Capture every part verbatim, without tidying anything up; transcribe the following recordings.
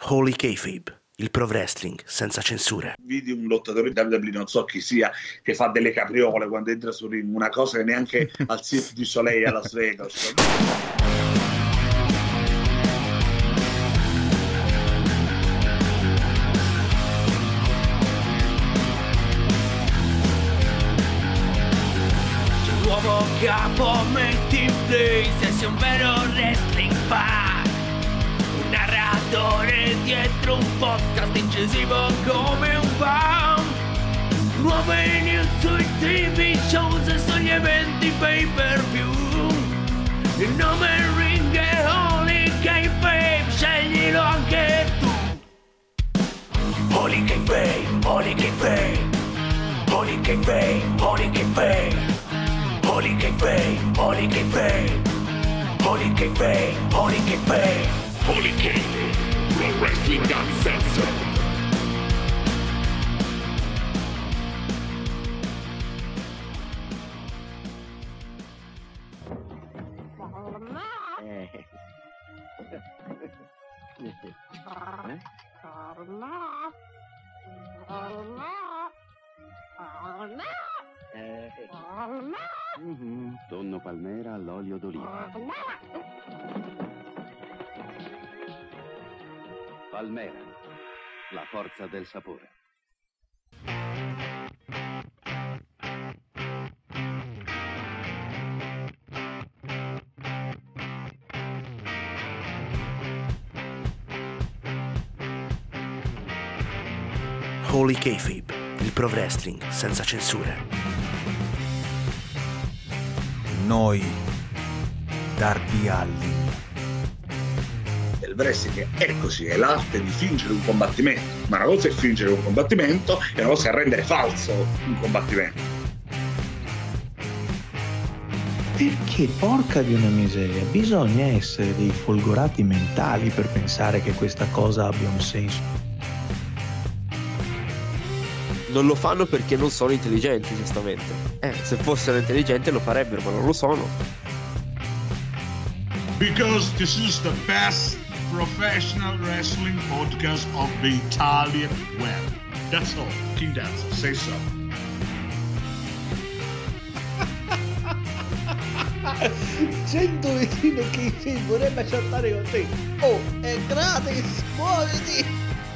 Holy Kayfabe, il pro wrestling senza censure. Vidi un lottatore di W W E, non so chi sia, che fa delle capriole quando entra sul ring, una cosa che neanche al Cirque du Soleil a Las Vegas. Nuovo capo, metti in play se sei un vero wrestling fan, un narratore dietro un podcast incisivo come un fan, nuove news sui T V shows e sugli eventi pay per view, il nome ring è Holy Kayfabe, sceglilo anche tu. Holy Kayfabe, Holy Kayfabe, Holy Kayfabe, Holy Kayfabe, Holy Kayfabe, Holy Kayfabe, Holy Kayfabe, Holy Kayfabe, Holy Kayfabe, Pro Wrestling Uncensored. Mm-hmm. Tonno palmera all'olio d'oliva. Palmera, la forza del sapore. Holy Kayfabe, il pro wrestling senza censure. Noi, Darby Allin. Il wrestling è così, è l'arte di fingere un combattimento, ma una cosa è fingere un combattimento e una cosa è rendere falso un combattimento. Perché, porca di una miseria, bisogna essere dei folgorati mentali per pensare che questa cosa abbia un senso. Non lo fanno perché non sono intelligenti, giustamente. Eh, se fossero intelligenti lo farebbero, ma non lo sono. Because this is the best professional wrestling podcast of the Italian web. That's all. King Dance, say so. cento vicino che film vorrebbe chattare con te. Oh, è gratis, muoviti!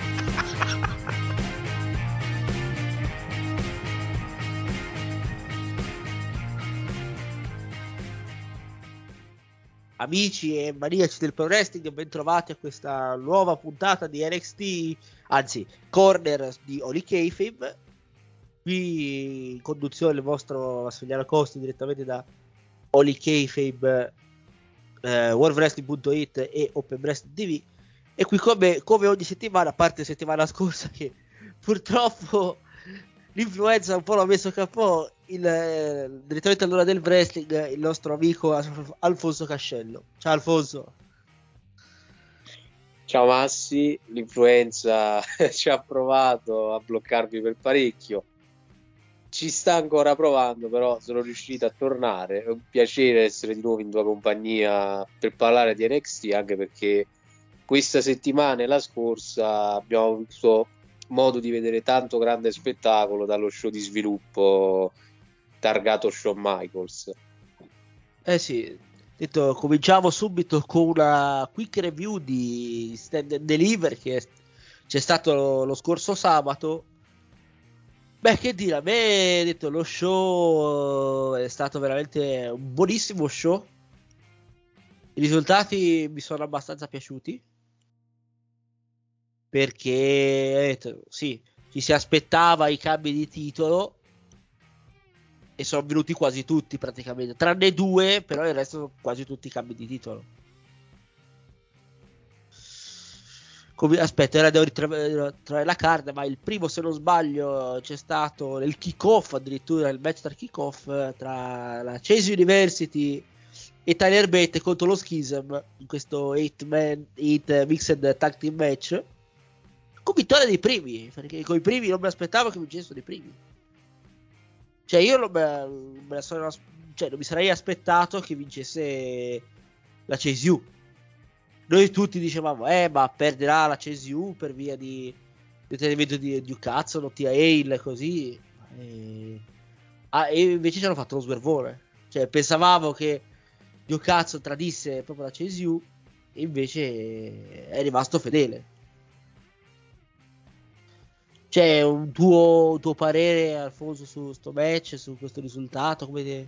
Amici e maniaci del pro wrestling, ben trovati a questa nuova puntata di N X T, anzi Corner di Holy Kayfabe. Qui in conduzione il vostro Massimiliano Costi direttamente da Holy Kayfabe, eh, world wrestling punto it e Open Wrestling T V. E qui come, come ogni settimana, a parte la settimana scorsa che purtroppo l'influenza un po' l'ha messo a capo, il, eh, direttamente all'ora del wrestling, il nostro amico Alfonso Cascello. Ciao Alfonso. Ciao Massi, l'influenza ci ha provato a bloccarmi per parecchio, ci sta ancora provando, però sono riuscito a tornare. È un piacere essere di nuovo in tua compagnia per parlare di N X T, anche perché questa settimana e la scorsa abbiamo avuto modo di vedere tanto grande spettacolo dallo show di sviluppo targato Shawn Michaels. Eh sì, detto, cominciamo subito con una quick review di Stand and Deliver che c'è stato lo, lo scorso sabato. Beh, che dire, a me detto, lo show è stato veramente un buonissimo show. I risultati mi sono abbastanza piaciuti, perché detto, sì, ci si aspettava i cambi di titolo e sono venuti quasi tutti praticamente, tranne due, però il resto sono quasi tutti cambi di titolo. Come, aspetta, ora devo ritrovare la carta, ma il primo, se non sbaglio, c'è stato nel kick-off, addirittura il match tra kick-off tra la Chase University e Tyler Bate contro lo Schism in questo otto man otto mixed tag team match, con vittoria dei primi, perché con i primi non mi aspettavo che vincessero i primi. Cioè io non me, non me la sono, cioè non mi sarei aspettato che vincesse la Chase U. noi tutti dicevamo eh ma perderà la C S U per via di l'intendimento di Newcastle o T I A così, e... Ah, e invece ci hanno fatto lo swervone, cioè pensavamo che Newcastle tradisse proprio la C S U e invece è rimasto fedele. C'è un tuo, tuo parere, Alfonso, su sto match, su questo risultato? Come te...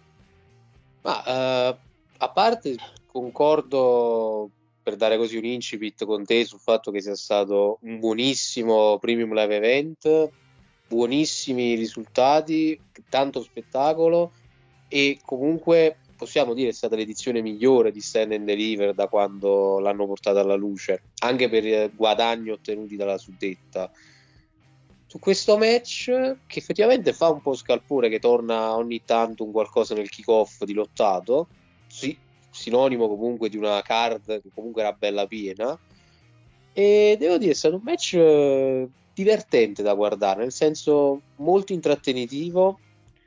Ma uh, a parte concordo, per dare così un incipit con te, sul fatto che sia stato un buonissimo premium live event, buonissimi risultati, tanto spettacolo, e comunque possiamo dire è stata l'edizione migliore di Stand and Deliver da quando l'hanno portata alla luce, anche per guadagni ottenuti dalla suddetta. Su questo match, che effettivamente fa un po' scalpore, che torna ogni tanto un qualcosa nel kick-off di lottato, sì, sinonimo comunque di una card che comunque era bella piena, e devo dire è stato un match divertente da guardare, nel senso molto intrattenitivo,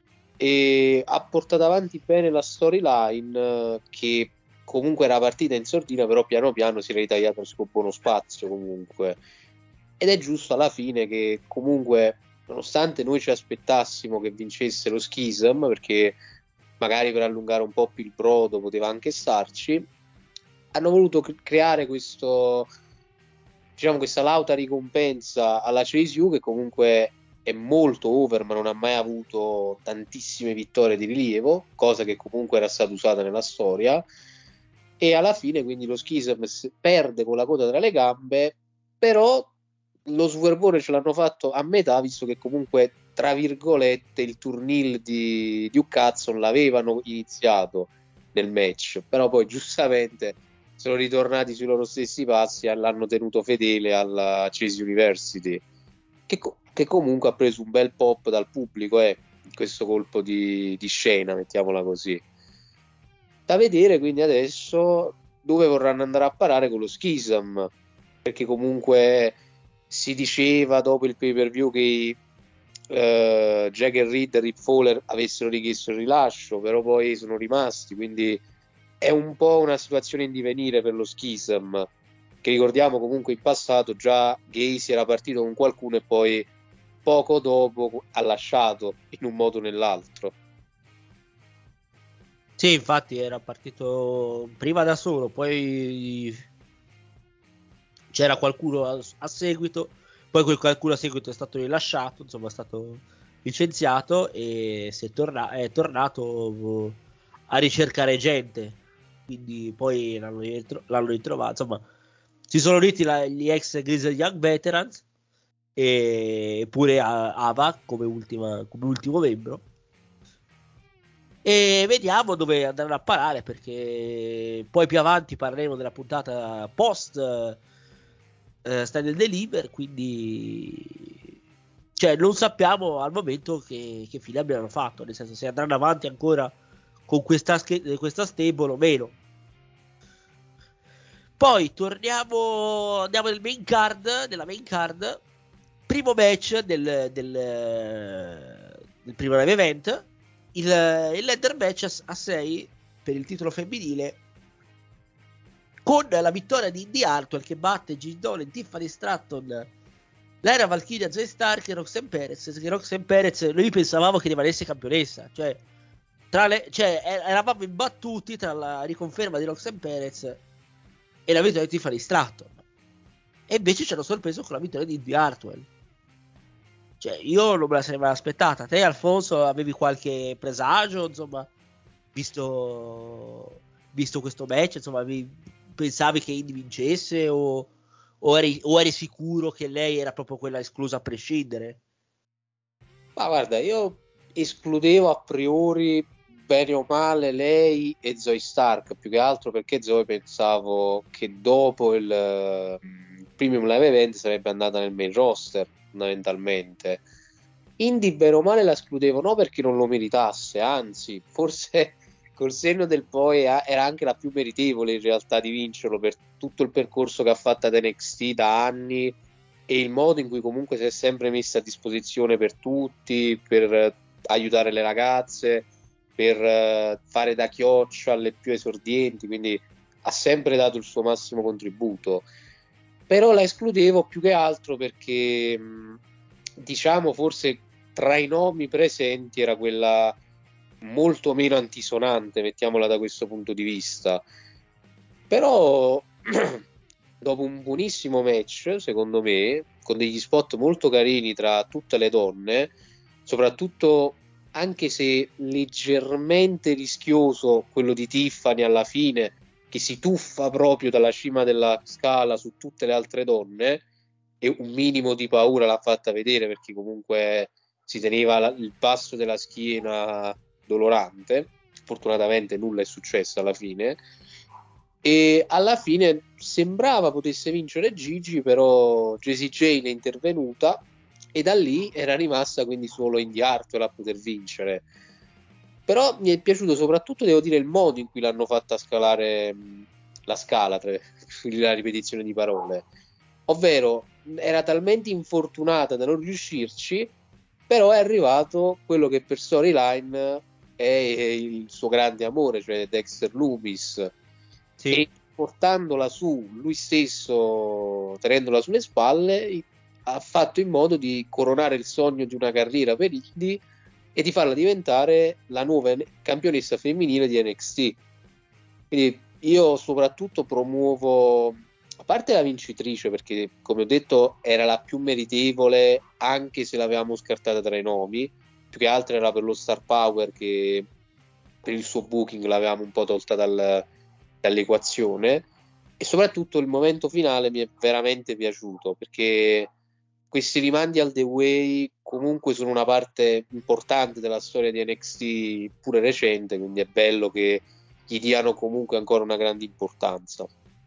e ha portato avanti bene la storyline, che comunque era partita in sordina, però piano piano si era ritagliato su buono spazio comunque, ed è giusto alla fine che comunque, nonostante noi ci aspettassimo che vincesse lo Schism, perché magari per allungare un po' più il brodo poteva anche starci, hanno voluto creare questo, diciamo, questa lauta ricompensa alla C S U, che comunque è molto over ma non ha mai avuto tantissime vittorie di rilievo, cosa che comunque era stata usata nella storia, e alla fine quindi lo Schism perde con la coda tra le gambe, però lo swervore ce l'hanno fatto a metà, visto che comunque tra virgolette il turnil di Newcastle l'avevano iniziato nel match, però poi giustamente sono ritornati sui loro stessi passi e l'hanno tenuto fedele alla Chase University, che, che comunque ha preso un bel pop dal pubblico, eh, questo colpo di, di scena, mettiamola così. Da vedere quindi adesso dove vorranno andare a parare con lo Schism, perché comunque si diceva dopo il pay per view che uh, Jagger Reed e Rip Fowler avessero richiesto il rilascio, però poi sono rimasti, quindi è un po' una situazione in divenire per lo Schism, che ricordiamo comunque in passato già Gacy era partito con qualcuno e poi poco dopo ha lasciato in un modo o nell'altro. Sì, infatti era partito prima da solo, poi c'era qualcuno a, a seguito, poi quel qualcuno a seguito è stato rilasciato, insomma è stato licenziato e si è, torna- è tornato a ricercare gente, quindi poi l'hanno, ritro- l'hanno ritrovato, insomma si sono uniti la- gli ex Grizzly Young Veterans e pure Ava come, ultima, come ultimo membro, e vediamo dove andranno a parare, perché poi più avanti parleremo della puntata post uh, Stand and Deliver, quindi cioè non sappiamo al momento che, che fine abbiano fatto, nel senso se andranno avanti ancora con questa, sch- questa stable o meno. Poi torniamo, andiamo nel main card, nella main card, primo match del, del, del primo live event, il, il ladder match a sei per il titolo femminile, con la vittoria di Indy Hartwell che batte Jill Dolan, Tiffany Stratton, Lyra Valkyria, Zoe Stark e Roxanne Perez, che Roxanne Perez noi pensavamo che rimanesse campionessa, cioè, tra le, cioè eravamo imbattuti tra la riconferma di Roxanne Perez e la vittoria di Tiffany Stratton, e invece ci hanno sorpreso con la vittoria di Indy Hartwell. Cioè io non me la sarei mai aspettata. Te, Alfonso, avevi qualche presagio, insomma, visto visto questo match, insomma, pensavi che Indy vincesse o, o, eri, o eri sicuro che lei era proprio quella esclusa a prescindere? Ma guarda, io escludevo a priori bene o male lei e Zoe Stark, più che altro perché Zoe pensavo che dopo il uh, Premium Live Event sarebbe andata nel main roster fondamentalmente. Indy bene o male la escludevo, no perché non lo meritasse, anzi forse col senno del poi era anche la più meritevole in realtà di vincerlo, per tutto il percorso che ha fatto ad N X T da anni e il modo in cui comunque si è sempre messa a disposizione per tutti, per aiutare le ragazze, per fare da chioccia alle più esordienti, quindi ha sempre dato il suo massimo contributo, però la escludevo più che altro perché diciamo forse tra i nomi presenti era quella molto meno antisonante, mettiamola da questo punto di vista. Però dopo un buonissimo match, secondo me, con degli spot molto carini tra tutte le donne, soprattutto anche se leggermente rischioso quello di Tiffany alla fine, che si tuffa proprio dalla cima della scala su tutte le altre donne, e un minimo di paura l'ha fatta vedere perché comunque si teneva la, il passo della schiena dolorante. Fortunatamente nulla è successo alla fine, e alla fine sembrava potesse vincere Gigi, però Jessie Jane è intervenuta e da lì era rimasta quindi solo Indy Hartwell a poter vincere. Però mi è piaciuto soprattutto, devo dire, il modo in cui l'hanno fatta scalare mh, la scala, tra la ripetizione di parole, ovvero era talmente infortunata da non riuscirci, però è arrivato quello che per storyline è il suo grande amore, cioè Dexter Lumis, sì. E portandola su, lui stesso tenendola sulle spalle, ha fatto in modo di coronare il sogno di una carriera per Indy e di farla diventare la nuova campionessa femminile di N X T. Quindi io soprattutto promuovo, a parte la vincitrice, perché come ho detto era la più meritevole anche se l'avevamo scartata tra i nomi, più che altro era per lo star power che per il suo booking l'avevamo un po' tolta dal, dall'equazione, e soprattutto il momento finale mi è veramente piaciuto perché questi rimandi al The Way comunque sono una parte importante della storia di N X T pure recente, quindi è bello che gli diano comunque ancora una grande importanza.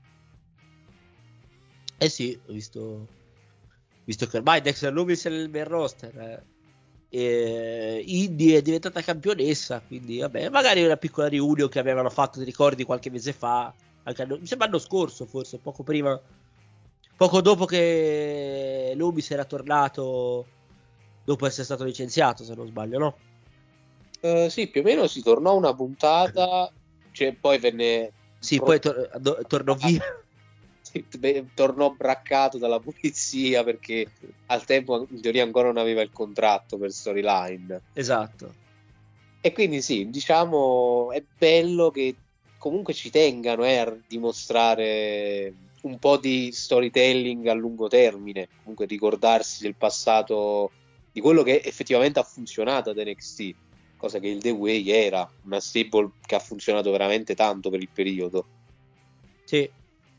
Eh sì, ho visto, visto che ormai Dexter Lumis è nel main roster, eh. E Indy è diventata campionessa, quindi vabbè, magari una piccola reunion che avevano fatto, ti ricordi, qualche mese fa, anche mi sembra l'anno scorso, forse poco prima, poco dopo che Lumis era tornato dopo essere stato licenziato, se non sbaglio, no? Uh, sì, più o meno si tornò una puntata, cioè poi venne sì, poi tor- do- tornò via. Tornò braccato dalla polizia perché al tempo in teoria ancora non aveva il contratto per storyline. Esatto. E quindi sì, diciamo è bello che comunque ci tengano eh, a dimostrare un po' di storytelling a lungo termine, comunque ricordarsi del passato, di quello che effettivamente ha funzionato ad N X T, cosa che il The Way era una stable che ha funzionato veramente tanto per il periodo. Sì.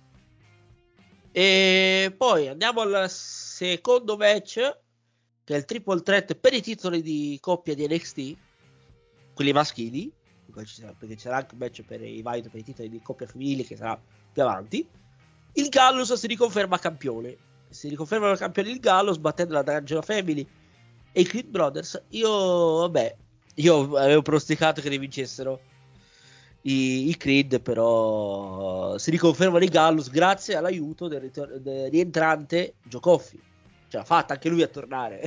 E poi andiamo al secondo match, che è il triple threat per i titoli di coppia di N X T, quelli maschili, perché ci sarà anche un match per i vari per i titoli di coppia femminili che sarà più avanti. Il Gallows si riconferma campione, si riconferma campione il Gallows battendo la D'Angelo Family e i Creed Brothers. Io vabbè, io avevo pronosticato che ne vincessero I, i Creed, però si riconfermano i Gallows grazie all'aiuto del, ritor- del rientrante Joe Coffey, ce l'ha fatta anche lui a tornare.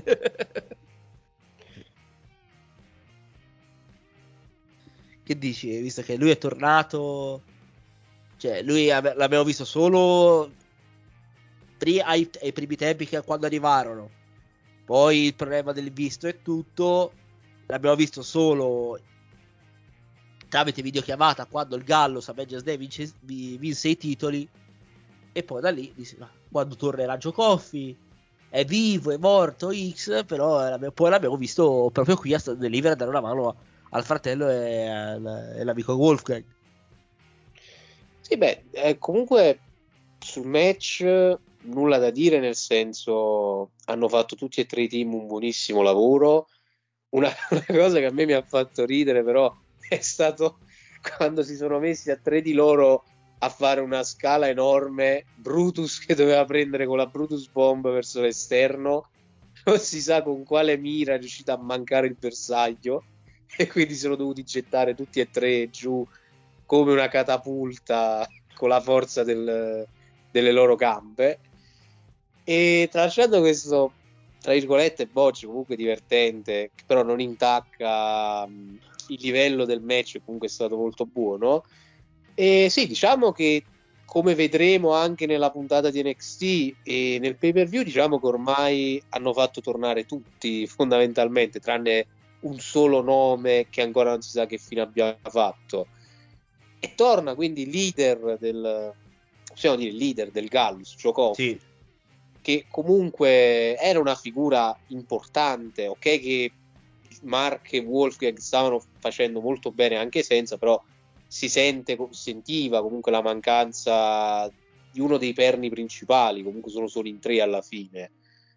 Che dici, visto che lui è tornato, cioè lui ave- l'abbiamo visto solo pri- ai, ai primi tempi, che quando arrivarono, poi il problema del visto e tutto l'abbiamo visto solo tramite videochiamata quando il Gallows a Vengeance Day vince, vinse i titoli, e poi da lì ma quando tornerà Joe Coffey, è vivo, è morto X, però poi l'abbiamo visto proprio qui a Deliver a dare una mano a, al fratello e, al, e l'amico Wolfgang. Sì, beh, eh, comunque sul match nulla da dire, nel senso hanno fatto tutti e tre i team un buonissimo lavoro. Una, una cosa che a me mi ha fatto ridere però è stato quando si sono messi a tre di loro a fare una scala enorme, Brutus che doveva prendere con la Brutus Bomb verso l'esterno, non si sa con quale mira è riuscita a mancare il bersaglio e quindi sono dovuti gettare tutti e tre giù come una catapulta con la forza del, delle loro gambe. E tralasciando questo tra virgolette bocce comunque divertente, che però non intacca um, il livello del match, comunque è stato molto buono, E sì, diciamo che come vedremo anche nella puntata di N X T e nel pay per view, diciamo che ormai hanno fatto tornare tutti fondamentalmente, tranne un solo nome che ancora non si sa che fine abbia fatto. E torna quindi leader del, possiamo dire leader del Gallus, Joe Coffey, sì, che comunque era una figura importante, ok che Mark e Wolfgang stavano facendo molto bene anche senza, però si sente, sentiva comunque la mancanza di uno dei perni principali, comunque sono solo in tre alla fine.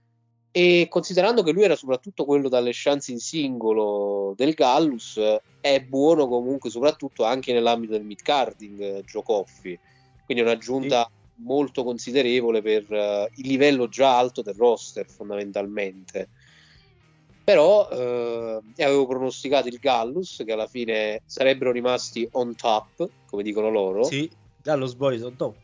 E considerando che lui era soprattutto quello dalle chance in singolo del Gallus, è buono comunque soprattutto anche nell'ambito del mid-carding Joe Coffey, quindi è un'aggiunta sì, molto considerevole per uh, il livello già alto del roster fondamentalmente. Però eh, avevo pronosticato il Gallus che alla fine sarebbero rimasti on top, come dicono loro. Sì, Gallus Boys on top.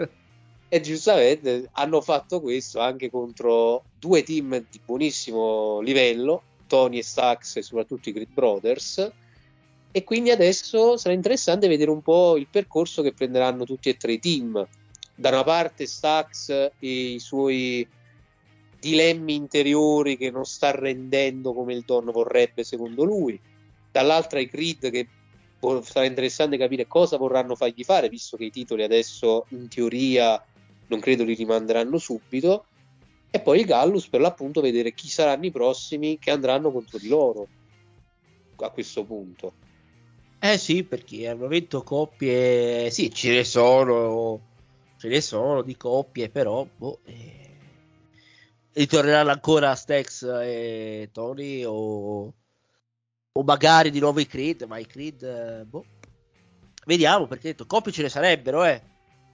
E giustamente hanno fatto questo anche contro due team di buonissimo livello, Tony e Stax e soprattutto i Creed Brothers, e quindi adesso sarà interessante vedere un po' il percorso che prenderanno tutti e tre i team. Da una parte Stax e i suoi dilemmi interiori che non sta rendendo come il Don vorrebbe secondo lui, dall'altra i Creed che sarà interessante capire cosa vorranno fargli fare, visto che i titoli adesso in teoria non credo li rimanderanno subito, e poi il Gallus per l'appunto vedere chi saranno i prossimi che andranno contro di loro a questo punto. Eh sì, perché al momento coppie sì, ce ne sono ce ne sono di coppie, però boh, eh, ritorneranno ancora Stax e Tony o, o magari di nuovo i Creed, ma i Creed eh, boh, vediamo, perché detto, coppie ce ne sarebbero, eh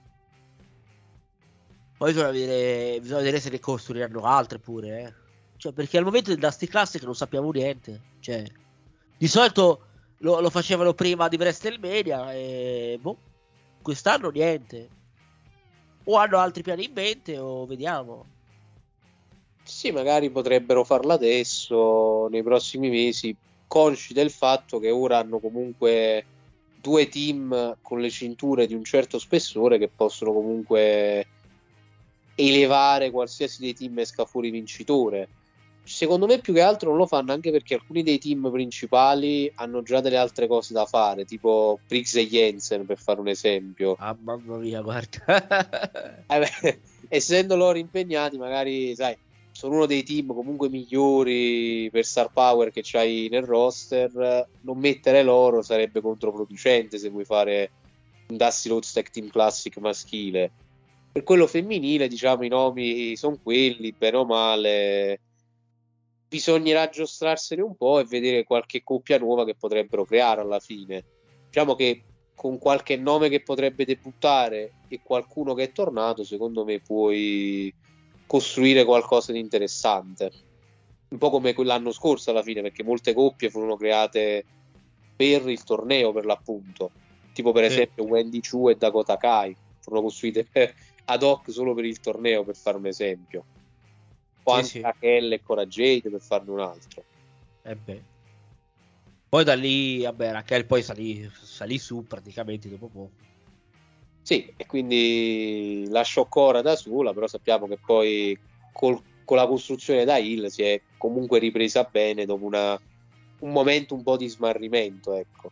poi bisogna vedere, bisogna vedere se ne costruiranno altre pure, eh. Cioè, perché al momento del Dusty Classic non sappiamo niente. Cioè, di solito lo, lo facevano prima di WrestleMania e boh, quest'anno niente. O hanno altri piani in mente o vediamo. Sì, magari potrebbero farlo adesso, nei prossimi mesi, consci del fatto che ora hanno comunque due team con le cinture di un certo spessore che possono comunque elevare qualsiasi dei team esca fuori vincitore. Secondo me più che altro non lo fanno anche perché alcuni dei team principali hanno già delle altre cose da fare, tipo Briggs e Jensen per fare un esempio. Ah, mamma mia, guarda. eh beh, essendo loro impegnati magari sai sono uno dei team comunque migliori per star power che c'hai nel roster, non mettere loro sarebbe controproducente se vuoi fare un Dusty Rhodes Tag Team Classic maschile. Per quello femminile, diciamo, i nomi sono quelli, bene o male. Bisognerà giostrarsene un po' e vedere qualche coppia nuova che potrebbero creare alla fine. Diciamo che con qualche nome che potrebbe debuttare e qualcuno che è tornato, secondo me puoi costruire qualcosa di interessante. Un po' come quell'anno scorso alla fine, perché molte coppie furono create per il torneo, per l'appunto. Tipo per esempio sì. Wendy Chu e Dakota Kai furono costruite per ad hoc solo per il torneo, per fare un esempio, o sì, anche sì. Raquel e Cora Jade per farne un altro. Eh beh. Poi da lì, vabbè, Raquel poi salì, salì su praticamente dopo poco. Sì, e quindi lasciò Cora da sola, però sappiamo che poi col, con la costruzione da heel si è comunque ripresa bene dopo una, un momento un po' di smarrimento, ecco.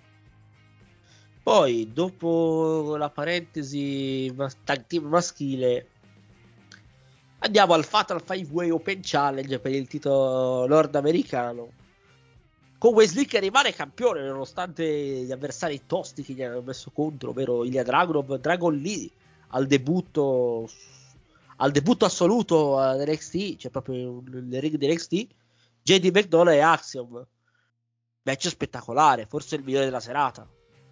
Poi, dopo la parentesi tag team maschile, andiamo al Fatal five way Open Challenge per il titolo nordamericano, con Wesley che rimane campione nonostante gli avversari tosti che gli hanno messo contro, ovvero Ilya Dragunov, Dragon Lee al debutto al debutto assoluto ad N X T, cioè proprio nel ring di N X T, J D McDonagh e Axiom. Match spettacolare, forse il migliore della serata.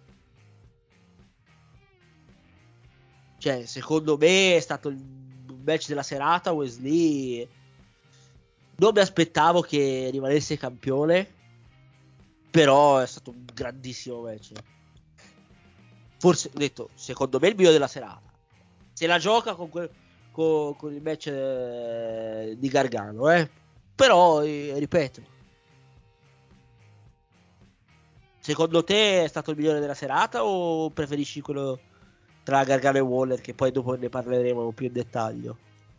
Cioè, secondo me è stato il match della serata. Wesley non mi aspettavo che rimanesse campione, però è stato un grandissimo match. Forse, ho detto, secondo me il migliore della serata. Se la gioca con, quel, con, con il match eh, di Gargano, eh. Però, eh, ripeto, secondo te è stato il migliore della serata o preferisci quello tra Gargano e Waller, che poi dopo ne parleremo più in dettaglio?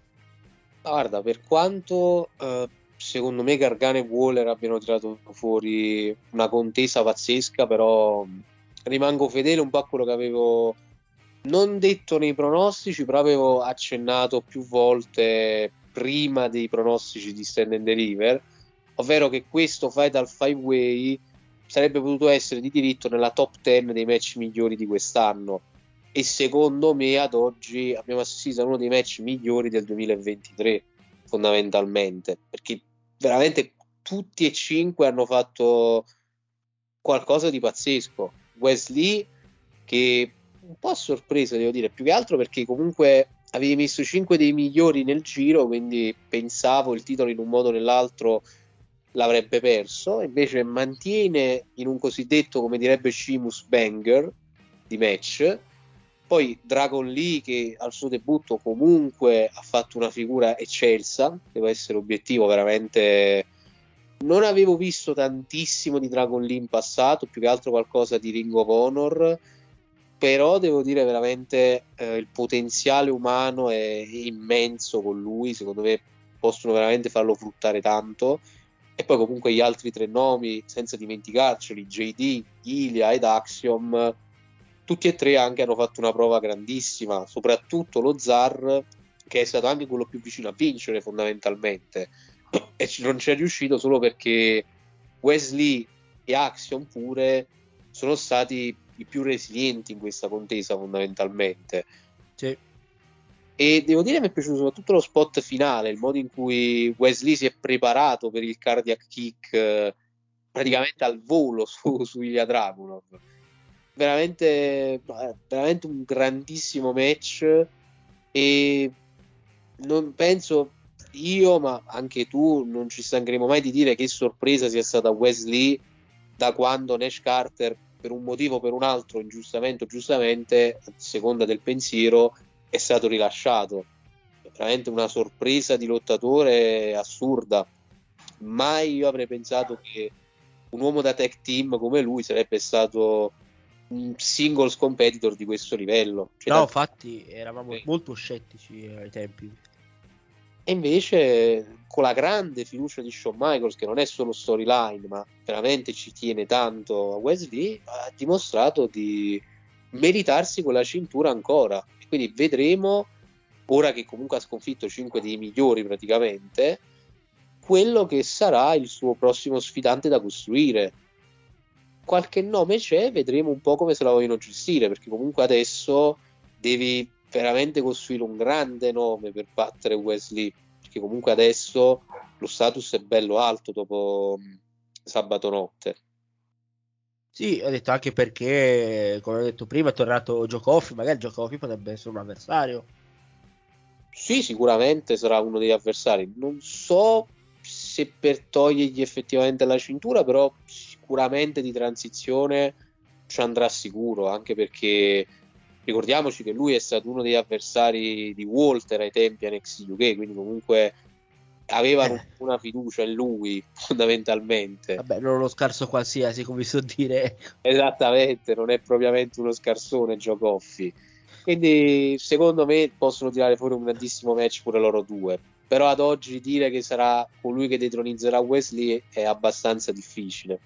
Guarda, per quanto eh, secondo me Gargano e Waller abbiano tirato fuori una contesa pazzesca, però rimango fedele un po' a quello che avevo non detto nei pronostici, però avevo accennato più volte prima dei pronostici di Stand and Deliver, ovvero che questo Fatal Five Way sarebbe potuto essere di diritto nella top dieci dei match migliori di quest'anno, e secondo me ad oggi abbiamo assistito a uno dei match migliori del duemilaventitré, fondamentalmente, perché veramente tutti e cinque hanno fatto qualcosa di pazzesco. Wesley, che un po' a sorpresa devo dire, più che altro perché comunque avevi messo cinque dei migliori nel giro, quindi pensavo il titolo in un modo o nell'altro l'avrebbe perso, invece mantiene in un cosiddetto, come direbbe Sheamus, banger di match. Poi Dragon Lee, che al suo debutto comunque ha fatto una figura eccelsa, devo essere obiettivo, veramente non avevo visto tantissimo di Dragon Lee in passato, più che altro qualcosa di Ring of Honor, però devo dire veramente eh, il potenziale umano è immenso con lui, secondo me possono veramente farlo fruttare tanto. E poi comunque gli altri tre nomi, senza dimenticarceli, J D, Ilya ed Axiom, tutti e tre anche hanno fatto una prova grandissima, soprattutto lo Zar, che è stato anche quello più vicino a vincere fondamentalmente, e non ci è riuscito solo perché Wesley e Axiom pure sono stati i più resilienti in questa contesa fondamentalmente. Sì. E devo dire mi è piaciuto soprattutto lo spot finale, il modo in cui Wesley si è preparato per il cardiac kick eh, praticamente al volo su, su Ilya Dragunov. Veramente, veramente un grandissimo match, e non penso io, ma anche tu, non ci stancheremo mai di dire che sorpresa sia stata Wesley da quando Nash Carter, per un motivo o per un altro, ingiustamente o giustamente, a seconda del pensiero, è stato rilasciato. È veramente una sorpresa di lottatore assurda. Mai io avrei pensato che un uomo da tag team come lui sarebbe stato un singles competitor di questo livello. Cioè, no, da... infatti eravamo eh. molto scettici ai tempi. E invece con la grande fiducia di Shawn Michaels, che non è solo storyline ma veramente ci tiene tanto a Wesley, ha dimostrato di meritarsi quella cintura ancora. E quindi vedremo, ora che comunque ha sconfitto cinque dei migliori praticamente, quello che sarà il suo prossimo sfidante da costruire. Qualche nome c'è, vedremo un po' come se la vogliono gestire, perché comunque adesso devi veramente costruire un grande nome per battere Wesley, perché comunque adesso lo status è bello alto dopo sabato notte. Sì, ho detto anche perché, come ho detto prima, è tornato Joe Coffey, magari Joe Coffey potrebbe essere un avversario. Sì, sicuramente sarà uno degli avversari, non so se per togliergli effettivamente la cintura, però sicuramente di transizione ci andrà sicuro, anche perché ricordiamoci che lui è stato uno degli avversari di Walter ai tempi a N X T U K, quindi comunque avevano eh. una fiducia in lui fondamentalmente. Vabbè, non uno scarso qualsiasi, come so dire. Esattamente, non è propriamente uno scarsone Joe Coffey, quindi secondo me possono tirare fuori un grandissimo match pure loro due, però ad oggi dire che sarà colui che detronizzerà Wesley è abbastanza difficile.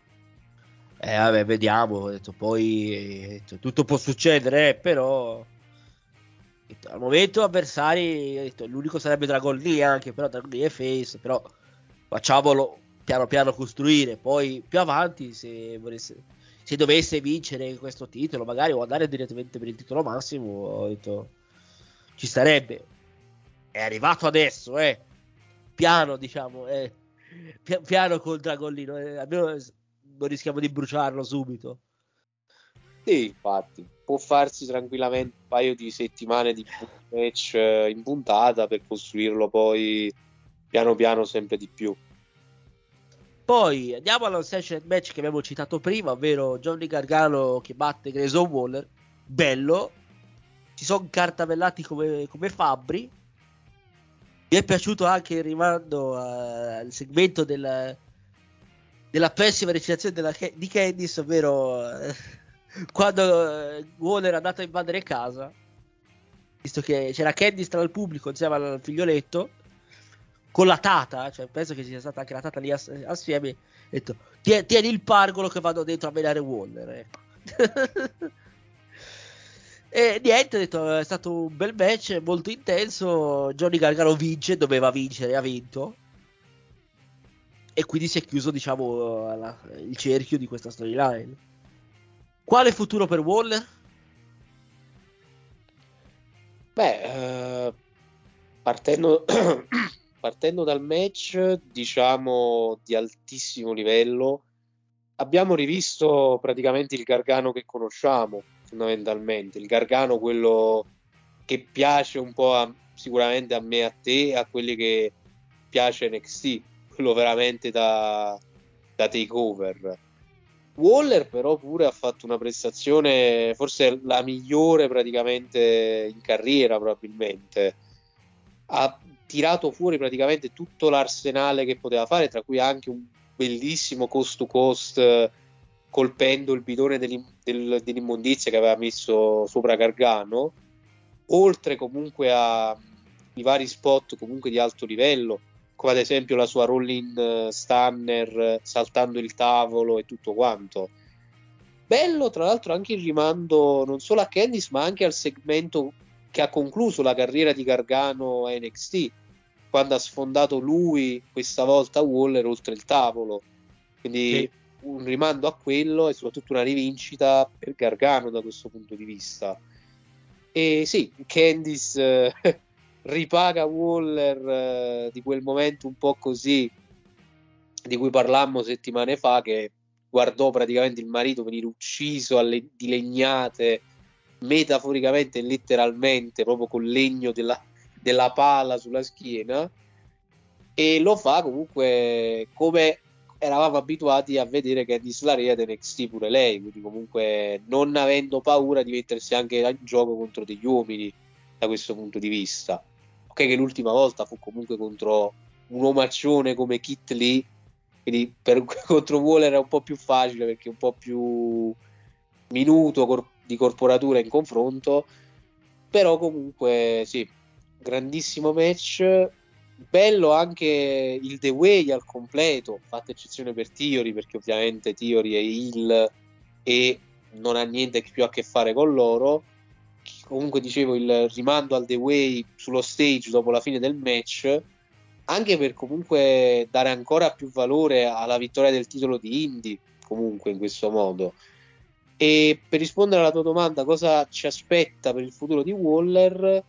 Eh vabbè, vediamo, ho detto, poi ho detto, tutto può succedere, eh, però ho detto, al momento avversari, ho detto, l'unico sarebbe Dragon Lee anche, però Dragon Lee è face, però facciamolo piano piano costruire, poi più avanti se volesse, se dovesse vincere questo titolo magari o andare direttamente per il titolo massimo, ho detto, ci starebbe. È arrivato adesso, eh piano diciamo, eh, pi- piano col Dragon Lee, no? Eh, almeno non rischiamo di bruciarlo subito. Sì, infatti può farsi tranquillamente un paio di settimane di match in puntata per costruirlo poi piano piano sempre di più. Poi andiamo all'Unsanctioned match che abbiamo citato prima, ovvero Johnny Gargano che batte Grayson Waller. Bello, si sono incartavellati come, come fabbri. Mi è piaciuto anche il rimando al segmento del della pessima recitazione della, di Candice, ovvero eh, quando eh, Waller è andato a invadere casa, visto che c'era Candice tra il pubblico insieme al figlioletto con la tata, cioè penso che ci sia stata anche la tata lì ass- assieme, ha detto "Tie- tieni il pargolo che vado dentro a menare Waller", ecco. E niente, ho detto, è stato un bel match molto intenso. Johnny Gargano vince, doveva vincere, ha vinto, e quindi si è chiuso, diciamo, alla, il cerchio di questa storyline. Quale futuro per Waller? Beh, eh, partendo, partendo dal match, diciamo, di altissimo livello, abbiamo rivisto praticamente il Gargano che conosciamo, fondamentalmente. Il Gargano, quello che piace un po' a, sicuramente a me, a te, a quelli che piace N X T, quello veramente da, da takeover. Waller però pure ha fatto una prestazione, forse la migliore praticamente in carriera, probabilmente. Ha tirato fuori praticamente tutto l'arsenale che poteva fare, tra cui anche un bellissimo coast to coast, colpendo il bidone dell'im- del- dell'immondizia che aveva messo sopra Gargano, oltre comunque a i vari spot comunque di alto livello, come ad esempio la sua rolling stunner saltando il tavolo e tutto quanto. Bello tra l'altro anche il rimando non solo a Candice ma anche al segmento che ha concluso la carriera di Gargano a N X T, quando ha sfondato lui questa volta Waller oltre il tavolo, quindi sì, un rimando a quello e soprattutto una rivincita per Gargano da questo punto di vista. E sì, Candice eh, ripaga Waller eh, di quel momento un po' così di cui parlammo settimane fa, che guardò praticamente il marito venire ucciso alle, di legnate, metaforicamente e letteralmente, proprio col legno della, della pala sulla schiena, e lo fa comunque come eravamo abituati a vedere Candice LeRae ad N X T pure lei, quindi comunque non avendo paura di mettersi anche in gioco contro degli uomini da questo punto di vista. Ok che l'ultima volta fu comunque contro un omaccione come Kit Lee, quindi per, contro Waller era un po' più facile perché è un po' più minuto cor- di corporatura in confronto, però comunque sì, grandissimo match. Bello anche il The Way al completo, fatta eccezione per Theory perché ovviamente Theory è heel e non ha niente più a che fare con loro. Comunque dicevo, il rimando al The Way sullo stage dopo la fine del match, anche per comunque dare ancora più valore alla vittoria del titolo di Indy comunque in questo modo. E per rispondere alla tua domanda, cosa ci aspetta per il futuro di Waller,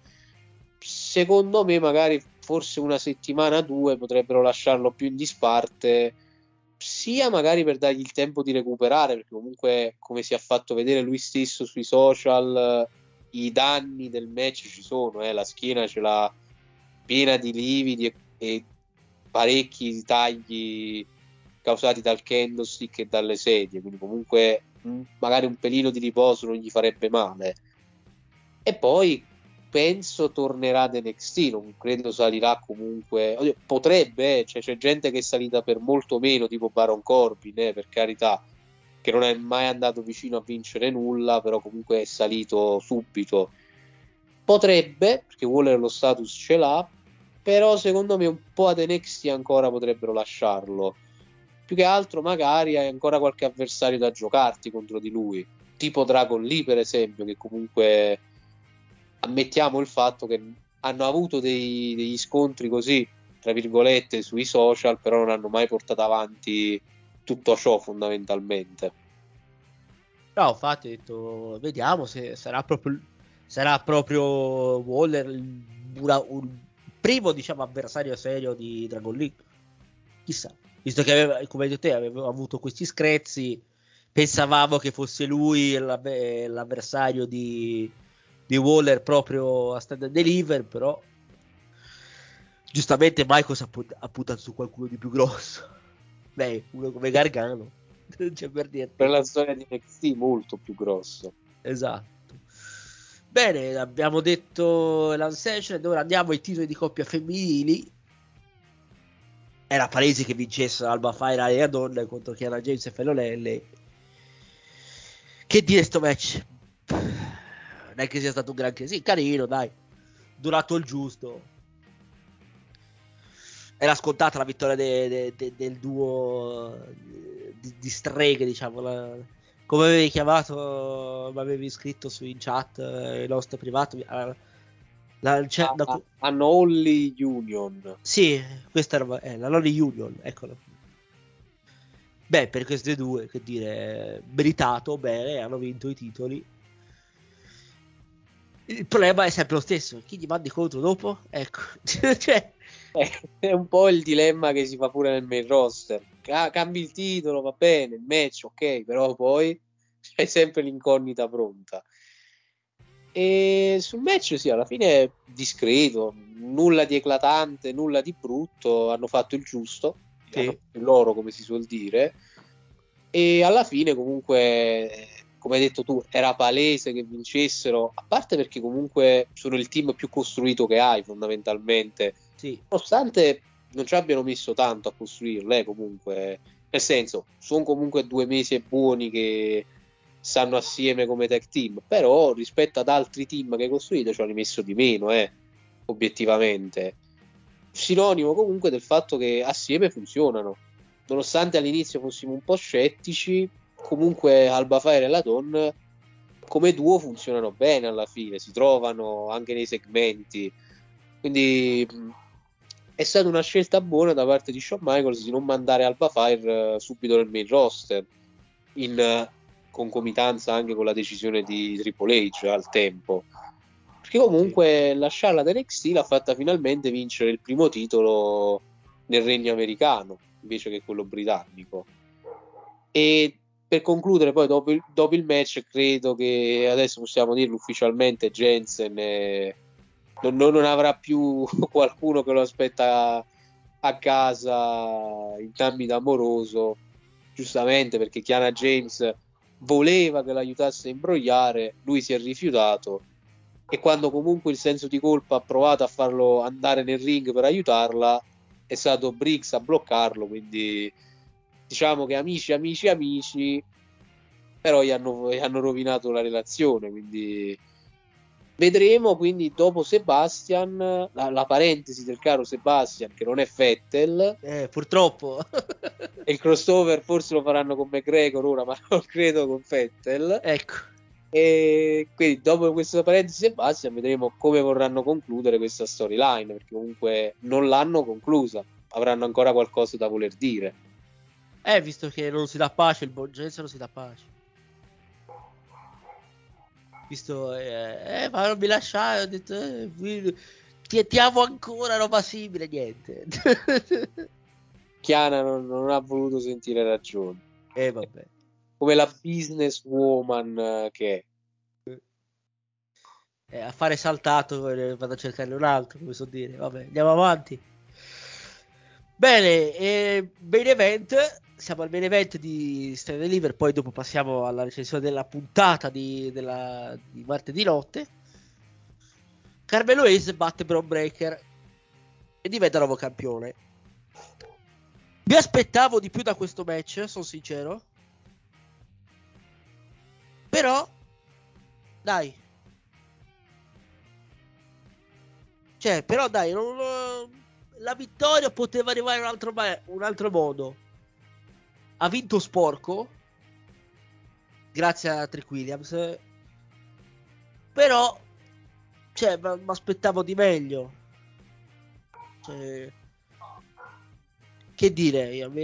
secondo me magari forse una settimana, due potrebbero lasciarlo più in disparte, sia magari per dargli il tempo di recuperare, perché comunque come si è fatto vedere lui stesso sui social, i danni del match ci sono, eh, la schiena ce l'ha piena di lividi e, e parecchi tagli causati dal candlestick e dalle sedie, quindi comunque mh, magari un pelino di riposo non gli farebbe male. E poi penso tornerà ad N X T, non credo salirà comunque, oddio, potrebbe, cioè, c'è gente che è salita per molto meno, tipo Baron Corbin, eh, per carità, che non è mai andato vicino a vincere nulla, però comunque è salito subito. Potrebbe, perché Waller lo status ce l'ha, però secondo me un po' ad N X T ancora potrebbero lasciarlo. Più che altro magari hai ancora qualche avversario da giocarti contro di lui, tipo Dragon Lee per esempio, che comunque ammettiamo il fatto che hanno avuto dei, degli scontri così tra virgolette sui social, però non hanno mai portato avanti tutto ciò fondamentalmente. No, infatti ho detto, vediamo se sarà proprio sarà proprio Waller il, una, un primo, diciamo, avversario serio di Dragon Lee, chissà, visto che aveva, come hai detto te, aveva avuto questi screzi, pensavamo che fosse lui l'avversario di di Waller proprio a Stand and Deliver, però giustamente Michaels ha, put- ha puntato su qualcuno di più grosso. Beh, uno come Gargano non c'è per niente. Per la storia di N X T molto più grosso. Esatto. Bene, abbiamo detto l'Unsession ed ora andiamo ai titoli di coppia femminili. era palese che vincesse Alba Fire Area Dawn contro Kiana James e Fellonelli. Che dire sto match? Non è che sia stato un granché, sì, carino, dai, durato il giusto. Era scontata la vittoria de, de, de, del duo di, di streghe, diciamo, la, come avevi chiamato, mi avevi scritto su in chat eh, il nostro privato, la, la, cioè, ah, ah, hanno Only Union. Sì, questa era eh, la Only Union, eccolo. Beh, per queste due, che dire, meritato, bene, hanno vinto i titoli. Il problema è sempre lo stesso, chi gli mandi contro dopo? Ecco, cioè... È un po' il dilemma che si fa pure nel main roster. Ah, cambi il titolo, va bene, il match, ok, però poi c'è sempre l'incognita pronta. E sul match sì, alla fine è discreto, nulla di eclatante, nulla di brutto, hanno fatto il giusto, sì. Hanno fatto loro, come si suol dire, e alla fine comunque, come hai detto tu, era palese che vincessero, a parte perché comunque sono il team più costruito che hai fondamentalmente. Sì. Nonostante non ci abbiano messo tanto a costruirle, comunque, nel senso, sono comunque due mesi buoni che stanno assieme come tag team, però rispetto ad altri team che hai costruito ci hanno messo di meno, eh, obiettivamente. Sinonimo comunque del fatto che assieme funzionano, nonostante all'inizio fossimo un po' scettici, comunque Alba Fire e la Dawn come duo funzionano bene alla fine, si trovano anche nei segmenti, quindi è stata una scelta buona da parte di Shawn Michaels di non mandare Alba Fire uh, subito nel main roster, in uh, concomitanza anche con la decisione di Triple H al tempo, perché comunque sì. Lasciarla da N X T l'ha fatta finalmente vincere il primo titolo nel regno americano invece che quello britannico. E per concludere poi dopo il, dopo il match, credo che adesso possiamo dirlo ufficialmente, Jensen è... Non, non avrà più qualcuno che lo aspetta a casa in ambito amoroso, giustamente perché Kiana James voleva che l'aiutasse a imbrogliare, lui si è rifiutato, e quando comunque il senso di colpa ha provato a farlo andare nel ring per aiutarla è stato Briggs a bloccarlo, quindi diciamo che amici amici amici però gli hanno, gli hanno rovinato la relazione, quindi vedremo. Quindi dopo Sebastian, la, la parentesi del caro Sebastian, che non è Vettel, eh, purtroppo, e il crossover forse lo faranno con McGregor ora, ma non credo con Vettel, ecco. E quindi dopo questa parentesi Sebastian vedremo come vorranno concludere questa storyline, perché comunque non l'hanno conclusa, avranno ancora qualcosa da voler dire, eh visto che non si dà pace, il buon Jensen non si dà pace. Visto, eh, eh, ma non mi lasciare, ho detto, eh, ti, ti amo ancora, roba simile, niente. Chiana non, non ha voluto sentire ragioni. Eh, vabbè. Come la business woman che è. Eh, affare saltato, vado a cercare un altro, come so dire. Vabbè, andiamo avanti. Bene, eh, main event. Siamo al main event di Stand and Deliver, poi dopo passiamo alla recensione della puntata di, della, di martedì notte. Carmelo Hayes batte Bron Breakker e diventa nuovo campione. Mi aspettavo di più da questo match, sono sincero. Però, dai. Cioè, però dai, non, la vittoria poteva arrivare in un altro, un altro modo. Ha vinto sporco, grazie a Trick Williams, però cioè mi aspettavo di meglio, cioè, che dire, a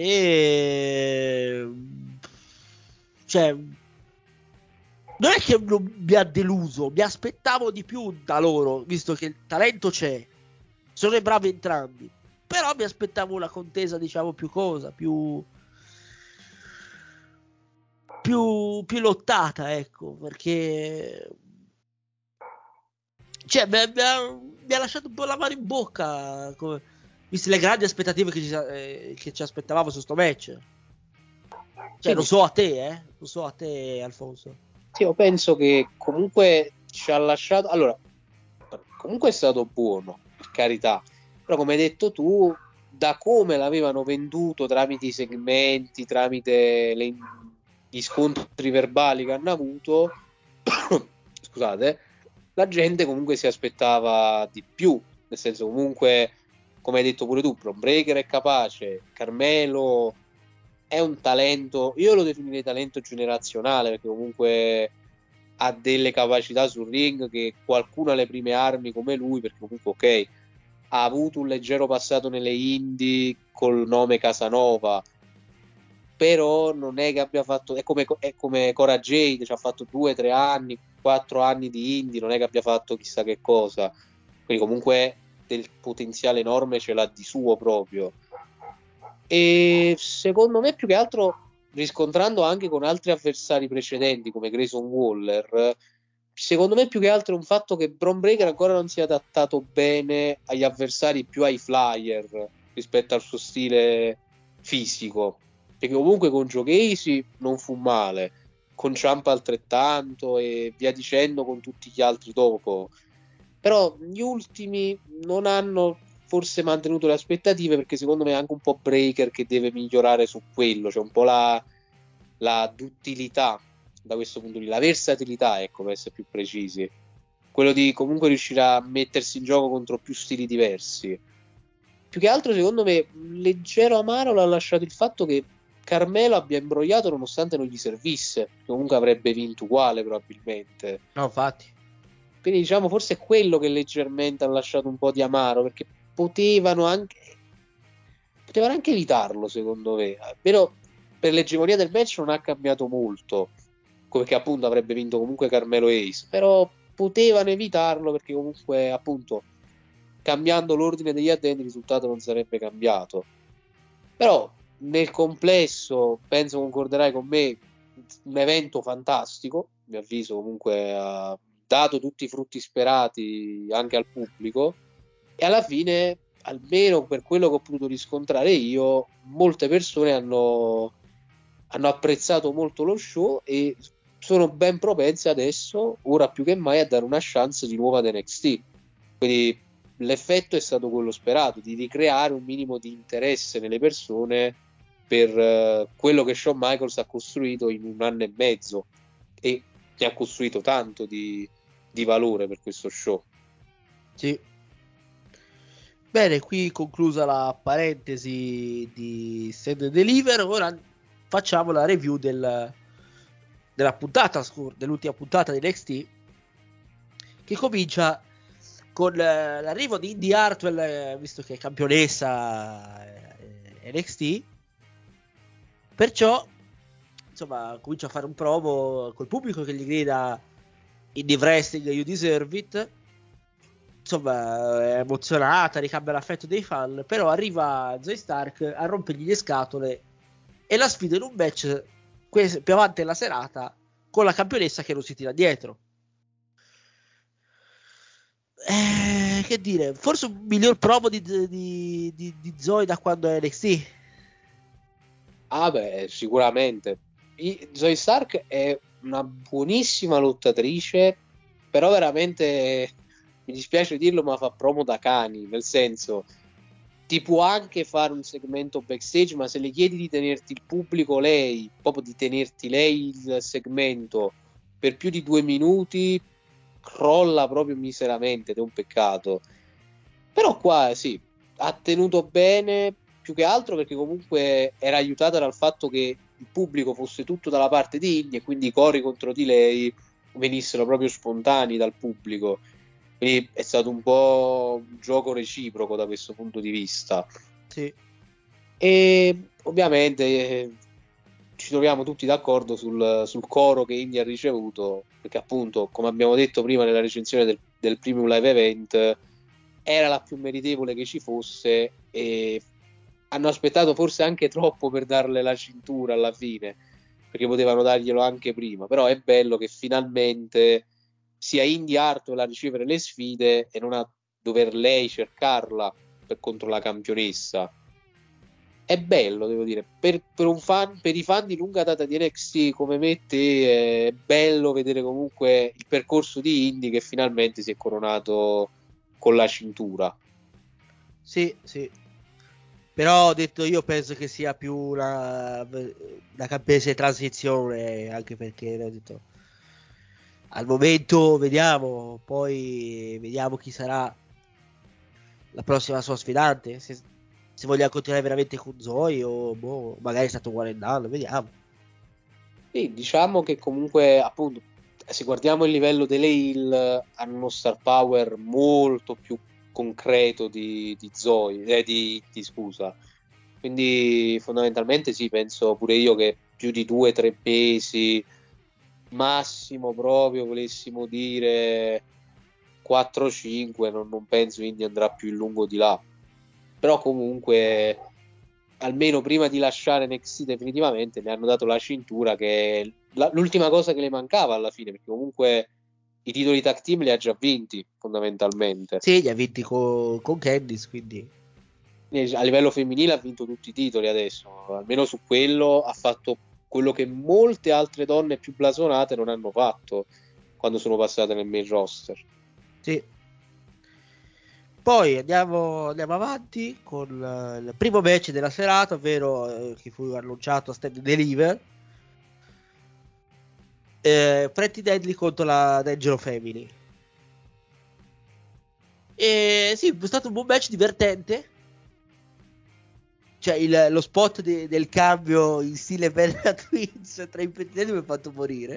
me cioè non è che non mi ha deluso, mi aspettavo di più da loro, visto che il talento c'è, sono bravi entrambi, però mi aspettavo una contesa, diciamo, più cosa, più più, più lottata, ecco, perché cioè mi ha, mi ha lasciato un po' la mano in bocca, come, viste le grandi aspettative che ci, eh, che ci aspettavamo su sto match. Cioè, sì, lo so a te, eh, lo so a te, Alfonso. Sì, io penso che comunque ci ha lasciato, allora, comunque è stato buono, per carità, però come hai detto tu, da come l'avevano venduto tramite i segmenti, tramite le, gli scontri verbali che hanno avuto, scusate, la gente comunque si aspettava di più, nel senso, comunque, come hai detto pure tu, Bron Breakker è capace, Carmelo è un talento, io lo definirei talento generazionale, perché comunque ha delle capacità sul ring che qualcuno ha le prime armi come lui, perché comunque ok, ha avuto un leggero passato nelle indie col nome Casanova, però non è che abbia fatto, è come, è come Cora Jade, ci ha fatto due, tre anni, quattro anni di indie, non è che abbia fatto chissà che cosa, quindi comunque del potenziale enorme ce l'ha di suo proprio. E secondo me, più che altro, riscontrando anche con altri avversari precedenti come Grayson Waller, secondo me più che altro è un fatto che Bron Breakker ancora non si è adattato bene agli avversari più high flyer rispetto al suo stile fisico, perché comunque con Joe Gacy non fu male, con Ciampa altrettanto e via dicendo con tutti gli altri dopo, però gli ultimi non hanno forse mantenuto le aspettative, perché secondo me è anche un po' Breakker che deve migliorare su quello, c'è un po' la, la duttilità da questo punto di vista, la versatilità, ecco, per essere più precisi, quello di comunque riuscire a mettersi in gioco contro più stili diversi. Più che altro secondo me leggero amaro l'ha lasciato il fatto che Carmelo abbia imbrogliato nonostante non gli servisse, comunque avrebbe vinto uguale probabilmente. No, infatti. Quindi diciamo forse è quello che leggermente ha lasciato un po' di amaro, perché potevano anche potevano anche evitarlo, secondo me, però per l'egemonia del match non ha cambiato molto, perché appunto avrebbe vinto comunque Carmelo Ace, però potevano evitarlo perché comunque appunto cambiando l'ordine degli addendi il risultato non sarebbe cambiato. Però nel complesso penso concorderai con me, un evento fantastico, a mio avviso comunque ha dato tutti i frutti sperati anche al pubblico, e alla fine, almeno per quello che ho potuto riscontrare io, molte persone hanno, hanno apprezzato molto lo show e sono ben propense adesso, ora più che mai, a dare una chance di nuovo ad N X T. Quindi l'effetto è stato quello sperato, di ricreare un minimo di interesse nelle persone per uh, quello che Shawn Michaels ha costruito in un anno e mezzo, e ne ha costruito tanto di, di valore per questo show. Sì. Bene, qui conclusa la parentesi di Stand and Deliver. Ora facciamo la review del, della puntata, dell'ultima puntata di N X T, che comincia con eh, l'arrivo di Indi Hartwell, eh, visto che è campionessa eh, N X T. Perciò insomma comincia a fare un promo col pubblico che gli grida Indie Wrestling, you deserve it. Insomma è emozionata, ricambia l'affetto dei fan, però arriva Zoe Stark a rompergli le scatole e la sfida in un match più avanti nella serata con la campionessa che non si tira dietro. Eh, che dire, forse un miglior promo di, di, di, di Zoe da quando è N X T. Ah beh, sicuramente. Zoe Stark è una buonissima lottatrice, però veramente, mi dispiace dirlo, ma fa promo da cani, nel senso, ti può anche fare un segmento backstage, ma se le chiedi di tenerti il pubblico lei, proprio di tenerti lei il segmento per più di due minuti, crolla proprio miseramente, ed è un peccato. Però qua sì, ha tenuto bene, più che altro perché comunque era aiutata dal fatto che il pubblico fosse tutto dalla parte di Indy e quindi i cori contro di lei venissero proprio spontanei dal pubblico. Quindi è stato un po' un gioco reciproco da questo punto di vista. Sì. E ovviamente eh, ci troviamo tutti d'accordo sul, sul coro che Indy ha ricevuto, perché appunto, come abbiamo detto prima nella recensione del, del Premium Live Event, era la più meritevole che ci fosse e hanno aspettato forse anche troppo per darle la cintura alla fine, perché potevano darglielo anche prima. Però è bello che finalmente sia Indy Hartwell a ricevere le sfide e non a dover lei cercarla per contro la campionessa. È bello, devo dire, per, per un fan, per i fan di lunga data di N X T come me e te, è bello vedere comunque il percorso di Indy che finalmente si è coronato con la cintura. Sì, sì. Però ho detto, io penso che sia più una, una campagna di transizione, anche perché ho detto, al momento vediamo, poi vediamo chi sarà la prossima sua sfidante, se, se vogliamo continuare veramente con Zoe o boh, magari è stato one and done, vediamo. Sì, diciamo che comunque, appunto, se guardiamo il livello delle heal, hanno uno star power molto più concreto di, di Zoe, eh, di, di scusa. Quindi fondamentalmente sì, penso pure io che più di due tre pesi, massimo proprio volessimo dire quattro cinque, non, non penso quindi andrà più in lungo di là. Però comunque, almeno prima di lasciare N X T definitivamente, le hanno dato la cintura, che è la, l'ultima cosa che le mancava alla fine, perché comunque i titoli tag team li ha già vinti fondamentalmente. Sì, li ha vinti con, con Candice, quindi a livello femminile ha vinto tutti i titoli adesso, almeno su quello ha fatto quello che molte altre donne più blasonate non hanno fatto quando sono passate nel main roster. Sì. Poi andiamo, andiamo avanti con uh, il primo match della serata, ovvero uh, che fu annunciato a Stand and Deliver, eh, Pretty Deadly contro la D'Angelo Family. E sì, è stato un buon match, divertente. Cioè il, lo spot de, del cambio in stile Bella Twins tra i Pretty Deadly mi ha fatto morire.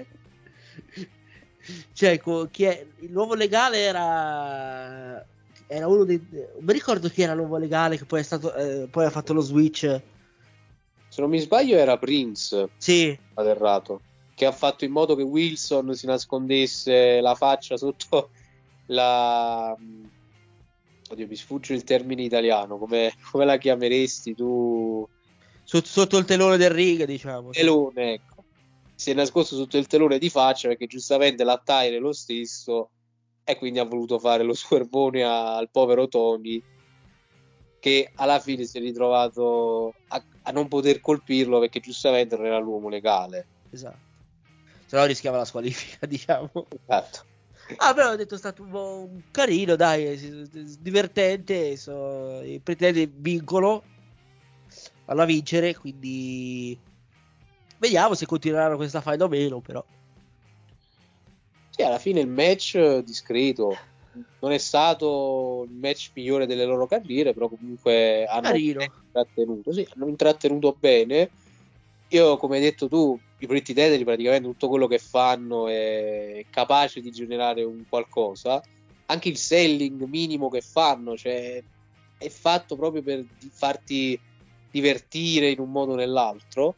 Cioè co, chi è, il nuovo legale era era uno dei, non mi ricordo chi era il nuovo legale che poi è stato eh, poi ha fatto lo switch. Se non mi sbaglio era Prince, sì, aderrato, che ha fatto in modo che Wilson si nascondesse la faccia sotto la, oddio mi sfugge il termine italiano, come, come la chiameresti tu? Sotto, sotto il telone del ring, diciamo. Telone, ecco. Si è nascosto sotto il telone di faccia perché giustamente l'attire è lo stesso, e quindi ha voluto fare lo swervone a, al povero Tony, che alla fine si è ritrovato a, a non poter colpirlo perché giustamente non era l'uomo legale. Esatto. Se no rischiava la squalifica, diciamo. Esatto. Ah, però ho detto è stato un po' carino, dai, divertente. So, i pretendenti vincono, vanno a vincere, quindi vediamo se continueranno questa fight o meno, però. Sì, alla fine il match discreto, non è stato il match migliore delle loro carriere, però comunque hanno intrattenuto, sì, hanno intrattenuto bene. Io, come hai detto tu, i Pretty Deadly praticamente tutto quello che fanno è capace di generare un qualcosa, anche il selling minimo che fanno, cioè è fatto proprio per farti divertire in un modo o nell'altro.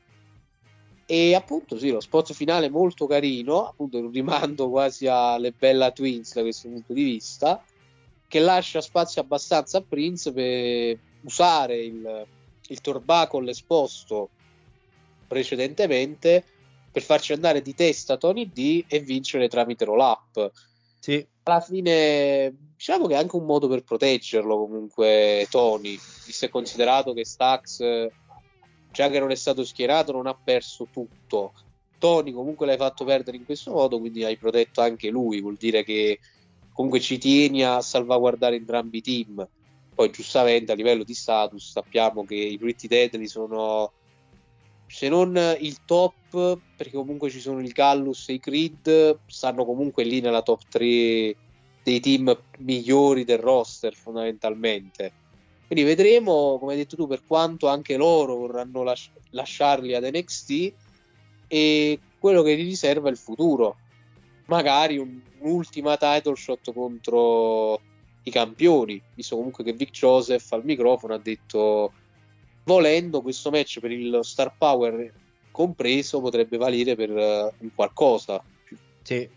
E appunto sì, lo spot finale è molto carino, appunto un rimando quasi alle Bella Twins da questo punto di vista, che lascia spazio abbastanza a Prince per usare il, il torbacle esposto precedentemente per farci andare di testa Tony D e vincere tramite roll up. Sì. Alla fine diciamo che è anche un modo per proteggerlo comunque Tony, visto e considerato che Stax, già che non è stato schierato, non ha perso tutto. Tony comunque l'hai fatto perdere in questo modo, quindi hai protetto anche lui, vuol dire che comunque ci tieni a salvaguardare entrambi i team. Poi giustamente a livello di status sappiamo che i Pretty Deadly sono, se non il top, perché comunque ci sono il Gallus e i Creed, stanno comunque lì nella top tre dei team migliori del roster fondamentalmente. Quindi vedremo, come hai detto tu, per quanto anche loro vorranno las- lasciarli ad N X T e quello che gli riserva è il futuro. Magari un, un'ultima title shot contro i campioni, visto comunque che Vic Joseph al microfono ha detto, volendo questo match per il Star Power compreso potrebbe valere per uh, un qualcosa. Sì.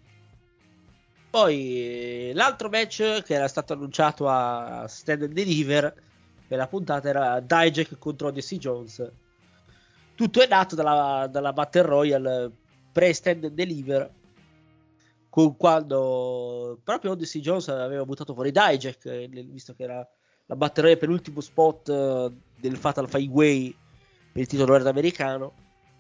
Poi l'altro match che era stato annunciato a Stand and Deliver per la puntata era Dijak contro Odyssey Jones. Tutto è nato dalla, dalla Battle Royale pre-Stand and Deliver, con quando proprio Odyssey Jones aveva buttato fuori Dijak, visto che era la Battle Royale per l'ultimo spot del Fatal Five Way per il titolo nordamericano.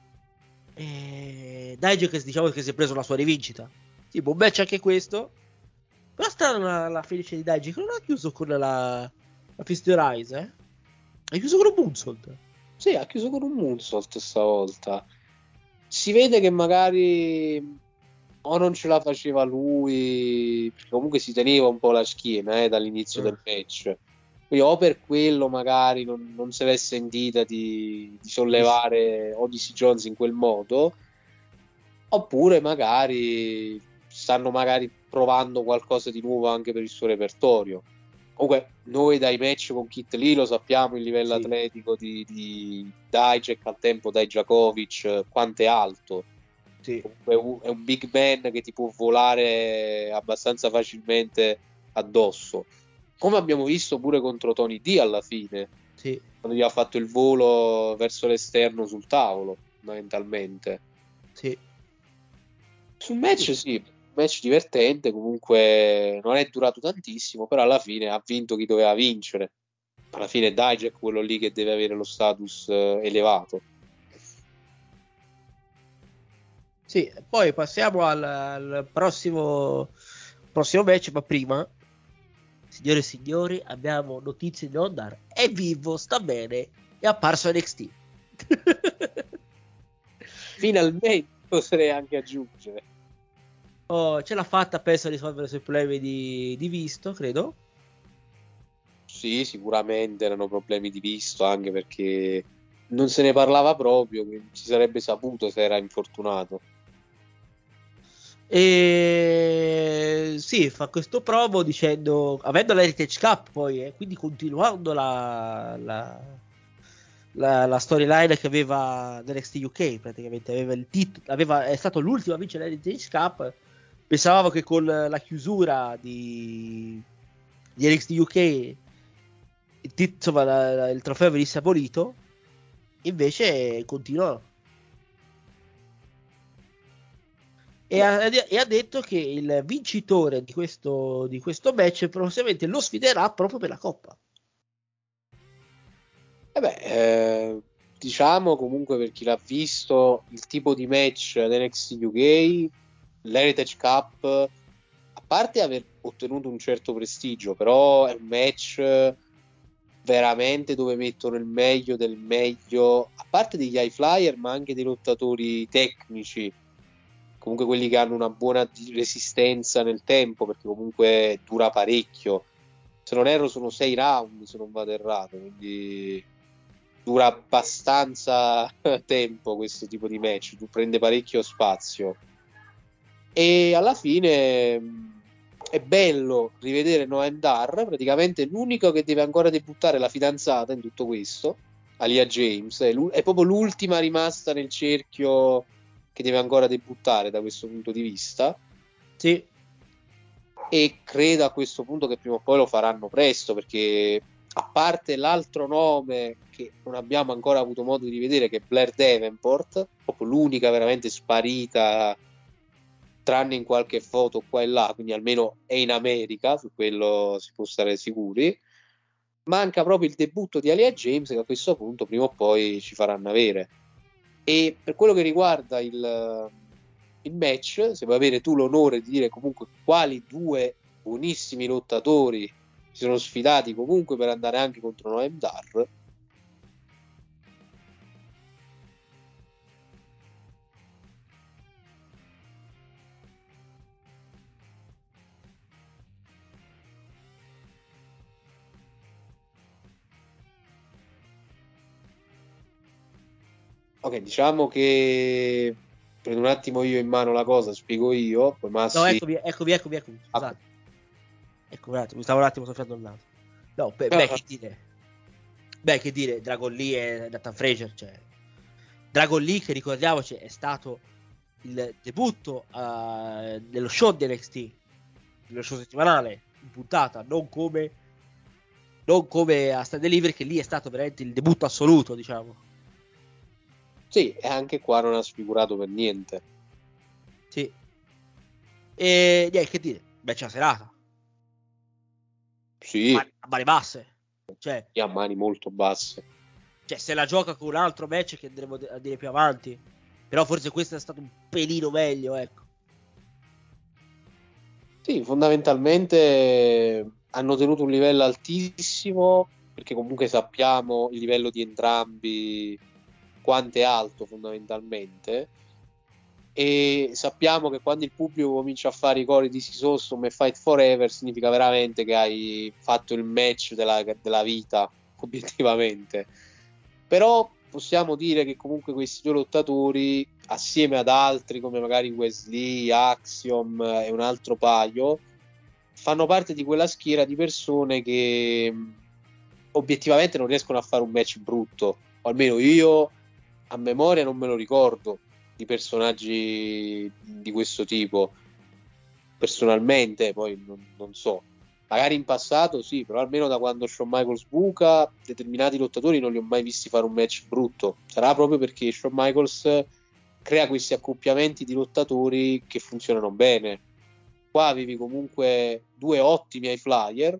E Dijak, diciamo che si è preso la sua rivincita. Sì, buon match anche questo. Però strano la, la finish di Dijak, non ha chiuso con la, la Fist Your Eyes, eh? Ha chiuso con un moonsault. Sì, ha chiuso con un moonsault stavolta. Si vede che magari o non ce la faceva lui, perché comunque si teneva un po' la schiena eh, dall'inizio mm. del match. Quindi o per quello magari non, non se l'è sentita di, di sollevare Odyssey Jones in quel modo, oppure magari stanno magari provando qualcosa di nuovo anche per il suo repertorio. Comunque noi dai match con Kit Lee lo sappiamo il livello sì. atletico di, di Dijak, al tempo Dijakovic, quanto è alto. Sì. È, un, è un big man che ti può volare abbastanza facilmente addosso, come abbiamo visto pure contro Tony D alla fine, sì. quando gli ha fatto il volo verso l'esterno sul tavolo fondamentalmente. Sì. Sul match sì, match divertente, comunque non è durato tantissimo, però alla fine ha vinto chi doveva vincere. Alla fine Dijak quello lì che deve avere lo status eh, elevato. Sì, poi passiamo al, al prossimo prossimo match, ma prima, signore e signori, abbiamo notizie di Ondar. È vivo, sta bene, è apparso N X T. Finalmente potrei anche aggiungere. Oh, ce l'ha fatta, penso, a risolvere i suoi problemi di, di visto, credo. Sì, sicuramente erano problemi di visto, anche perché non se ne parlava proprio, si sarebbe saputo se era infortunato. E sì, fa questo promo dicendo, avendo l'Heritage Cup poi, eh, quindi continuando la, la, la, la storyline che aveva N X T U K, praticamente aveva il titolo, aveva, è stato l'ultimo a vincere l'Heritage Cup. Pensavamo che con la chiusura di, di N X T U K il, tit- insomma, la, la, il trofeo venisse abolito, invece continuò. E ha, e ha detto che il vincitore di questo, di questo match prossimamente lo sfiderà proprio per la coppa. E beh, eh, diciamo comunque, per chi l'ha visto, il tipo di match N X T U K, l'Heritage Cup, a parte aver ottenuto un certo prestigio, però è un match veramente dove mettono il meglio del meglio, a parte degli high flyer, ma anche dei lottatori tecnici, comunque quelli che hanno una buona resistenza nel tempo, perché comunque dura parecchio. Se non erro sono sei round, se non vado errato, quindi dura abbastanza tempo questo tipo di match, prende parecchio spazio. E alla fine è bello rivedere Noam Dar, praticamente l'unico che deve ancora debuttare la fidanzata in tutto questo, Alia James, è, è proprio l'ultima rimasta nel cerchio che deve ancora debuttare da questo punto di vista. Sì. E credo a questo punto che prima o poi lo faranno presto, perché a parte l'altro nome che non abbiamo ancora avuto modo di rivedere, che è Blair Davenport, proprio l'unica veramente sparita, tranne in qualche foto qua e là, quindi almeno è in America, su quello si può stare sicuri. Manca proprio il debutto di Alia James, che a questo punto prima o poi ci faranno avere. E per quello che riguarda il, il match, se vuoi avere tu l'onore di dire comunque quali due buonissimi lottatori si sono sfidati comunque per andare anche contro Noam Dar. Ok, diciamo che prendo un attimo io in mano la cosa, spiego io, poi Massi... No, eccomi, eccomi, eccomi, eccomi, scusate. Ah. Ecco un attimo, mi stavo un attimo soffiando il naso. No, beh, beh, che dire. Beh, che dire, Dragon Lee e Nathan Fraser, cioè... Dragon Lee, che ricordiamoci, è stato il debutto uh, dello show di N X T, dello show settimanale, in puntata, non come... Non come a Stand Delivery, che lì è stato veramente il debutto assoluto, diciamo. Sì, e anche qua non ha sfigurato per niente. Sì. E niente, che dire, beh, c'è la serata. Sì. A mani basse. Cioè, e a mani molto basse. Cioè, se la gioca con un altro match che andremo a dire più avanti. Però forse questo è stato un pelino meglio, ecco. Sì, fondamentalmente hanno tenuto un livello altissimo. perché comunque sappiamo il livello di entrambi quanto è alto fondamentalmente, e sappiamo che quando il pubblico comincia a fare i cori di This Is Awesome e Fight Forever significa veramente che hai fatto il match della, della vita, obiettivamente. Però possiamo dire che comunque questi due lottatori, assieme ad altri come magari Wesley, Axiom e un altro paio, fanno parte di quella schiera di persone che obiettivamente non riescono a fare un match brutto, o almeno io a memoria non me lo ricordo di personaggi di questo tipo personalmente, poi non, non so, magari in passato sì, però almeno da quando Shawn Michaels buca determinati lottatori non li ho mai visti fare un match brutto. Sarà proprio perché Shawn Michaels crea questi accoppiamenti di lottatori che funzionano bene. Qua avevi comunque due ottimi high flyer,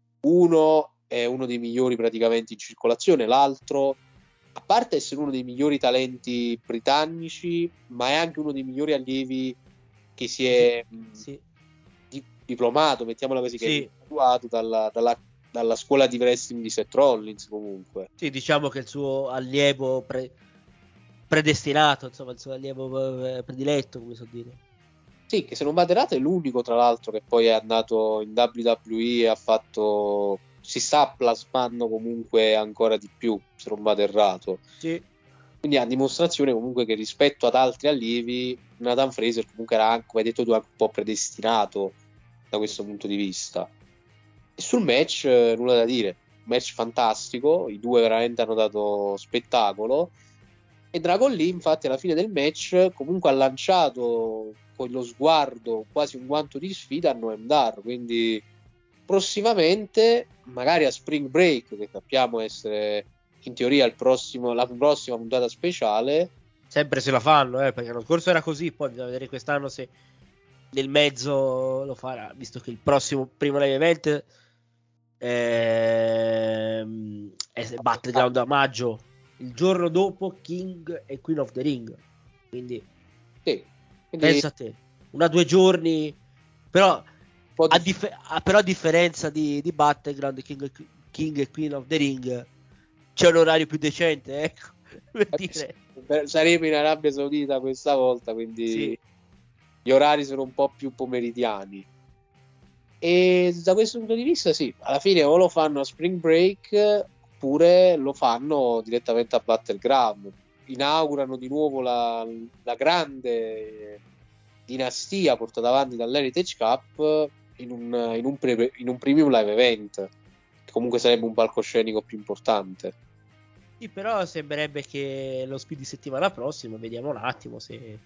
uno è uno dei migliori praticamente in circolazione, l'altro, a parte essere uno dei migliori talenti britannici, ma è anche uno dei migliori allievi che si è sì. di, diplomato, mettiamola così, che sì. è graduato dalla, dalla, dalla scuola di wrestling di Seth Rollins comunque. Sì, diciamo che il suo allievo pre- predestinato, insomma, il suo allievo eh, prediletto, come so dire. Sì, che se non vado errato è l'unico tra l'altro che poi è andato in W W E e ha fatto... si sta plasmando comunque ancora di più, se non vado errato. Sì. Quindi a dimostrazione comunque che rispetto ad altri allievi Nathan Fraser comunque era anche, come hai detto tu, anche un po' predestinato da questo punto di vista. E sul match eh, nulla da dire, un match fantastico, i due veramente hanno dato spettacolo, e Dragon Lee infatti alla fine del match comunque ha lanciato con lo sguardo quasi un guanto di sfida a Noam Dar, quindi prossimamente, magari a Spring Break, che sappiamo essere in teoria il prossimo, la prossima puntata speciale, sempre se la fanno, eh, perché l'anno scorso era così, poi bisogna vedere quest'anno se nel mezzo lo farà, visto che il prossimo primo live event ehm, è Battleground a maggio, il giorno dopo King e Queen of the Ring, quindi, sì, quindi... pensa a te, una due giorni, però a, dif- a, però a differenza di, di Battleground, King, King e Queen of the Ring c'è un orario più decente, ecco, per dire. Saremo in Arabia Saudita questa volta, quindi sì, gli orari sono un po' più pomeridiani, e da questo punto di vista sì, alla fine o lo fanno a Spring Break oppure lo fanno direttamente a Battleground, inaugurano di nuovo la, la grande dinastia portata avanti dall'Heritage Cup in un, in, un pre, in un premium live event, che comunque sarebbe un palcoscenico più importante. Sì, però sembrerebbe che lo speed di settimana prossima, vediamo un attimo se...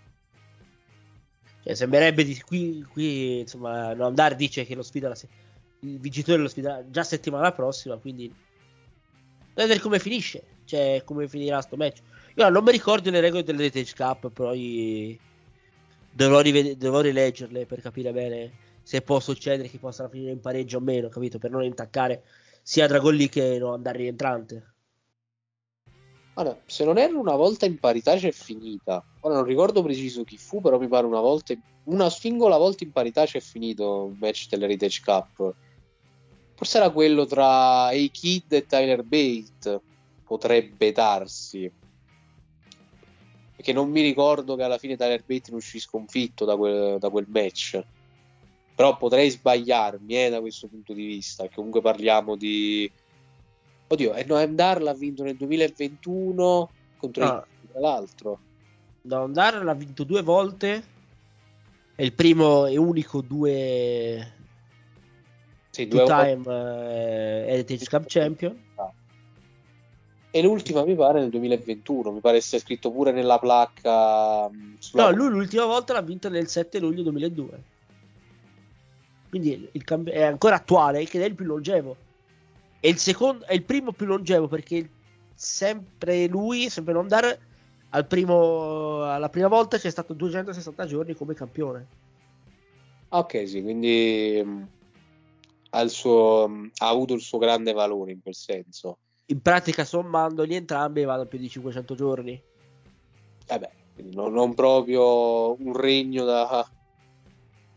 Cioè, sembrerebbe di qui, qui insomma, Noam dice che lo speed alla se... il vincitore lo speed già settimana prossima, quindi vedere come finisce, cioè come finirà sto match. Io non mi ricordo le regole dell'Heritage Cup, poi dovrò, rived- dovrò rileggerle per capire bene se può succedere che possano finire in pareggio o meno, capito? Per non intaccare sia Dragon Lee che Noam Dar rientrante. Allora, se non erro una volta in parità c'è finita. Ora non ricordo preciso chi fu, però mi pare una volta, una singola volta in parità c'è finito un match dell'Heritage Cup. Forse era quello tra A-Kid e Tyler Bate, potrebbe darsi, perché non mi ricordo che alla fine Tyler Bate ne uscì sconfitto da quel, da quel match, però potrei sbagliarmi eh, da questo punto di vista, che comunque parliamo di... Oddio, e Noam Dar l'ha vinto nel duemilaventuno contro ah. il, tra l'altro. Noam Dar l'ha vinto due volte, è il primo e unico due sì, two due time uh, Heritage Cup Champion. E l'ultima mi pare nel duemilaventuno, mi pare sia scritto pure nella placca sulla... No, lui l'ultima volta l'ha vinta nel sette luglio duemiladue, quindi il camp- è ancora attuale, che è il più longevo. È il secondo, è il primo più longevo, perché sempre lui, sempre Noam Dar, al primo, alla prima volta c'è stato duecentosessanta giorni come campione. Ok, sì, quindi mh, ha, il suo, mh, ha avuto il suo grande valore in quel senso. In pratica, sommandoli entrambi, vanno più di cinquecento giorni. Vabbè, quindi non, non proprio un regno da,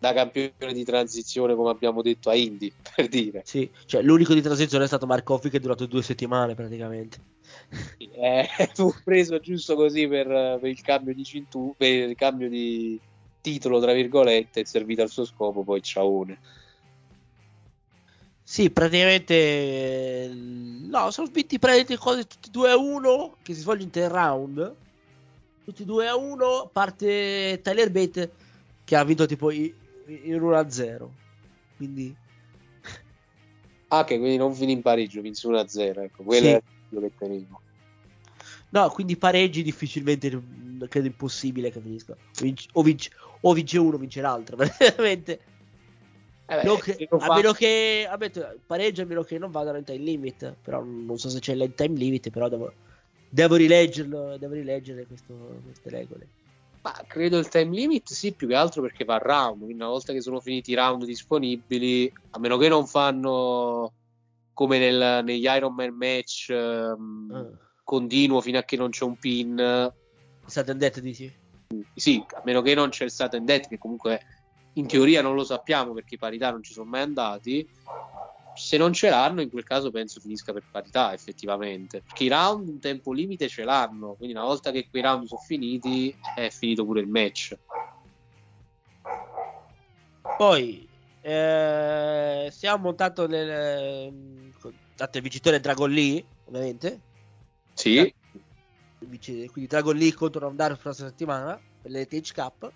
da campione di transizione, come abbiamo detto, a Indy, per dire. Sì, cioè l'unico di transizione è stato Mark Coffey, che è durato due settimane praticamente. Eh, fu preso giusto così per, per il cambio di cintura, per il cambio di titolo, tra virgolette, è servito al suo scopo, poi ciaone. Sì, praticamente no, sono vinti praticamente cose tutti due a uno, che si svolge in ten round. Tutti due a uno, parte Tyler Bate che ha vinto tipo in uno a zero. Quindi Ah, che quindi non finì in pareggio, vinse uno a zero, ecco, quello sì. è quello che tenevo. No, quindi pareggi difficilmente, credo impossibile che finisca. O vince, o vince, o vince uno, vince l'altro, veramente. Eh beh, No, che, lo a fa- meno che a meno, pareggio a meno che non vadano in time limit. Però non so se c'è il time limit, però devo, devo rileggerlo, devo rileggere questo, queste regole. Ma credo il time limit sì, più che altro perché va a round, quindi una volta che sono finiti i round disponibili, a meno che non fanno come nel, negli Iron Man match ehm, Ah. continuo fino a che non c'è un pin. Sudden Death, dici? Sì, a meno che non c'è il Sudden Death, che comunque in teoria non lo sappiamo perché i parità non ci sono mai andati. Se non ce l'hanno, in quel caso penso finisca per parità, effettivamente, perché i round un tempo limite ce l'hanno, quindi una volta che quei round sono finiti è finito pure il match. Poi eh, siamo montato nel tanto il vincitore è Dragon Lee, ovviamente. Sì. Il vice- quindi Dragon Lee contro Rondario la prossima settimana per l'Heritage Cup.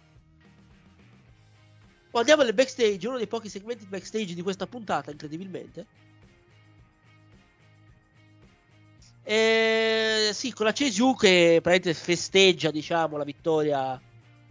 Poi andiamo nel backstage, uno dei pochi segmenti backstage di questa puntata, incredibilmente. E sì, con la Chase U che praticamente festeggia, diciamo, la vittoria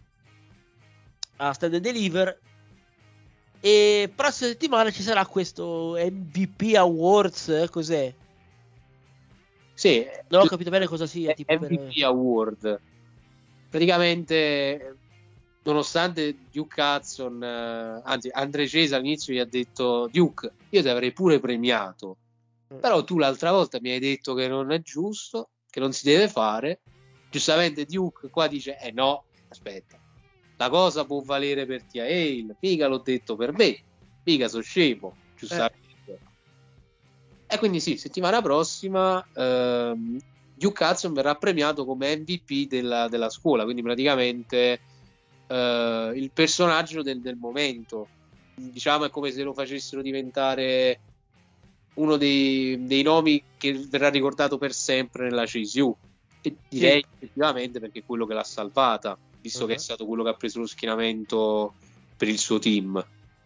a Stand and Deliver. E prossima settimana ci sarà questo M V P Awards, eh, cos'è? Sì, Non ho capito bene cosa sia. Tipo M V P per... Award. Praticamente, nonostante Duke Hudson, eh, anzi Andre Chase all'inizio gli ha detto: Duke, io ti avrei pure premiato, Mm. però tu l'altra volta mi hai detto che non è giusto, che non si deve fare. Giustamente Duke qua dice: eh no, aspetta, la cosa può valere per Tia Hale, mica l'ho detto per me, mica so scemo, giustamente. E quindi sì, settimana prossima ehm, Duke Hudson verrà premiato come M V P della, della scuola, quindi praticamente eh, il personaggio del, del momento. Diciamo è come se lo facessero diventare uno dei, dei nomi che verrà ricordato per sempre nella C S U. E direi Sì. effettivamente perché è quello che l'ha salvata, visto Uh-huh. che è stato quello che ha preso lo schienamento per il suo team.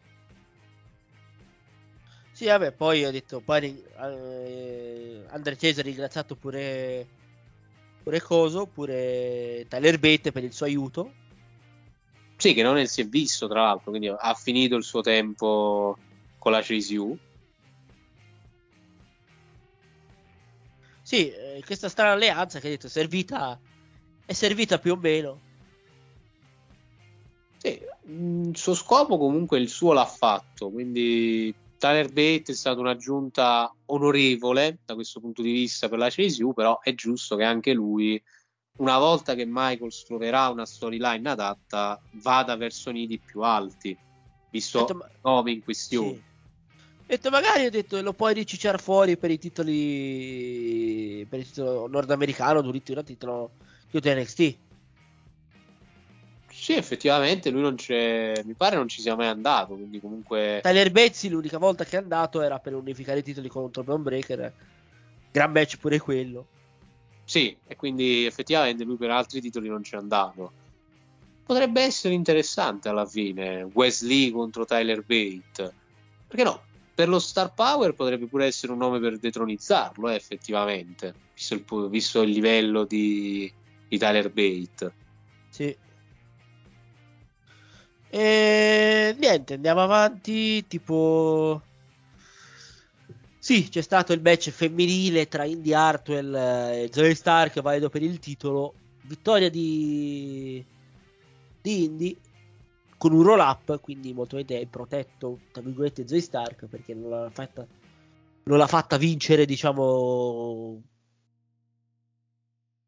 Sì, vabbè, poi ho detto, poi eh, Andre Chase ha ringraziato pure pure Coso, pure Tyler Bate per il suo aiuto. Sì, che non ne si è visto tra l'altro, quindi ha finito il suo tempo con la C S U. Sì, eh, questa strana alleanza che ha detto è servita, è servita più o meno. Sì, il suo scopo comunque il suo l'ha fatto, quindi Tyler Bate è stata un'aggiunta onorevole da questo punto di vista per la C S U, però è giusto che anche lui, una volta che Michaels troverà una storyline adatta, vada verso nidi più alti, visto Detto, ma- i nomi in questione. Sì. Ho detto, magari ho detto, lo puoi ricicciare fuori per i titoli, per il titolo nordamericano, addirittura titolo, titolo N X T. Sì, effettivamente lui non c'è, mi pare non ci sia mai andato, quindi comunque Tyler Bates l'unica volta che è andato era per unificare i titoli contro Bron Breakker. Gran match pure quello. sì, e quindi effettivamente lui per altri titoli non c'è andato. Potrebbe essere interessante alla fine Wesley contro Tyler Bate, perché no? Per lo star power potrebbe pure essere un nome per detronizzarlo, eh, effettivamente, visto il, visto il livello di, di Tyler Bate. Sì. E niente, andiamo avanti. Tipo, sì, c'è stato il match femminile tra Indy Hartwell e Zoe Stark, valido per il titolo. Vittoria di di Indy con un roll up, quindi molto bene è protetto tra virgolette Zoe Stark, perché non l'ha fatta non l'ha fatta vincere, diciamo,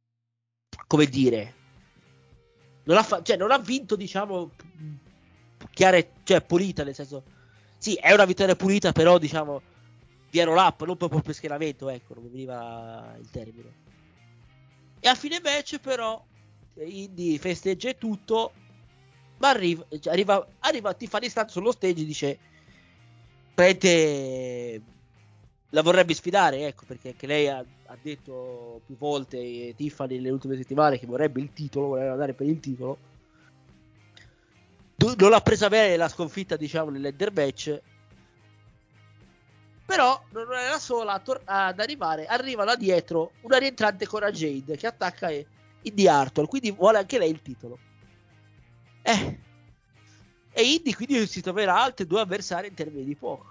come dire, non ha, fa- cioè, non ha vinto, diciamo, chiara, e, cioè pulita, nel senso, sì, è una vittoria pulita, però diciamo di roll up, non proprio per schieramento, ecco, non mi veniva il termine. E a fine match però Indy festeggia e tutto, ma arriva arriva, arriva Tiffany Stratton sullo stage e dice prende, la vorrebbe sfidare, ecco, perché anche lei ha, ha detto più volte, eh, Tiffany nelle ultime settimane, che vorrebbe il titolo, voleva andare per il titolo. Du- non l'ha presa bene la sconfitta, diciamo, nell'ender match, però non è la sola a tor- ad arrivare, arriva da dietro una rientrante Cora Jade che attacca Indy Hartwell, quindi vuole anche lei il titolo. Eh e Indy quindi si troverà altri due avversari in termini di poco.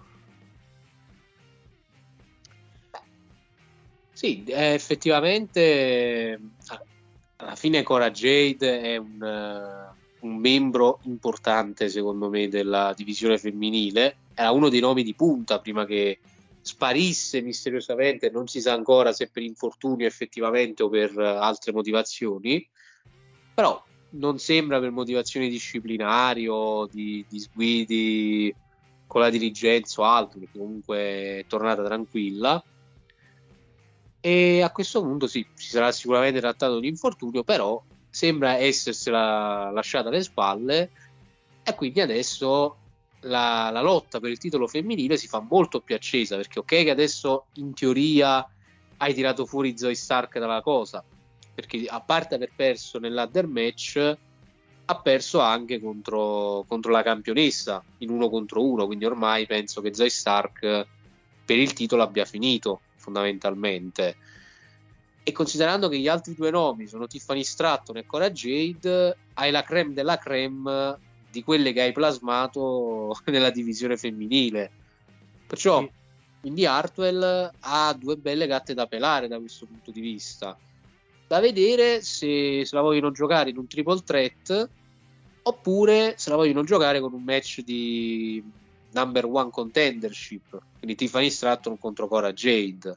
Sì, eh, effettivamente alla fine Cora Jade è un, uh, un membro importante secondo me della divisione femminile, era uno dei nomi di punta prima che sparisse misteriosamente, non si sa ancora se per infortunio effettivamente o per uh, altre motivazioni, però non sembra per motivazioni disciplinari o di, di sguidi con la dirigenza o altro, perché comunque è tornata tranquilla. E a questo punto sì, si sarà sicuramente trattato di infortunio, però sembra essersela lasciata alle spalle, e quindi adesso la, la lotta per il titolo femminile si fa molto più accesa, perché ok che adesso in teoria hai tirato fuori Zoe Stark dalla cosa, perché a parte aver perso nell'ladder match ha perso anche contro, contro la campionessa in uno contro uno, quindi ormai penso che Zoe Stark per il titolo abbia finito fondamentalmente. E considerando che gli altri due nomi sono Tiffany Stratton e Cora Jade, hai la creme della creme di quelle che hai plasmato nella divisione femminile, perciò sì. Indy Hartwell ha due belle gatte da pelare da questo punto di vista, da vedere se, se la vogliono giocare in un triple threat oppure se la vogliono giocare con un match di number one contendership, quindi Tiffany Stratton contro Cora Jade.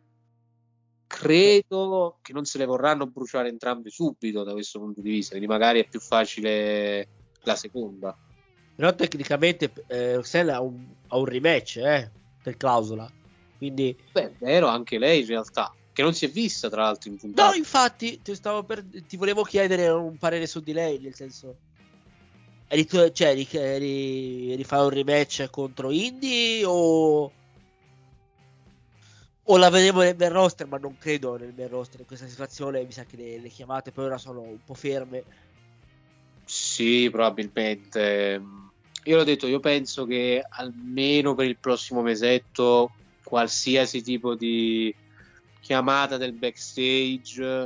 Credo che non se le vorranno bruciare entrambe subito da questo punto di vista, quindi magari è più facile la seconda. Però tecnicamente eh, Roxanne ha un, ha un rematch eh, per clausola, quindi beh, è vero, anche lei in realtà, che non si è vista tra l'altro in puntata. No, infatti ti, stavo per, ti volevo chiedere un parere su di lei, nel senso eri, cioè, eri, rifare un rematch contro Indy o o la vedremo nel main roster, ma non credo nel main roster in questa situazione, mi sa che le, le chiamate per ora sono un po' ferme. Sì, probabilmente. Io l'ho detto, io penso che almeno per il prossimo mesetto qualsiasi tipo di chiamata del backstage,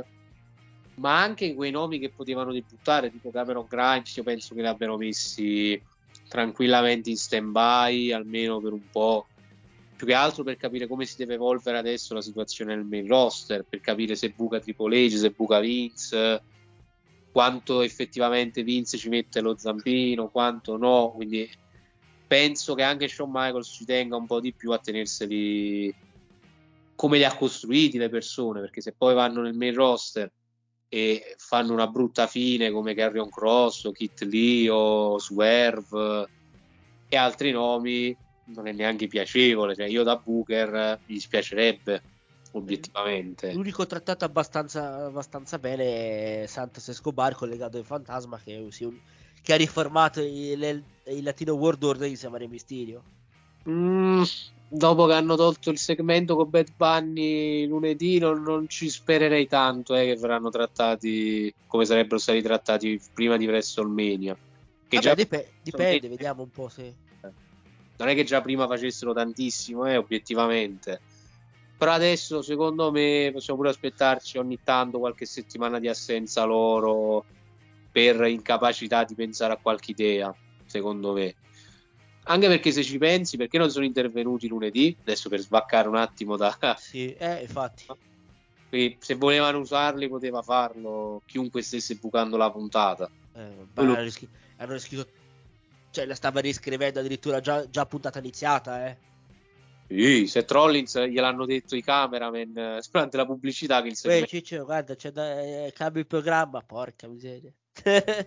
ma anche quei nomi che potevano debuttare tipo Cameron Grimes, io penso che li abbiano messi tranquillamente in stand by almeno per un po', più che altro per capire come si deve evolvere adesso la situazione nel main roster, per capire se buca Triple H, se buca Vince, quanto effettivamente Vince ci mette lo zampino, quanto no, quindi penso che anche Shawn Michaels ci tenga un po' di più a tenerseli come li ha costruiti le persone, perché se poi vanno nel main roster e fanno una brutta fine come Karrion Kross o Kit Lee o Swerve e altri nomi, non è neanche piacevole, cioè io da Booker mi dispiacerebbe obiettivamente. L'unico trattato abbastanza, abbastanza bene è Santos Escobar collegato al Fantasma, che, che ha riformato il, il Latino World Order insieme a Re Mysterio. Mm, dopo che hanno tolto il segmento con Bad Bunny lunedì non, non ci spererei tanto eh, che verranno trattati come sarebbero stati trattati prima di WrestleMania. Che Vabbè, già dip- dipende, vediamo un po' se... Non è che già prima facessero tantissimo, eh, obiettivamente. Però adesso, secondo me, possiamo pure aspettarci ogni tanto qualche settimana di assenza loro per incapacità di pensare a qualche idea, secondo me. Anche perché se ci pensi, perché non sono intervenuti lunedì? Adesso per svaccare un attimo da... Sì, eh, infatti. Quindi, se volevano usarli, poteva farlo chiunque stesse bucando la puntata. Eh, Quello... hanno, rischi- hanno rischiato... Cioè, la stava riscrivendo addirittura già, già puntata iniziata, eh. Sì, se Rollins gliel'hanno detto i cameraman durante la pubblicità che il segmento... Beh, Ciccio, guarda, c'è da... eh, cambio il programma, porca miseria.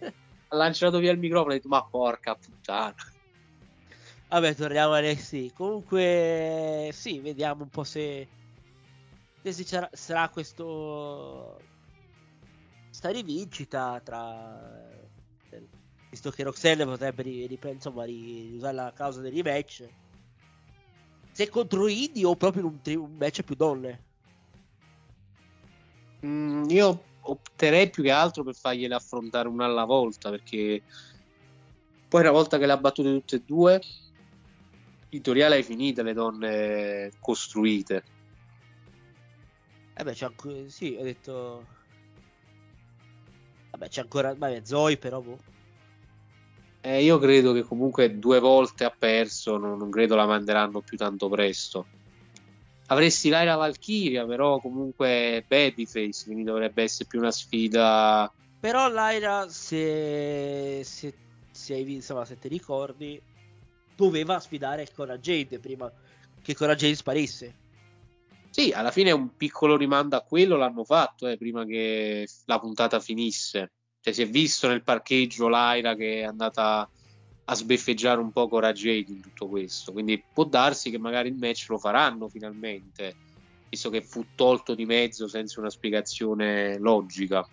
ha lanciato via il microfono e ha detto ma porca puttana. Vabbè, torniamo a N X T. Comunque sì, vediamo un po' se, se sarà, sarà questo sta rivincita tra, visto che Roxanne potrebbe riprendere, insomma, riusare la causa del rematch, se contro Indy o proprio un, un match più donne. Mm, io opterei più che altro per fargliele affrontare una alla volta, perché poi una volta che le ha battute tutte e due, in teoria le hai finite le donne costruite. Eh beh, c'è ancora, sì, ho detto, vabbè, c'è ancora, vabbè, Zoe però, boh. Eh, io credo che comunque due volte ha perso, non, non credo la manderanno più tanto presto. Avresti Lyra Valkyria, però comunque Babyface, quindi dovrebbe essere più una sfida. Però Lyra, se, se, se, hai, insomma, se ti ricordi, doveva sfidare Cora Jade prima che Cora Jade sparisse. Sì, alla fine un piccolo rimando a quello l'hanno fatto, eh, prima che la puntata finisse. Cioè si è visto nel parcheggio Lyra che è andata a sbeffeggiare un po' Cora Jade in tutto questo, quindi può darsi che magari il match lo faranno finalmente, visto che fu tolto di mezzo senza una spiegazione logica.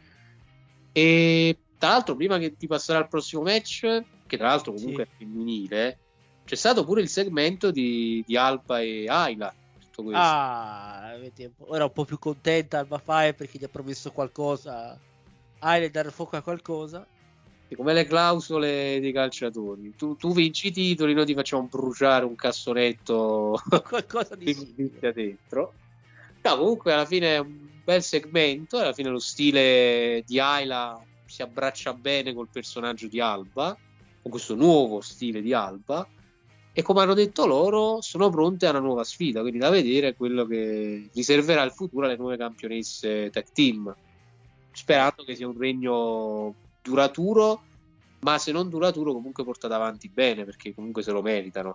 E tra l'altro, prima che ti passerà al prossimo match, che tra l'altro comunque sì, è femminile, c'è stato pure il segmento di, di Alba e Ayla. Tutto questo. Ah, ora un po' più contenta Alba Fire perché gli ha promesso qualcosa, Ayla, dare fuoco a qualcosa. Come le clausole dei calciatori, tu, tu vinci i titoli, noi ti facciamo bruciare un cassonetto qualcosa di simile dentro. No, comunque alla fine è un bel segmento, alla fine lo stile di Ayla si abbraccia bene col personaggio di Alba, con questo nuovo stile di Alba, e come hanno detto loro sono pronte a una nuova sfida, quindi da vedere quello che riserverà il futuro alle nuove campionesse tag team, sperando che sia un regno duraturo, ma se non duraturo comunque portato avanti bene, perché comunque se lo meritano.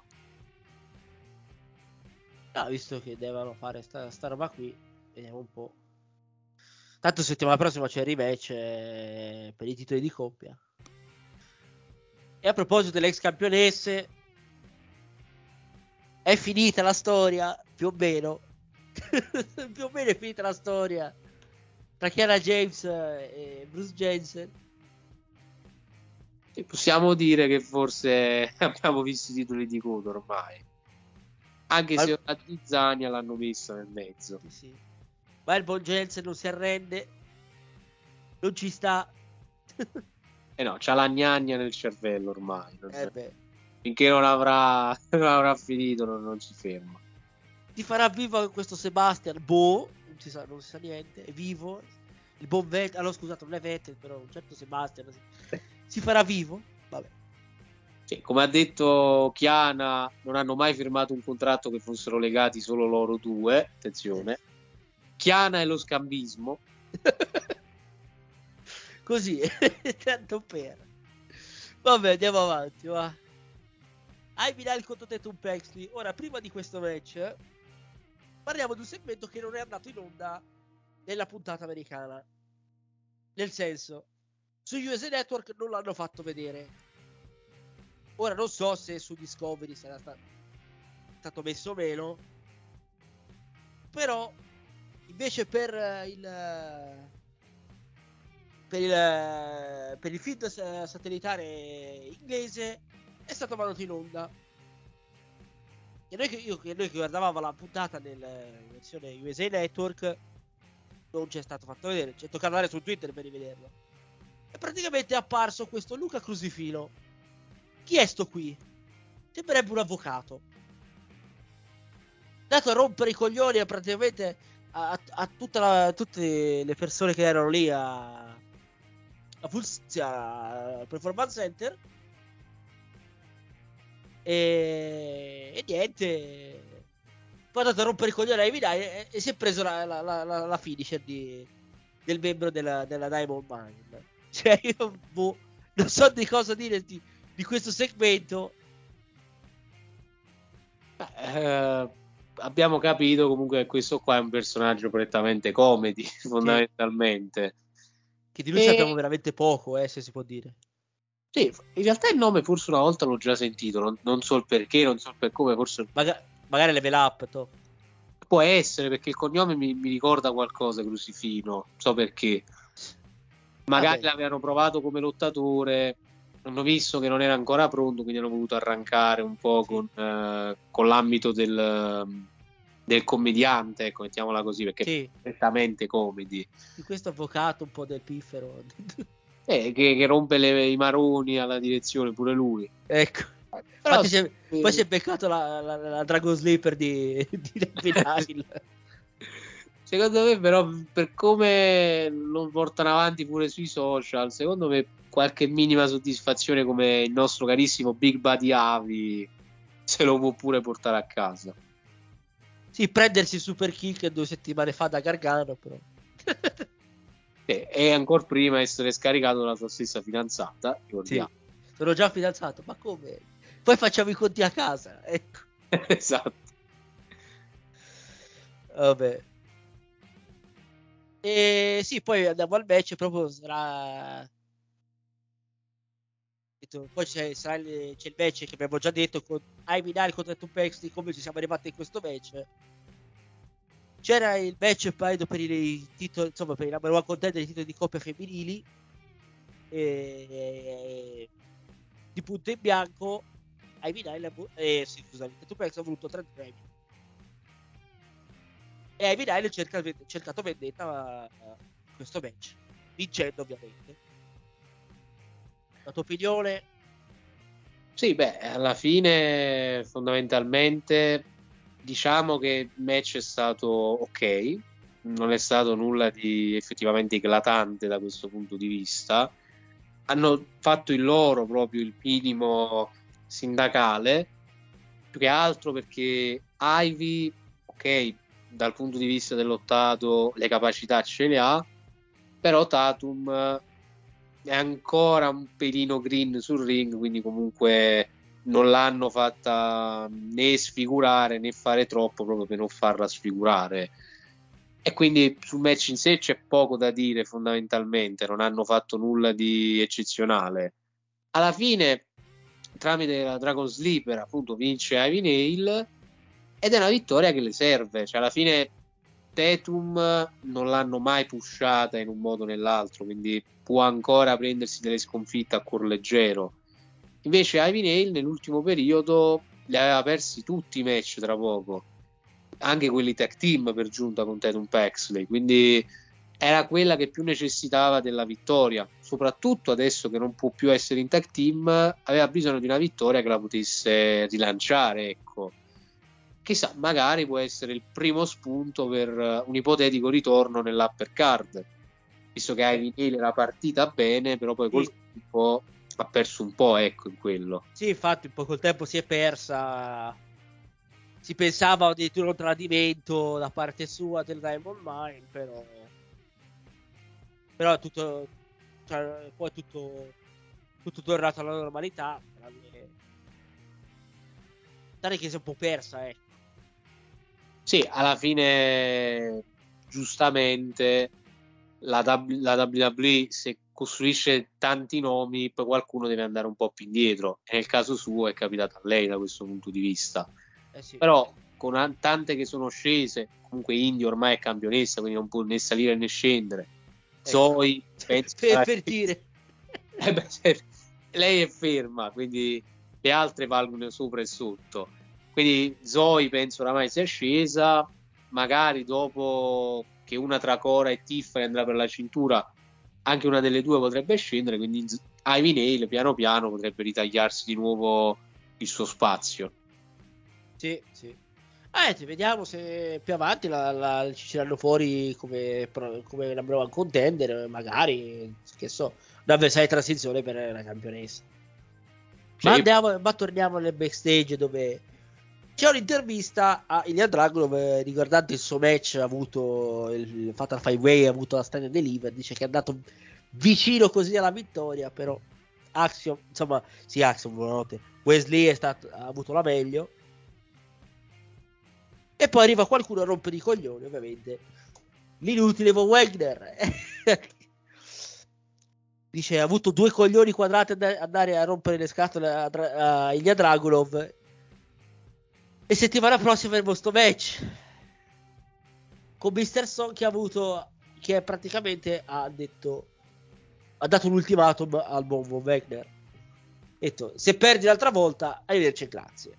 Ah, visto che devono fare sta, sta roba qui, vediamo un po'. Tanto settimana prossima c'è il rematch eh, per i titoli di coppia. E a proposito delle ex campionesse, è finita la storia, più o meno. Più o meno è finita la storia tra Kiana James e Bruce Jensen. E possiamo dire che forse abbiamo visto i titoli di coda ormai, anche Al... se la Zizzania l'hanno messa nel mezzo. Sì, sì. Ma il buon Jensen non si arrende, non ci sta. Eh no, c'ha la gnagna nel cervello ormai, non eh beh. Finché non avrà, non avrà finito non, non si ferma. Si farà vivo questo Sebastian, boh, non si sa, non si sa niente, è vivo. Il buon Vettel, allora scusate, non è Vettel, però un certo Sebastian si, si farà vivo, vabbè. Sì, come ha detto Chiana, non hanno mai firmato un contratto che fossero legati solo loro due, attenzione. Chiana e lo scambismo. Così, tanto per. Vabbè, andiamo avanti, va. Hai Vidal contro Tatum Paxley. Ora, prima di questo match, parliamo di un segmento che non è andato in onda nella puntata americana. Nel senso, su U S A Network non l'hanno fatto vedere. Ora non so se su Discovery sarà sta- stato messo o meno, però invece per il per il per il feed satellitare inglese è stato mandato in onda. E noi che, io, che noi che guardavamo la puntata nella versione U S A Network non ci è stato fatto vedere, ci è toccato andare su Twitter per rivederlo. E praticamente è apparso questo Luca Crusifilo. Chi è sto qui? Sembrerebbe un avvocato. Dato a rompere i coglioni a praticamente a, a, a tutta la, tutte le persone che erano lì a a Full a Performance Center. E, e niente, poi è andato a rompere i coglioni ai Vidai e, e si è preso la, la, la, la finisher di, del membro della, della Diamond Mine. Cioè io boh, non so di cosa dire di, di questo segmento. Eh, abbiamo capito comunque che questo qua è un personaggio prettamente comedy, fondamentalmente. Che di lui e... sappiamo veramente poco, eh, se si può dire. Sì, in realtà il nome forse una volta l'ho già sentito, non, non so il perché, non so il per come, forse Maga- magari level up, to. Può essere perché il cognome mi, mi ricorda qualcosa, Crucifino, non so perché. Magari Vabbè. l'avevano provato come lottatore, hanno visto che non era ancora pronto, quindi hanno voluto arrancare un po' Sì. con, eh, con l'ambito del, del commediante, ecco, mettiamola così, perché Sì. è perfettamente comedy. Di questo avvocato un po' del piffero. Eh, che, che rompe le, i maroni alla direzione pure lui. Ecco. Però, Infatti si è- eh, poi si è beccato la, la, la Dragon Sleeper di, di Nile. secondo me però per come lo portano avanti pure sui social, secondo me qualche minima soddisfazione come il nostro carissimo Big Buddy Avi se lo può pure portare a casa. Sì, prendersi super kick due settimane fa da Gargano, però. E, e ancora prima essere scaricato dalla sua stessa fidanzata, Sì. ricordiamo. Sono già fidanzato, ma come? Poi facciamo i conti a casa, ecco. Esatto. Vabbè. E sì, poi andiamo al match, proprio sarà... Poi c'è, sarà il, c'è il match che abbiamo già detto con Ivy Nile contro Tupac, di come ci siamo arrivati in questo match. C'era il match poi per i titoli, insomma, per il number one contender dei titoli di coppia femminili. E... di punto in bianco Ivy Nile, eh, sì, scusami, Tupac ha voluto tre premi. E Ivy Nile cerca, cercato vendetta in questo match, vincendo ovviamente. La tua opinione? Sì, beh, alla fine fondamentalmente diciamo che il match è stato ok, non è stato nulla di effettivamente eclatante da questo punto di vista. Hanno fatto il loro proprio il minimo sindacale, più che altro perché Ivy, ok, dal punto di vista dell'ottato le capacità ce le ha, però Tatum è ancora un pelino green sul ring, quindi comunque non l'hanno fatta né sfigurare né fare troppo proprio per non farla sfigurare, e quindi sul match in sé c'è poco da dire. Fondamentalmente non hanno fatto nulla di eccezionale. Alla fine tramite la Dragon Sleeper appunto vince Ivy Nile ed è una vittoria che le serve, cioè alla fine Tatum non l'hanno mai pushata in un modo o nell'altro, quindi può ancora prendersi delle sconfitte a cuor leggero. Invece Ivy Nile nell'ultimo periodo li aveva persi tutti i match tra poco, anche quelli tag team per giunta con Tatum Paxley, quindi era quella che più necessitava della vittoria, soprattutto adesso che non può più essere in tag team, aveva bisogno di una vittoria che la potesse rilanciare, ecco. Chissà, magari può essere il primo spunto per un ipotetico ritorno nell'upper card, visto che Ivy Nile era partita bene, però poi col Sì. tempo ha perso un po', ecco, in quello. Sì, infatti un po' col tempo si è persa. Si pensava addirittura un tradimento da parte sua del Diamond Mine, però però tutto, cioè, poi tutto tutto tornato alla normalità, tranne tranne che si è un po' persa, ecco. Sì, alla fine giustamente la, W- la W W E, se costruisce tanti nomi, poi qualcuno deve andare un po' più indietro, e nel caso suo è capitato a lei da questo punto di vista. Eh sì. Però con an- tante che sono scese, comunque Indy ormai è campionessa, quindi non può né salire né scendere. Ecco. Zoe penso per, sarà- per dire Eh beh, cioè, lei è ferma, quindi le altre valgono sopra e sotto. Quindi Zoe penso oramai sia scesa, magari dopo che una tra Cora e Tiffany andrà per la cintura, anche una delle due potrebbe scendere, quindi Z- Ivy Nile piano piano potrebbe ritagliarsi di nuovo il suo spazio. sì, sì. Eh, ti vediamo se più avanti la, la, ci tireranno fuori come, pro- come la brava contender, magari, che so, un avversario di transizione per la campionessa. Sì. Ma, andiamo, ma torniamo nel backstage dove c'è un'intervista a Ilya Dragunov eh, riguardante il suo match avuto, il Fatal Five Way avuto la Stand and Deliver. Dice che è andato vicino così alla vittoria, però Axiom, insomma, sì, Axiom, buonanotte. Wesley è stato, ha avuto la meglio. E poi arriva qualcuno a rompere i coglioni, ovviamente. L'inutile Von Wagner. dice ha avuto due coglioni quadrati ad andare a rompere le scatole a, Dra- a Ilya Dragunov, e settimana prossima avremo sto match con mister Son che ha avuto, che praticamente ha detto, ha dato un ultimatum al buon Von Wagner, ha detto se perdi l'altra volta arrivederci, grazie.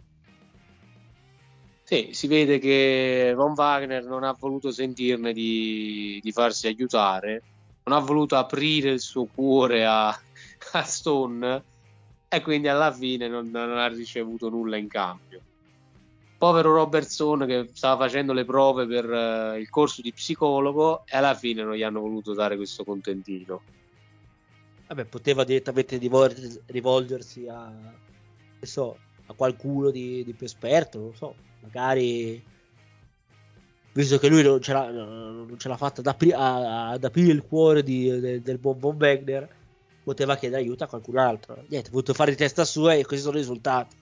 Sì, si vede che Von Wagner non ha voluto sentirne di, di farsi aiutare, non ha voluto aprire il suo cuore a, a Stone, e quindi alla fine non, non ha ricevuto nulla in cambio. Povero Robertson che stava facendo le prove per uh, il corso di psicologo, e alla fine non gli hanno voluto dare questo contentino. Vabbè, poteva direttamente rivol- rivolgersi a, che so, a qualcuno di, di più esperto, non so, magari, visto che lui non ce l'ha, non ce l'ha fatta ad, apri- a, ad aprire il cuore di, de, del buon Von Wagner, poteva chiedere aiuto a qualcun altro. Niente, ha voluto fare di testa sua e questi sono i risultati.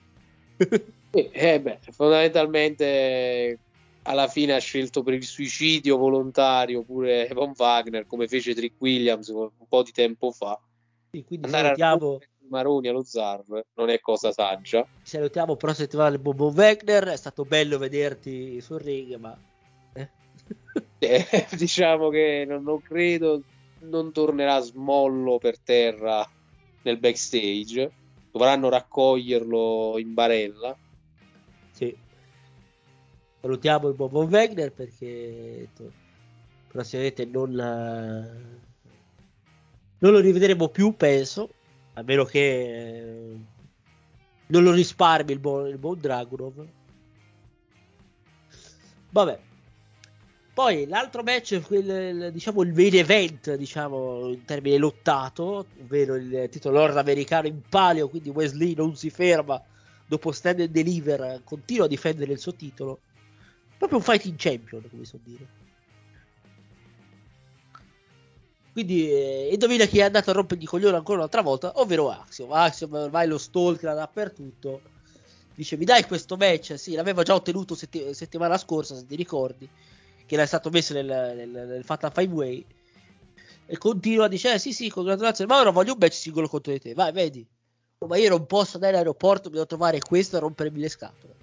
Eh beh, fondamentalmente alla fine ha scelto per il suicidio volontario pure Von Wagner, come fece Trick Williams un po' di tempo fa. Sì, quindi andare salutiamo a Maroni allo Zarv non è cosa saggia. Salutiamo però settimana del buon Von Wagner, è stato bello vederti sul ring, ma eh? Eh, diciamo che non, non credo non tornerà smollo per terra nel backstage, dovranno raccoglierlo in barella. Sì, salutiamo il buon Von Wagner perché prossimamente non, non lo rivedremo più, penso, a meno che eh, non lo risparmi il buon, il buon Dragunov. Vabbè, poi l'altro match, quel, diciamo il main event, diciamo in termini lottato, ovvero il titolo nordamericano in palio, quindi Wesley non si ferma dopo stand and deliver, continua a difendere il suo titolo, proprio un fighting champion, come so dire. Quindi eh, indovina chi è andato a rompergli i coglioni ancora un'altra volta, ovvero Axiom. Axiom ormai lo stalker dappertutto, dice mi dai questo match? Sì, l'aveva già ottenuto setti- settimana scorsa, se ti ricordi, che era stato messo nel, nel, nel Fatal Five Way, e continua, dice eh, sì sì, congratulazioni, ma ora voglio un match singolo contro di te, vai, vedi. Oh, ma io non posso andare all'aeroporto, mi devo trovare questo e rompermi le scatole.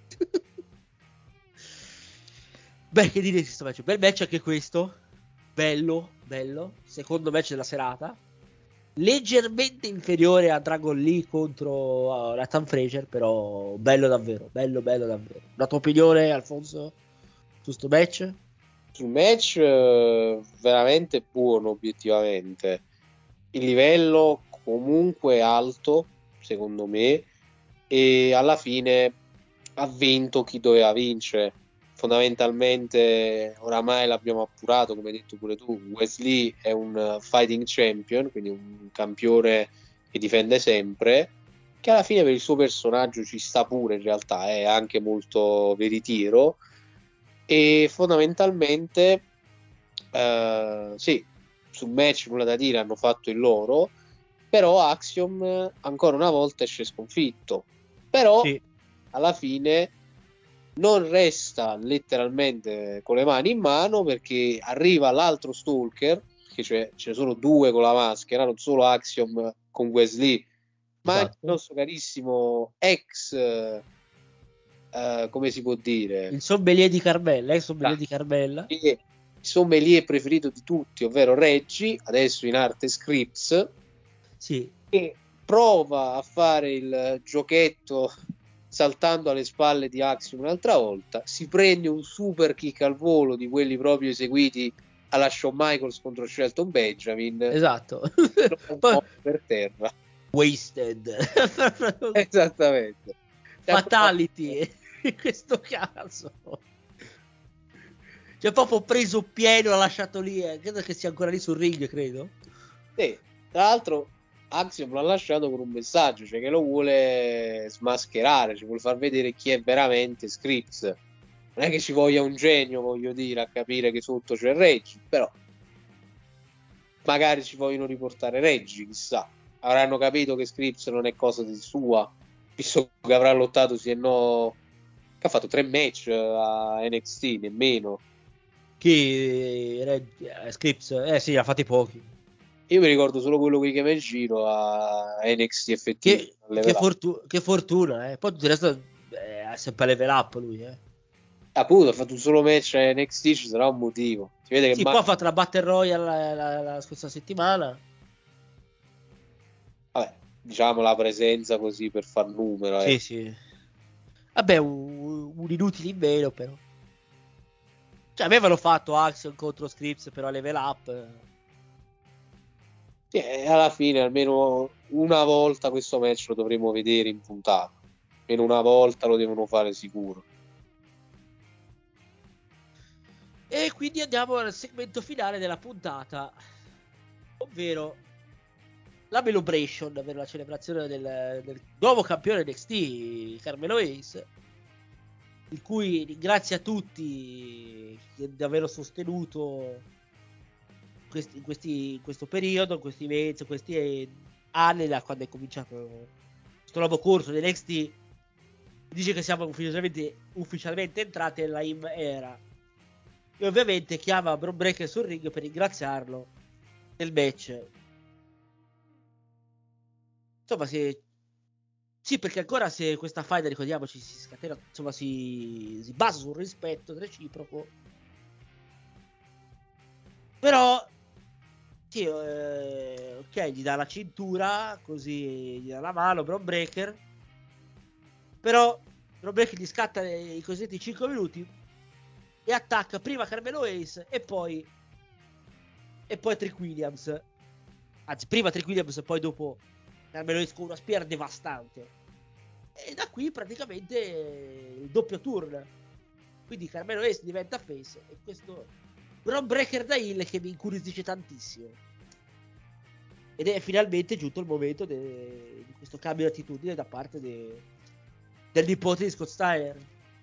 Beh, che dire di questo match? Bel match anche questo, bello, bello, secondo match della serata, leggermente inferiore a Dragon Lee contro uh, Nathan Frazier, però bello davvero, bello bello davvero. La tua opinione, Alfonso, su sto match? Sul match eh, veramente buono, obiettivamente. Il livello comunque alto, secondo me, e alla fine ha vinto chi doveva vincere. Fondamentalmente oramai l'abbiamo appurato, come hai detto pure tu, Wesley è un fighting champion, quindi un campione che difende sempre, che alla fine per il suo personaggio ci sta pure, in realtà è anche molto veritiero, e fondamentalmente eh, sì, sul match nulla da dire, hanno fatto il loro, però Axiom ancora una volta esce sconfitto, però sì, alla fine non resta letteralmente con le mani in mano, perché arriva l'altro stalker, che c'è, ce ne sono due con la maschera, non solo Axiom con Wesley, ma esatto, anche il nostro carissimo ex uh, come si può dire, il sommelier di Carmella, ex sommelier ah, di Carmella, il sommelier preferito di tutti, ovvero Reggie, adesso in arte Scripps, sì, che prova a fare il giochetto saltando alle spalle di Axiom un'altra volta, si prende un super kick al volo di quelli proprio eseguiti alla Shawn Michaels contro Shelton Benjamin, esatto, un po' per terra, wasted, esattamente, fatality in questo caso, cioè proprio preso pieno, l'ha lasciato lì, eh. Credo che sia ancora lì sul ring, credo. Sì, tra l'altro Axiom l'ha lasciato con un messaggio, cioè che lo vuole smascherare, ci vuole far vedere chi è veramente Scripps. Non è che ci voglia un genio, voglio dire, a capire che sotto c'è Reggie, però magari ci vogliono riportare Reggie, chissà. Avranno capito che Scripps non è cosa di sua, visto che avrà lottato sì e no, che ha fatto tre match a N X T, nemmeno. Chi Reggie, Scripps? Eh sì, ha fatti pochi. Io mi ricordo solo quello con i Chiamegino a N X T effettivo. Che, che, fortu- che fortuna, eh. Poi tutto il resto è sempre level up lui, eh. Appunto, ha fatto un solo match a N X T, ci sarà un motivo. Si vede che sì, ma- poi ha fatto la Battle Royale la, la, la scorsa settimana. Vabbè, diciamo la presenza così per far numero. Sì, eh. sì. Vabbè, un, un inutile in meno, però. Cioè, avevano fatto Action contro Scripps, però a level up. Sì, alla fine, almeno una volta questo match lo dovremo vedere in puntata. Almeno una volta lo devono fare sicuro. E quindi andiamo al segmento finale della puntata, ovvero la Celebration, per la celebrazione del, del nuovo campione N X T, Carmelo Hayes, il cui ringrazio a tutti di averlo sostenuto questi, in, questi, in questo periodo, in questi mesi, in questi anni, da quando è cominciato questo nuovo corso di N X T. Dice che siamo ufficialmente, ufficialmente entrati nella I M era. E ovviamente chiama Bron Breakker sul ring per ringraziarlo nel match. Insomma, se... sì, perché ancora se questa faida, ricordiamoci, si scatena, insomma, si, si basa sul rispetto reciproco. Però, sì, eh, ok, gli dà la cintura, così gli dà la mano Bron Breakker. Però Bron Breakker gli scatta i cosiddetti cinque minuti e attacca prima Carmelo Hayes e poi e poi Trick Williams, anzi prima Trick Williams e poi dopo Carmelo Hayes con una spear devastante, e da qui praticamente il doppio turn, quindi Carmelo Hayes diventa face e questo Bron Breakker da heel che mi incuriosisce tantissimo, ed è finalmente giunto il momento de... di questo cambio di attitudine da parte de... del nipote di Scott Steiner.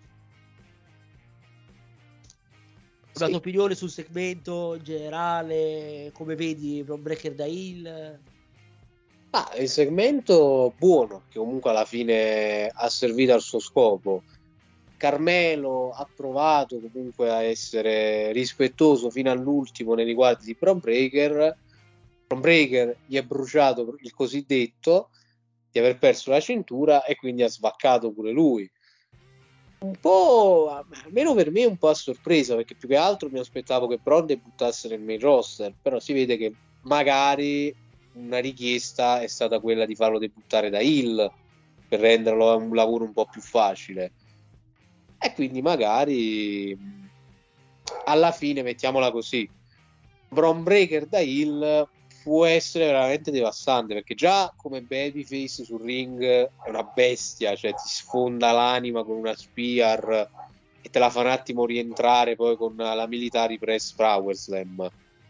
Una Sì. tua opinione sul segmento in generale, come vedi Bron Breakker da heel? Ah, il segmento buono, che comunque alla fine ha servito al suo scopo. Carmelo ha provato comunque a essere rispettoso fino all'ultimo nei riguardi di Bron Breakker. Bron Breakker gli è bruciato il cosiddetto di aver perso la cintura e quindi ha svaccato pure lui. Un po', almeno per me, un po' a sorpresa, perché più che altro mi aspettavo che Bron debuttasse nel main roster, però si vede che magari una richiesta è stata quella di farlo debuttare da heel per renderlo un lavoro un po' più facile, e quindi magari alla fine, mettiamola così, Bron Breakker da heel può essere veramente devastante, perché già come babyface sul ring è una bestia, cioè ti sfonda l'anima con una spear e te la fa un attimo rientrare poi con la military press power slam,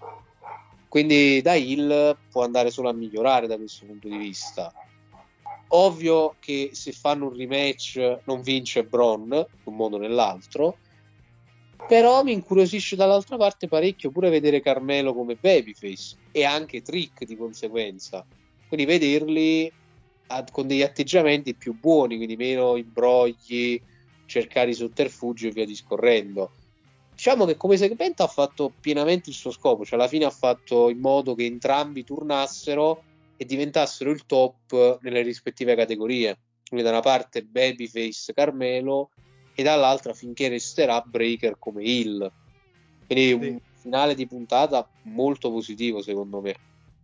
quindi da heel può andare solo a migliorare da questo punto di vista. Ovvio che se fanno un rematch non vince Bron in un modo o nell'altro, però mi incuriosisce dall'altra parte parecchio pure vedere Carmelo come babyface e anche Trick di conseguenza, quindi vederli ad, con degli atteggiamenti più buoni, quindi meno imbrogli, cercare i sotterfugi e via discorrendo. Diciamo che come segmento ha fatto pienamente il suo scopo, cioè alla fine ha fatto in modo che entrambi turnassero e diventassero il top nelle rispettive categorie, quindi da una parte babyface Carmelo e dall'altra finché resterà Breakker come heel, quindi un finale di puntata molto positivo secondo me.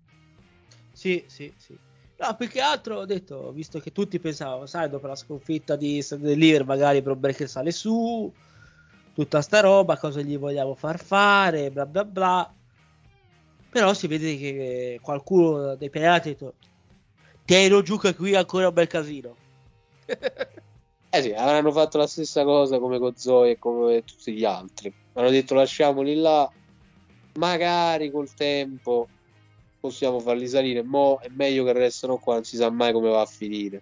Sì, sì, sì. No, più che altro ho detto, visto che tutti pensavano, sai, dopo la sconfitta di Stand Deliver magari Bron Breakker sale su, tutta sta roba, cosa gli vogliamo far fare, bla bla bla, però si vede che qualcuno dei penati ha detto tieno giù che qui è ancora un bel casino. Eh sì, avranno fatto la stessa cosa come con Zoe e come tutti gli altri. Hanno detto lasciamoli là, magari col tempo possiamo farli salire, mo è meglio che restano qua, non si sa mai come va a finire.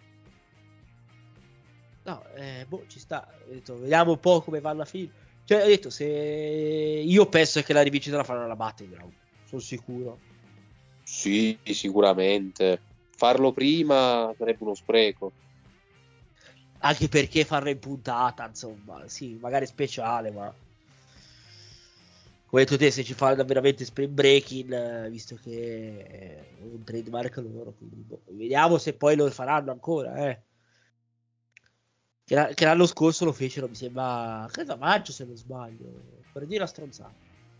No, eh, boh, ci sta. Ho detto, vediamo un po' come vanno a finire. Cioè, ho detto, se io penso che la rivincita la faranno alla Battleground, sono sicuro. Sì, sicuramente. Farlo prima sarebbe uno spreco. Anche perché farlo in puntata, insomma, sì, magari speciale, ma come hai detto te, se ci fanno veramente Spring Breaking, visto che è un trademark loro, quindi boh, vediamo se poi lo faranno ancora, eh. Che, la, che l'anno scorso lo fecero, mi sembra, credo a maggio se non sbaglio, per dire la stronzata.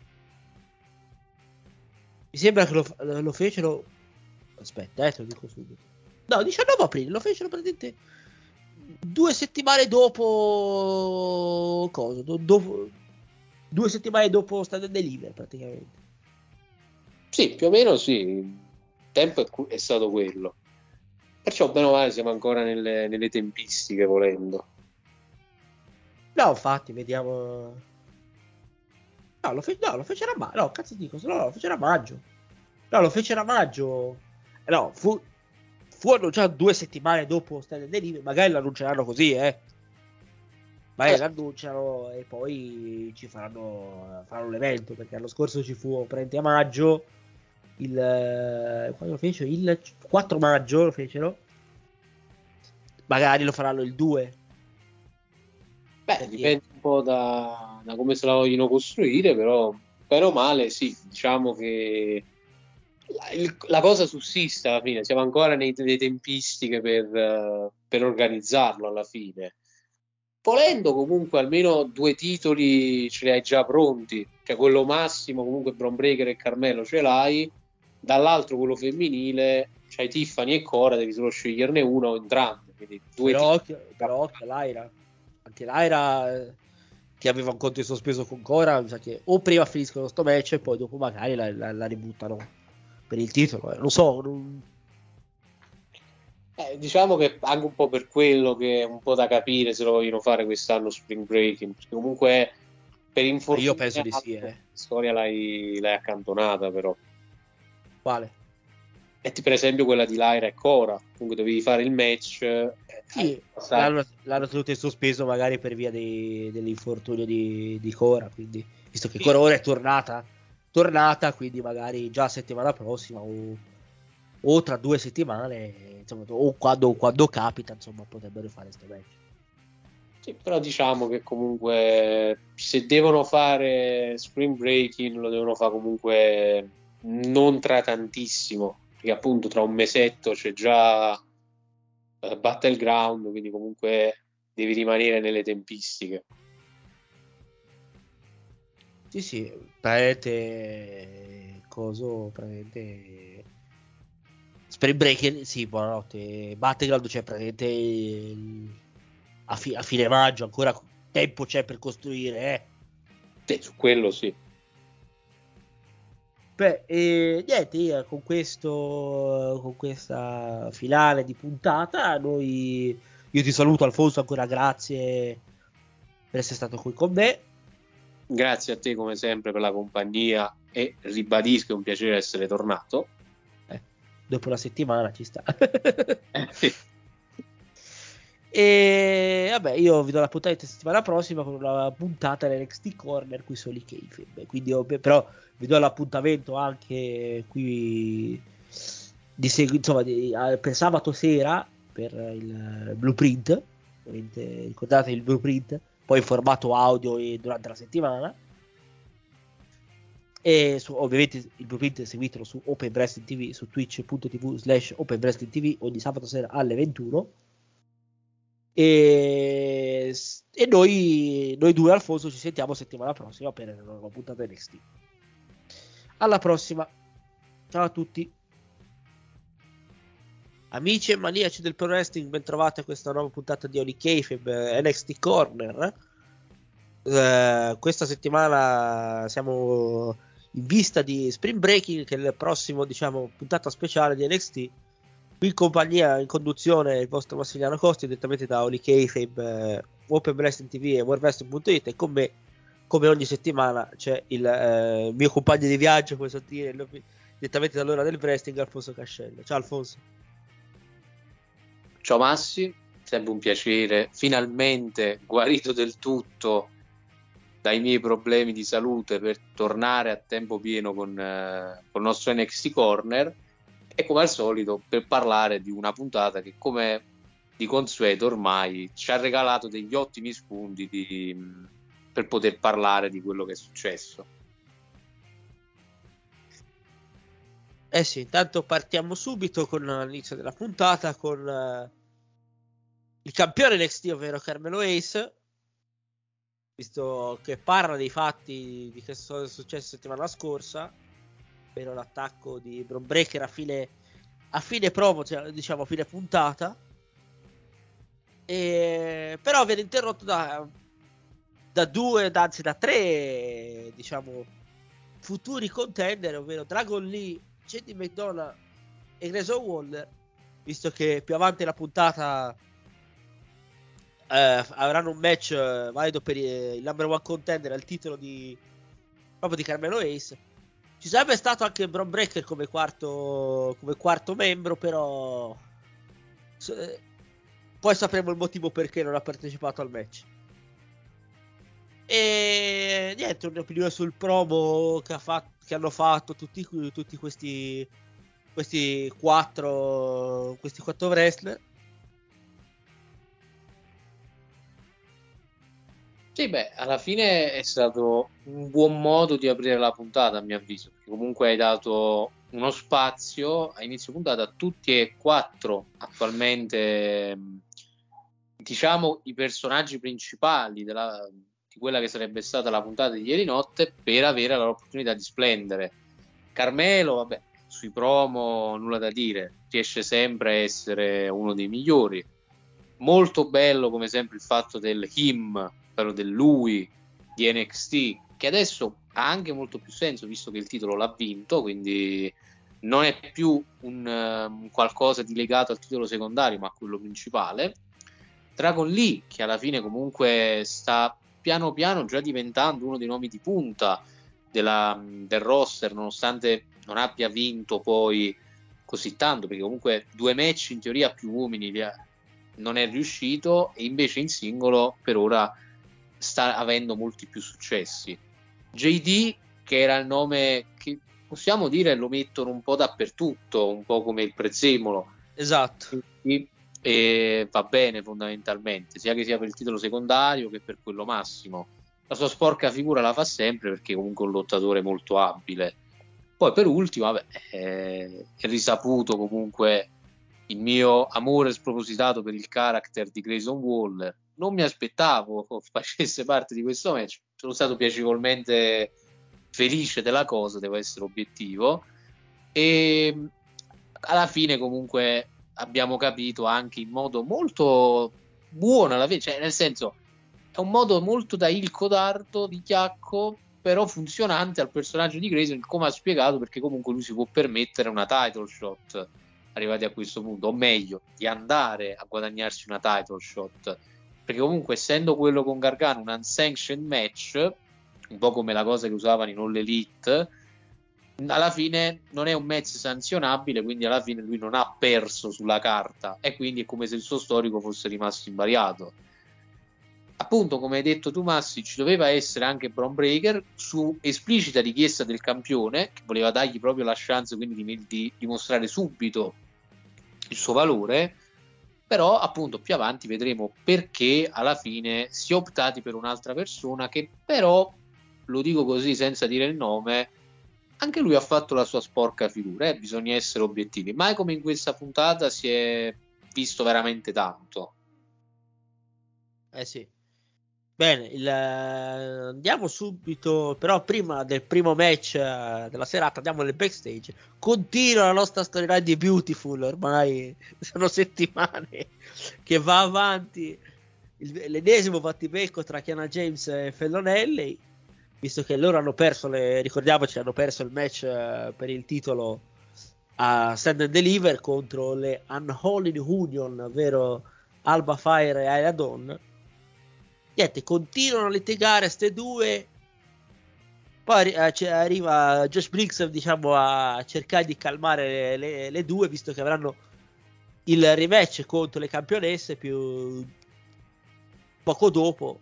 Mi sembra che lo, lo fecero, aspetta, eh, te lo dico subito. No, diciannove aprile, lo fecero praticamente due settimane dopo cosa? Do, dopo, due settimane dopo Stand and Deliver praticamente. Sì, più o meno sì, il tempo è, è stato quello. Perciò bene o male siamo ancora nelle, nelle tempistiche volendo. No, infatti, vediamo. No, lo, fe... no, lo fecero a maggio. No, cazzo dico, no, lo fecero a maggio. No, lo fecero a maggio. No, fu, fu annunciato due settimane dopo Stand and Deliver. Magari lo annunceranno così, eh. Magari lo annunciano e poi ci faranno, faranno l'evento. Perché l'anno scorso ci fu praticamente a maggio. Il quando lo fecero? Il quattro maggio lo fecero. Magari lo faranno il due. Beh, perché dipende un po' da, da come se la vogliono costruire, però bene o male sì, diciamo che la, il, la cosa sussiste alla fine, siamo ancora nei, nelle tempistiche per, uh, per organizzarlo alla fine. Volendo comunque almeno due titoli ce li hai già pronti, cioè quello massimo comunque Bron Breakker e Carmelo ce l'hai, dall'altro quello femminile c'hai Tiffany e Cora, devi solo sceglierne uno o entrambi, quindi due però, titoli. Però anche Lyra anche Lyra eh, che aveva un conto in sospeso con Cora, mi sa che o prima finiscono sto match e poi dopo magari la, la, la ributtano per il titolo, eh. Lo so non... Eh, diciamo che anche un po' per quello che è un po' da capire se lo vogliono fare quest'anno Spring Breaking, perché comunque per infortuni io penso di sì, eh. la storia l'hai, l'hai accantonata, però quale? E per esempio quella di Lyra e Cora, comunque dovevi fare il match, eh, sì, l'hanno, l'hanno tenuto in sospeso magari per via dei, dell'infortunio di, di Cora, quindi visto che Cora ora è tornata tornata, quindi magari già settimana prossima o, o tra due settimane, insomma, o quando, quando capita, insomma, potrebbero fare questo match. Sì, però diciamo che comunque se devono fare Spring Breaking lo devono fare comunque non tra tantissimo, perché appunto tra un mesetto c'è già uh, Battleground, quindi comunque devi rimanere nelle tempistiche. Sì, sì, praticamente coso, praticamente Spring Breaking, sì, buonanotte. Battleground c'è praticamente il... a, fi... a fine maggio, ancora tempo c'è per costruire, eh. Sì, su quello sì. Beh, e niente, io con questo, con questa finale di puntata, noi, io ti saluto Alfonso, ancora grazie per essere stato qui con me. Grazie a te come sempre per la compagnia e ribadisco, è un piacere essere tornato. Eh, dopo una settimana ci sta. eh, sì. E vabbè, io vi do l'appuntamento settimana prossima con una puntata dell'N X T Corner qui su Holy Kayfabe. Quindi io, però vi do l'appuntamento anche qui di segui, insomma, di, per sabato sera per il blueprint. Ricordate il blueprint, poi in formato audio e durante la settimana. E su, ovviamente il blueprint seguitelo su Open Wrestling T V, su twitch punto tv slash Open Wrestling T V ogni sabato sera alle ventuno. E, e noi, noi due Alfonso ci sentiamo settimana prossima per una nuova puntata N X T. Alla prossima, ciao a tutti amici e maniaci del pro wrestling, ben trovati a questa nuova puntata di Holy Kayfabe N X T Corner. Uh, questa settimana siamo in vista di Spring Breaking, che è il prossimo, diciamo, puntata speciale di N X T. Qui in compagnia, in conduzione, il vostro Massimiliano Costi, direttamente da Holy Kayfabe, eh, Open Wrestling T V e world wrestling punto it, e con me, come ogni settimana, c'è il eh, mio compagno di viaggio, come so dire, direttamente dall'ora del wrestling, Alfonso Cascella. Ciao Alfonso. Ciao Massi, sempre un piacere, finalmente guarito del tutto dai miei problemi di salute per tornare a tempo pieno con, eh, con il nostro N X T Corner. E come al solito per parlare di una puntata che, come di consueto, ormai ci ha regalato degli ottimi spunti di, per poter parlare di quello che è successo. Eh sì, intanto partiamo subito con l'inizio della puntata con uh, il campione N X T, ovvero Carmelo Ace, visto che parla dei fatti di che sono successi settimana scorsa, ovvero l'attacco di Bron Breakker a fine, a fine promo, cioè, diciamo a fine puntata, e, però viene interrotto da, da due, anzi da tre, diciamo, futuri contender, ovvero Dragon Lee, J D McDonagh e Grayson Waller, visto che più avanti la puntata eh, avranno un match eh, valido per il number one contender al titolo di proprio di Carmelo Ace. Ci sarebbe stato anche Bron Breakker come quarto come quarto membro, però eh, poi sapremo il motivo perché non ha partecipato al match. E niente, un'opinione sul promo che, ha fatto, che hanno fatto tutti, tutti questi questi quattro questi quattro wrestler. Sì, beh, alla fine è stato un buon modo di aprire la puntata, a mio avviso, perché comunque hai dato uno spazio a inizio puntata a tutti e quattro attualmente, diciamo, i personaggi principali della di quella che sarebbe stata la puntata di ieri notte, per avere l'opportunità di splendere. Carmelo, vabbè, sui promo nulla da dire, riesce sempre a essere uno dei migliori. Molto bello come sempre il fatto del him, però del lui di N X T, che adesso ha anche molto più senso visto che il titolo l'ha vinto, quindi non è più un, um, qualcosa di legato al titolo secondario ma a quello principale. Dragon Lee, che alla fine comunque sta piano piano già diventando uno dei nomi di punta della, del roster, nonostante non abbia vinto poi così tanto, perché comunque due match in teoria più uomini non è riuscito, e invece in singolo per ora sta avendo molti più successi. J D, che era il nome che possiamo dire lo mettono un po' dappertutto, un po' come il prezzemolo, esatto, e va bene fondamentalmente, sia che sia per il titolo secondario che per quello massimo. La sua sporca figura la fa sempre perché comunque è un lottatore molto abile. Poi per ultimo, vabbè, è, è risaputo comunque il mio amore spropositato per il character di Grayson Waller. Non mi aspettavo facesse parte di questo match, sono stato piacevolmente felice della cosa, devo essere obiettivo, e alla fine comunque abbiamo capito anche in modo molto buono alla fine, cioè nel senso è un modo molto da il codardo di Chiacco, però funzionante al personaggio di Grayson, come ha spiegato, perché comunque lui si può permettere una title shot arrivati a questo punto, o meglio di andare a guadagnarsi una title shot, perché comunque essendo quello con Gargano un unsanctioned match, un po' come la cosa che usavano in All Elite, alla fine non è un match sanzionabile, quindi alla fine lui non ha perso sulla carta e quindi è come se il suo storico fosse rimasto invariato. Appunto, come hai detto tu Massi, ci doveva essere anche Bron Breakker su esplicita richiesta del campione, che voleva dargli proprio la chance quindi di, di dimostrare subito il suo valore, però appunto più avanti vedremo perché alla fine si è optati per un'altra persona che però, lo dico così senza dire il nome, anche lui ha fatto la sua sporca figura, eh? Bisogna essere obiettivi. Mai come in questa puntata si è visto veramente tanto. Eh sì. Bene, il, andiamo subito, però prima del primo match uh, della serata andiamo nel backstage. Continua la nostra storyline di Beautiful, ormai sono settimane che va avanti il, l'ennesimo battibecco tra Kiana James e Fallon Henley, visto che loro hanno perso, le, ricordiamoci, hanno perso il match uh, per il titolo a Stand and Deliver contro le Unholy Union, ovvero Alba Fire e Ayla Dawn. Niente, continuano a litigare ste due, poi eh, arriva Josh Briggs, diciamo, a cercare di calmare le, le, le due, visto che avranno il rematch contro le campionesse più poco dopo.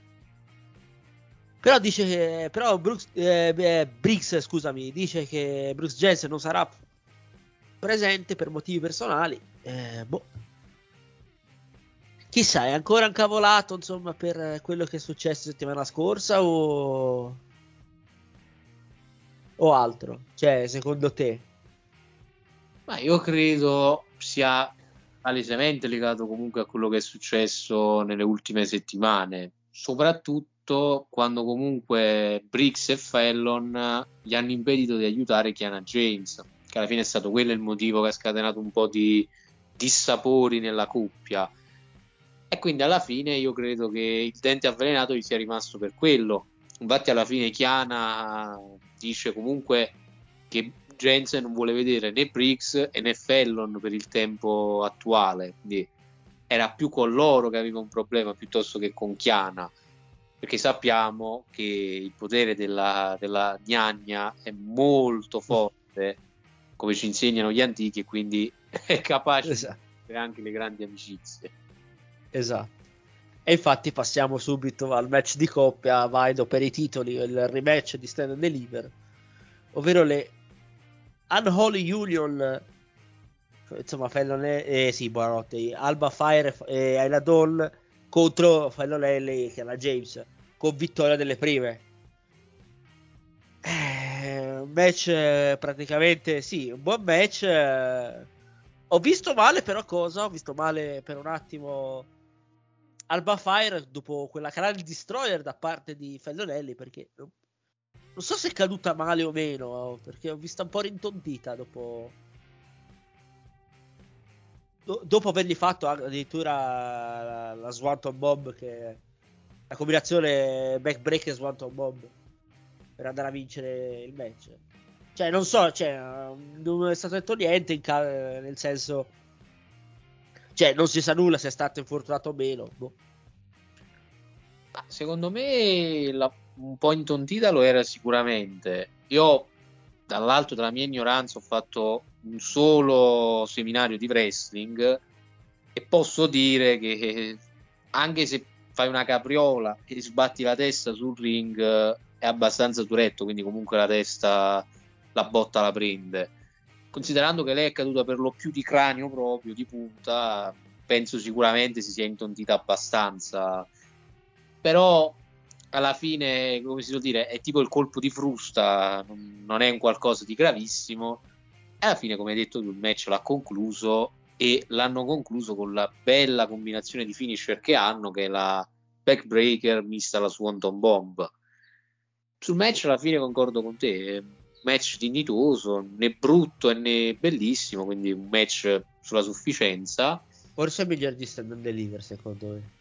Però dice che però Brooks, eh, Briggs, scusami, dice che Brooks Jensen non sarà presente per motivi personali. Eh, boh. Chissà, è ancora incavolato, insomma, per quello che è successo settimana scorsa o o altro? Cioè, secondo te? Ma io credo sia palesemente legato comunque a quello che è successo nelle ultime settimane, soprattutto quando comunque Briggs e Fallon gli hanno impedito di aiutare Kiana James, che alla fine è stato quello il motivo che ha scatenato un po' di dissapori nella coppia. E quindi alla fine io credo che il dente avvelenato gli sia rimasto per quello. Infatti alla fine Kiana dice comunque che Jensen non vuole vedere né Briggs e né Fallon per il tempo attuale, quindi era più con loro che aveva un problema piuttosto che con Kiana, perché sappiamo che il potere della, della gnagna è molto forte, come ci insegnano gli antichi, e quindi è capace esatto. di fare anche le grandi amicizie. Esatto. E infatti passiamo subito al match di coppia, valido per i titoli, il rematch di Stand and Deliver, ovvero le Unholy Union, insomma Fallon e eh, sì, buonanotte, Alba Fire e Ayla Dawn contro Fallon e Kiana James, con vittoria delle prime. Eh, match eh, praticamente sì, un buon match. Eh, ho visto male però cosa? Ho visto male per un attimo Alba Fire dopo quella canale destroyer da parte di Fallonelli, perché non so se è caduta male o meno, perché ho vista un po' rintontita dopo Do- dopo avergli fatto addirittura la, la Swanton Bomb, che la combinazione backbreaker e Swanton Bomb per andare a vincere il match. Cioè non so, cioè, non è stato detto niente in ca- nel senso, cioè non si sa nulla se è stato infortunato o meno, boh. Secondo me la, un po' intontita lo era sicuramente. Io dall'alto della mia ignoranza ho fatto un solo seminario di wrestling e posso dire che anche se fai una capriola e sbatti la testa sul ring è abbastanza duretto, quindi comunque la testa la botta la prende. Considerando che lei è caduta per lo più di cranio proprio, di punta, penso sicuramente si sia intontita abbastanza. Però alla fine, come si suol dire, è tipo il colpo di frusta, non è un qualcosa di gravissimo. E alla fine, come hai detto tu, il match l'ha concluso, e l'hanno concluso con la bella combinazione di finisher che hanno, che è la backbreaker mista alla Swanton Bomb. Sul match alla fine concordo con te, è un match dignitoso, né brutto né bellissimo, quindi un match sulla sufficienza. Forse è migliore di Stand and Deliver, secondo me.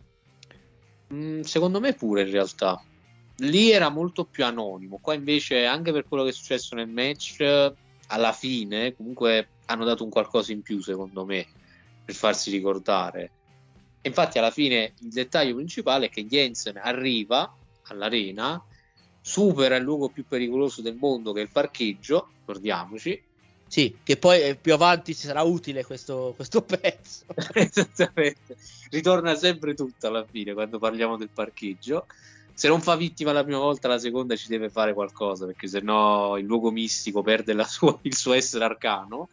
Secondo me pure, in realtà lì era molto più anonimo, qua invece, anche per quello che è successo nel match, alla fine comunque hanno dato un qualcosa in più, secondo me, per farsi ricordare. E infatti alla fine il dettaglio principale è che Jensen arriva all'arena, supera il luogo più pericoloso del mondo, che è il parcheggio, ricordiamoci. Sì, che poi più avanti ci sarà utile questo, questo pezzo. Esattamente, ritorna sempre tutto alla fine quando parliamo del parcheggio. Se non fa vittima la prima volta, la seconda ci deve fare qualcosa, perché sennò il luogo mistico perde la sua, il suo essere arcano.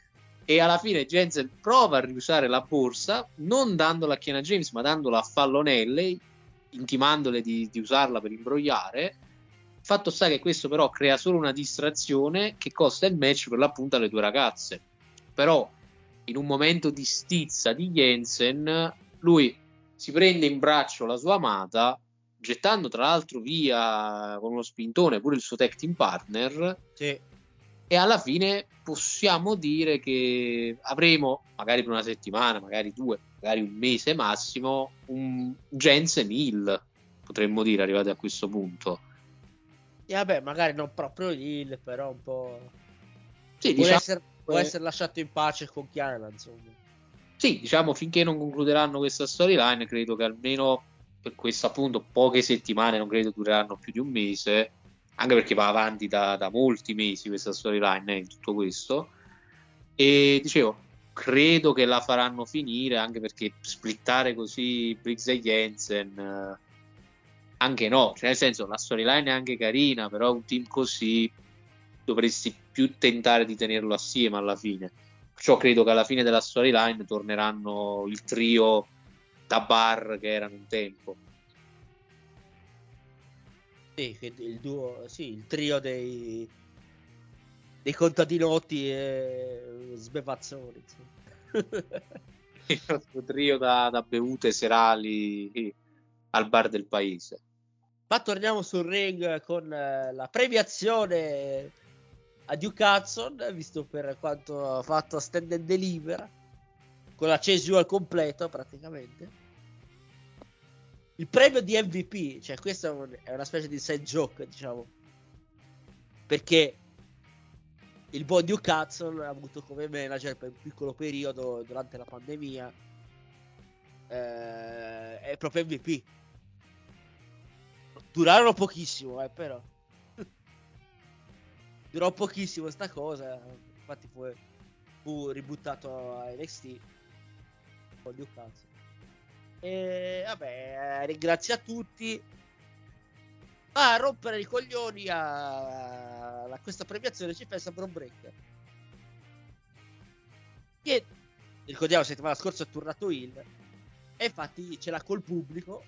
E alla fine Jensen prova a riusare la borsa, non dandola a Kiana James, ma dandola a Fallonelle, intimandole di, di usarla per imbrogliare. Fatto sta che questo però crea solo una distrazione che costa il match per l'appunto alle due ragazze. Però in un momento di stizza di Jensen, lui si prende in braccio la sua amata, gettando tra l'altro via con uno spintone pure il suo tag team partner. Sì. E alla fine possiamo dire che avremo, magari per una settimana, magari due, magari un mese massimo, un Jensen heel, potremmo dire, arrivati a questo punto. E vabbè, magari non proprio heel, però un po'... Sì, può, diciamo, essere, può essere lasciato in pace con Kiana, insomma. Sì, diciamo, finché non concluderanno questa storyline, credo che almeno per questo appunto poche settimane, non credo dureranno più di un mese, anche perché va avanti da, da molti mesi questa storyline, eh, in tutto questo. E dicevo, credo che la faranno finire, anche perché splittare così Briggs e Jensen... Eh, anche no, cioè nel senso, la storyline è anche carina, però un team così dovresti più tentare di tenerlo assieme alla fine. Perciò credo che alla fine della storyline torneranno il trio da bar che erano un tempo. Sì, il duo, sì, il trio dei dei contadinotti e sbevazzoni. Il nostro trio da, da bevute serali al bar del paese. Ma torniamo sul ring con eh, la premiazione a Duke Hudson, visto per quanto ha fatto a Stand and Deliver, con la C S U al completo praticamente. Il premio di M V P, cioè questa è una specie di side joke, diciamo, perché il buon Duke Hudson ha avuto come manager per un piccolo periodo durante la pandemia, eh, è proprio M V P. Durarono pochissimo, eh, però durò pochissimo sta cosa, infatti fu, fu ributtato a N X T con Duke Hudson. E vabbè, ringrazio a tutti. Ma a rompere i coglioni a, a questa premiazione ci pensa Bron Breakker, che ricordiamo la settimana scorsa è tornato heel, e infatti ce l'ha col pubblico,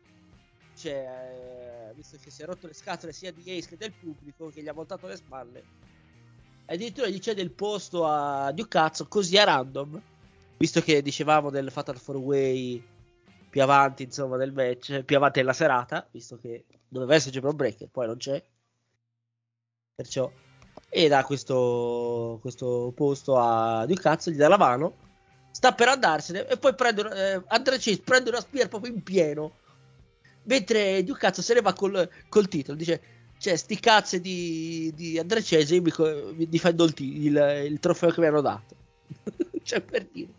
cioè, visto che si è rotto le scatole sia di Ace che del pubblico, che gli ha voltato le spalle, addirittura gli cede il posto a Duke Hudson così a random, visto che dicevamo del Fatal four way più avanti, insomma, del match, più avanti nella serata, visto che doveva esserci Bron Breakker, poi non c'è, perciò, e dà questo, questo posto a Duke Hudson, gli dà la mano, sta per andarsene e poi prende eh, Andre Chase prende una spear proprio in pieno, mentre Duke Hudson se ne va col, col titolo, dice, cioè, sti cazzi di, di Andre Chase, io mi, mi difendo il, il, il trofeo che mi hanno dato. Cioè, per dire,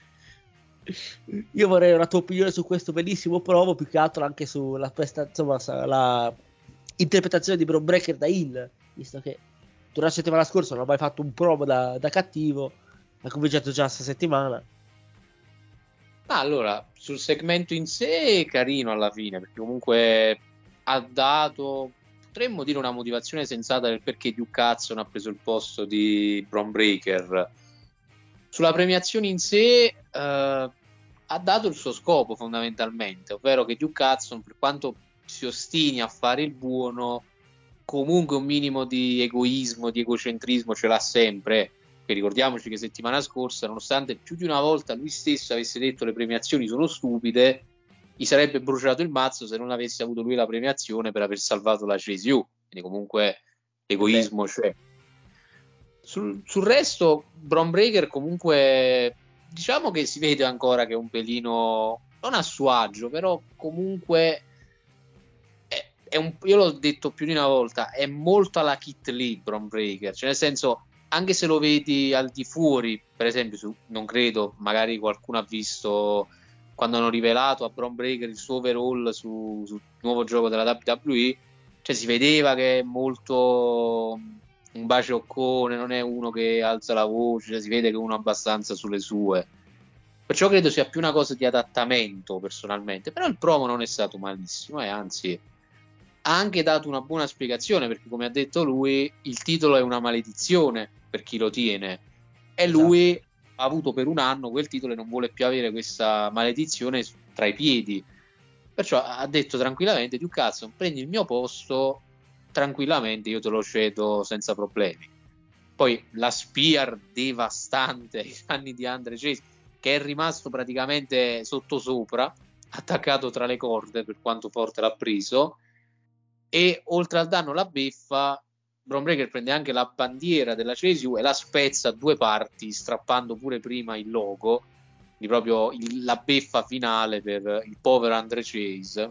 io vorrei una tua opinione su questo bellissimo promo, più che altro anche sulla questa, insomma, la interpretazione di Bron Breakker da heel, visto che durante la settimana scorsa non ha mai fatto un promo da, da cattivo, ha cominciato già questa settimana. Ah, allora, sul segmento in sé è carino alla fine, perché comunque ha dato, potremmo dire, una motivazione sensata del perché Duke Hudson ha preso il posto di Bron Breakker. Sulla premiazione in sé eh, ha dato il suo scopo fondamentalmente, ovvero che Duke Hudson, per quanto si ostini a fare il buono, comunque un minimo di egoismo, di egocentrismo ce l'ha sempre. Che ricordiamoci che settimana scorsa, nonostante più di una volta lui stesso avesse detto le premiazioni sono stupide, gli sarebbe bruciato il mazzo se non avesse avuto lui la premiazione per aver salvato la C S U. Quindi comunque egoismo Beh. c'è. Sul, sul resto Bron Breakker comunque diciamo che si vede ancora che è un pelino non a suo agio, però comunque è, è un, io l'ho detto più di una volta, è molto alla Kit Lee Bron Breakker, cioè nel senso, anche se lo vedi al di fuori, per esempio su, non credo, magari qualcuno ha visto quando hanno rivelato a Bron Breakker il suo overall su, sul nuovo gioco della W W E, cioè si vedeva che è molto un bacioccone, non è uno che alza la voce, cioè si vede che è uno abbastanza sulle sue, perciò credo sia più una cosa di adattamento personalmente. Però il promo non è stato malissimo e anzi ha anche dato una buona spiegazione, perché come ha detto lui il titolo è una maledizione per chi lo tiene e lui esatto. ha avuto per un anno quel titolo e non vuole più avere questa maledizione tra i piedi, perciò ha detto tranquillamente: Duke Hudson, prendi il mio posto tranquillamente, io te lo cedo senza problemi. Poi la spear devastante ai danni di Andre Chase, che è rimasto praticamente sottosopra, attaccato tra le corde per quanto forte l'ha preso, e oltre al danno la beffa, Bron Breakker prende anche la bandiera della C S U e la spezza a due parti, strappando pure prima il logo, di proprio il, la beffa finale per il povero Andre Chase.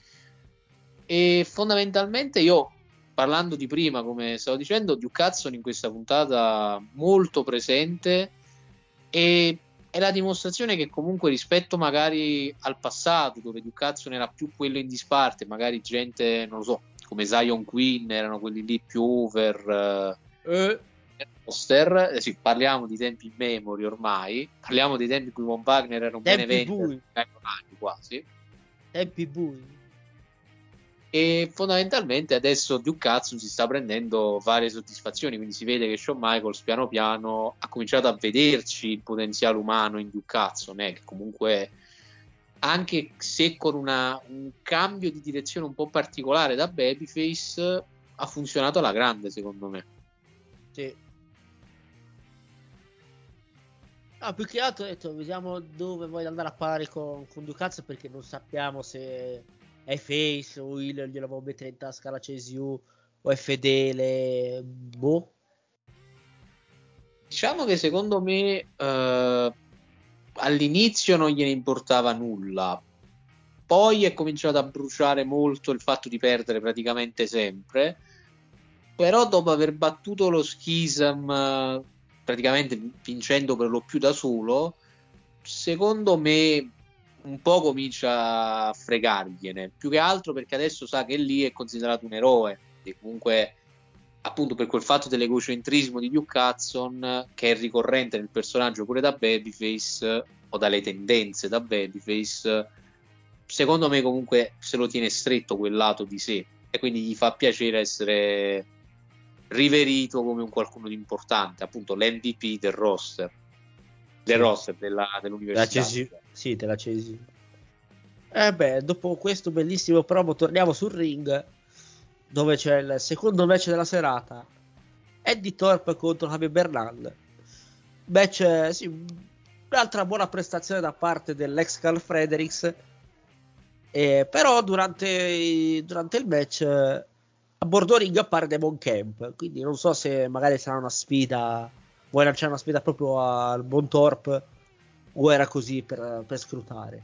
E fondamentalmente io, parlando di prima, come stavo dicendo, Duke Hudson in questa puntata molto presente, e è la dimostrazione che comunque rispetto magari al passato, dove Duke Hudson era più quello in disparte, magari gente, non lo so, come Zion Quinn erano quelli lì più over eh. poster, eh, sì, parliamo di tempi in memory ormai, parliamo dei tempi in cui Von Wagner era un Benevento quasi tempi bui. E fondamentalmente adesso Duke Hudson si sta prendendo varie soddisfazioni, quindi si vede che Shawn Michaels piano piano ha cominciato a vederci il potenziale umano in Duke Hudson, eh, che comunque, anche se con una, un cambio di direzione un po' particolare da babyface, ha funzionato alla grande secondo me. Sì. Ah, più che altro ho detto, vediamo dove voglio andare a parlare con, con Ducazzo, perché non sappiamo se è face o Will glielo vuole mettere in tasca la C S U o è fedele, boh. Diciamo che secondo me eh, all'inizio non gliene importava nulla, poi è cominciato a bruciare molto il fatto di perdere praticamente sempre, però dopo aver battuto lo Schism eh, praticamente vincendo per lo più da solo, secondo me un po' comincia a fregargliene, più che altro perché adesso sa che lì è considerato un eroe e comunque appunto per quel fatto dell'egocentrismo di Duke Hudson, che è ricorrente nel personaggio pure da babyface o dalle tendenze da babyface, secondo me comunque se lo tiene stretto quel lato di sé e quindi gli fa piacere essere riverito come un qualcuno di importante, appunto l'M V P del roster del sì. roster della, dell'università. Della C S U. Sì, della C S U. Eh beh, dopo questo bellissimo promo torniamo sul ring, dove c'è il secondo match della serata, Eddie Thorpe contro Javier Bernal. Match, sì, un'altra buona prestazione da parte dell'ex Carl Fredericks, eh, però durante, durante il match a bordo ring appare Damon Camp, quindi non so se magari sarà una sfida, vuoi lanciare una sfida proprio al buon Thorpe o era così per, per scrutare.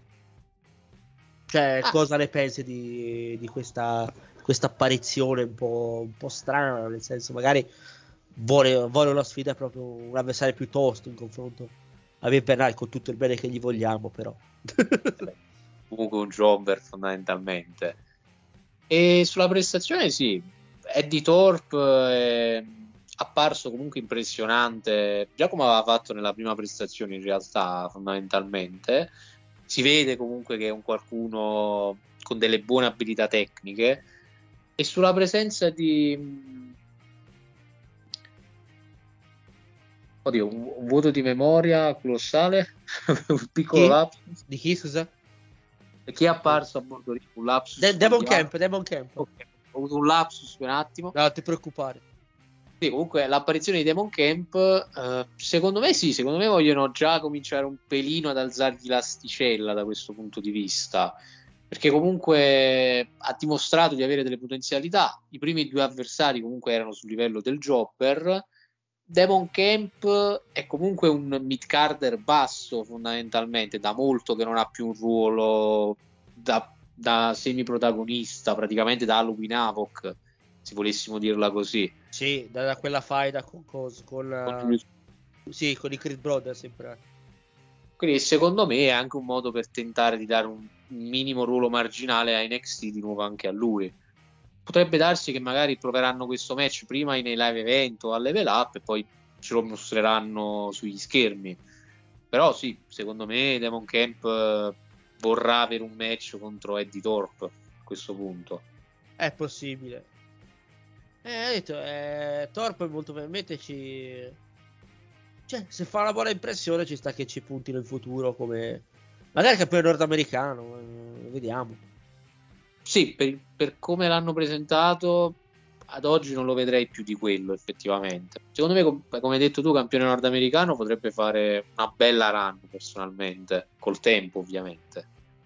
Cioè, ah. cosa ne pensi di, di questa, questa apparizione un po', un po' strana, nel senso magari vuole, vuole una sfida proprio un avversario più tosto in confronto a Bernal, con tutto il bene che gli vogliamo, però comunque un jobber fondamentalmente. E sulla prestazione sì, Eddie Thorpe è apparso comunque impressionante, già come aveva fatto nella prima prestazione in realtà fondamentalmente. Si vede comunque che è un qualcuno con delle buone abilità tecniche, e sulla presenza di oddio un, un vuoto di memoria colossale un piccolo chi? lapsus di chi scusa? Chi è apparso a bordo di un lapsus? De- Damon Camp, Damon Camp. Okay. Ho avuto un lapsus un attimo. No, non ti preoccupare. Sì, comunque l'apparizione di Damon Camp, eh, secondo me sì, secondo me vogliono già cominciare un pelino ad alzargli l'asticella da questo punto di vista, perché comunque ha dimostrato di avere delle potenzialità. I primi due avversari comunque erano sul livello del jobber. Damon Camp è comunque un mid-carder basso fondamentalmente, da molto che non ha più un ruolo da, da semi-protagonista, praticamente da Halloween Havoc, se volessimo dirla così. Sì, da, da quella faida con, con, con, con uh, sì, con i Creed Brothers sempre. Quindi secondo me è anche un modo per tentare di dare un minimo ruolo marginale a N X T di nuovo anche a lui. Potrebbe darsi che magari proveranno questo match prima nei live event o a Level Up e poi ce lo mostreranno sugli schermi. Però sì, secondo me Damon Camp eh, vorrà avere un match contro Eddie Thorpe a questo punto. È possibile. Eh, ho detto, eh, Thorpe molto probabilmente ci... Cioè, se fa una buona impressione ci sta che ci puntino in futuro come... Magari campione nordamericano, eh, vediamo. Sì, per, per come l'hanno presentato ad oggi non lo vedrei più di quello effettivamente. Secondo me, come hai detto tu, campione nordamericano potrebbe fare una bella run personalmente, col tempo ovviamente.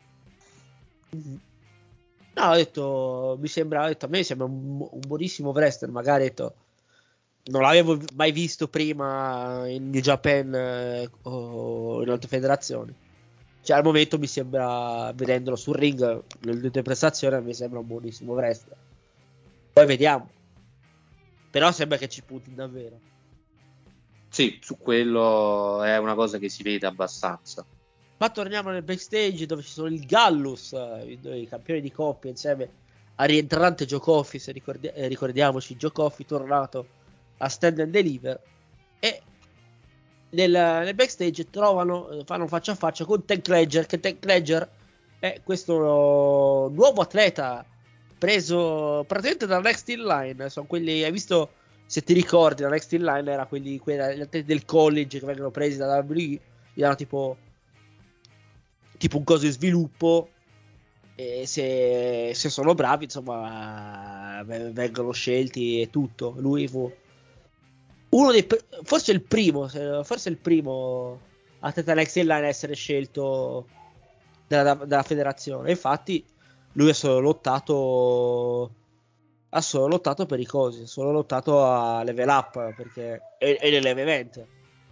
No, ho detto, mi sembra, ho detto, a me sembra un, un buonissimo wrestler, magari ho detto, non l'avevo mai visto prima in New Japan eh, o in altre federazioni. Cioè al momento mi sembra, vedendolo sul ring nelle due prestazioni, mi sembra un buonissimo wrestler. Poi vediamo. Però sembra che ci punti davvero. Sì, su quello è una cosa che si vede abbastanza. Ma torniamo nel backstage dove ci sono il Gallus, i, i campioni di coppia insieme a rientrante Joe Coffey, se ricordi- eh, ricordiamoci Joe Coffey tornato a Stand and Deliver, e nel, nel backstage trovano, fanno faccia a faccia con Tank Ledger, che Tank Ledger è questo nuovo atleta preso praticamente dalla Next In Line. Sono quelli, hai visto, se ti ricordi, la Next In Line era quelli, quelli gli atleti del college che vengono presi dalla W W E, gli danno tipo tipo un coso di sviluppo, e se, se sono bravi insomma vengono scelti e tutto. Lui fu uno dei forse il primo forse il primo atleta N X T line a essere scelto dalla, dalla federazione. Infatti lui ha solo lottato ha solo lottato per i cosi, ha solo lottato a level up perché è, è nell'E V event.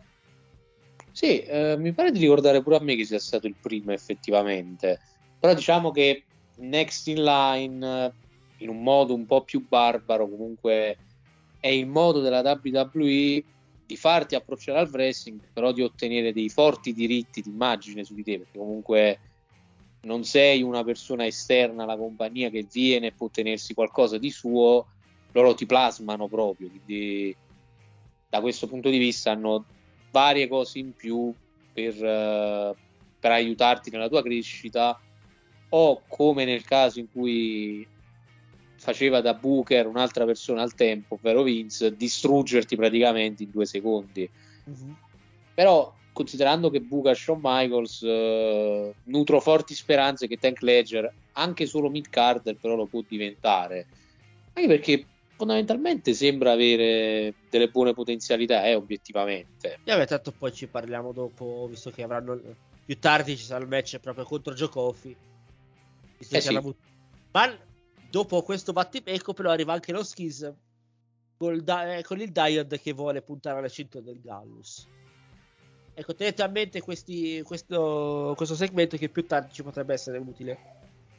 Sì, eh, mi pare di ricordare pure a me che sia stato il primo effettivamente, però diciamo che Next in Line in un modo un po' più barbaro comunque è il modo della W W E di farti approcciare al wrestling, però di ottenere dei forti diritti d'immagine su di te, perché comunque non sei una persona esterna alla compagnia che viene e può ottenersi qualcosa di suo, loro ti plasmano proprio, quindi da questo punto di vista hanno varie cose in più per, uh, per aiutarti nella tua crescita, o come nel caso in cui faceva da booker un'altra persona al tempo, ovvero Vince, distruggerti praticamente in due secondi. Mm-hmm. Però considerando che buca Shawn Michaels, uh, nutro forti speranze che Tank Ledger, anche solo mid-carder, però lo può diventare, anche perché fondamentalmente sembra avere delle buone potenzialità, eh, obiettivamente. E vabbè, tanto poi ci parliamo dopo, visto che avranno più tardi ci sarà il match proprio contro Joe Coffey, visto eh che sì. hanno... Ma dopo questo battibecco però arriva anche lo Skiz col da- eh, con il Diod che vuole puntare alla cintura del Gallus. Ecco, tenete a mente questi, questo, questo segmento che più tardi ci potrebbe essere utile.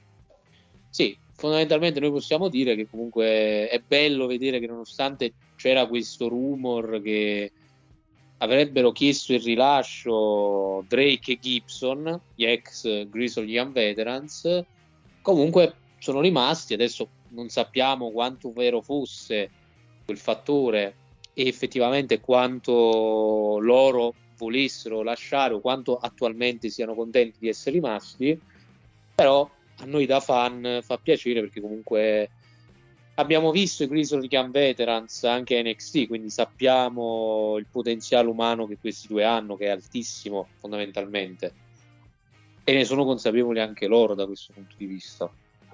Sì, fondamentalmente noi possiamo dire che comunque è bello vedere che nonostante c'era questo rumor che avrebbero chiesto il rilascio Drake e Gibson, gli ex Grizzled Young Veterans, comunque sono rimasti. Adesso non sappiamo quanto vero fosse quel fattore e effettivamente quanto loro volessero lasciare o quanto attualmente siano contenti di essere rimasti, però a noi da fan fa piacere perché comunque abbiamo visto i Grizzled Young Veterans anche a N X T, quindi sappiamo il potenziale umano che questi due hanno, che è altissimo fondamentalmente, e ne sono consapevoli anche loro da questo punto di vista.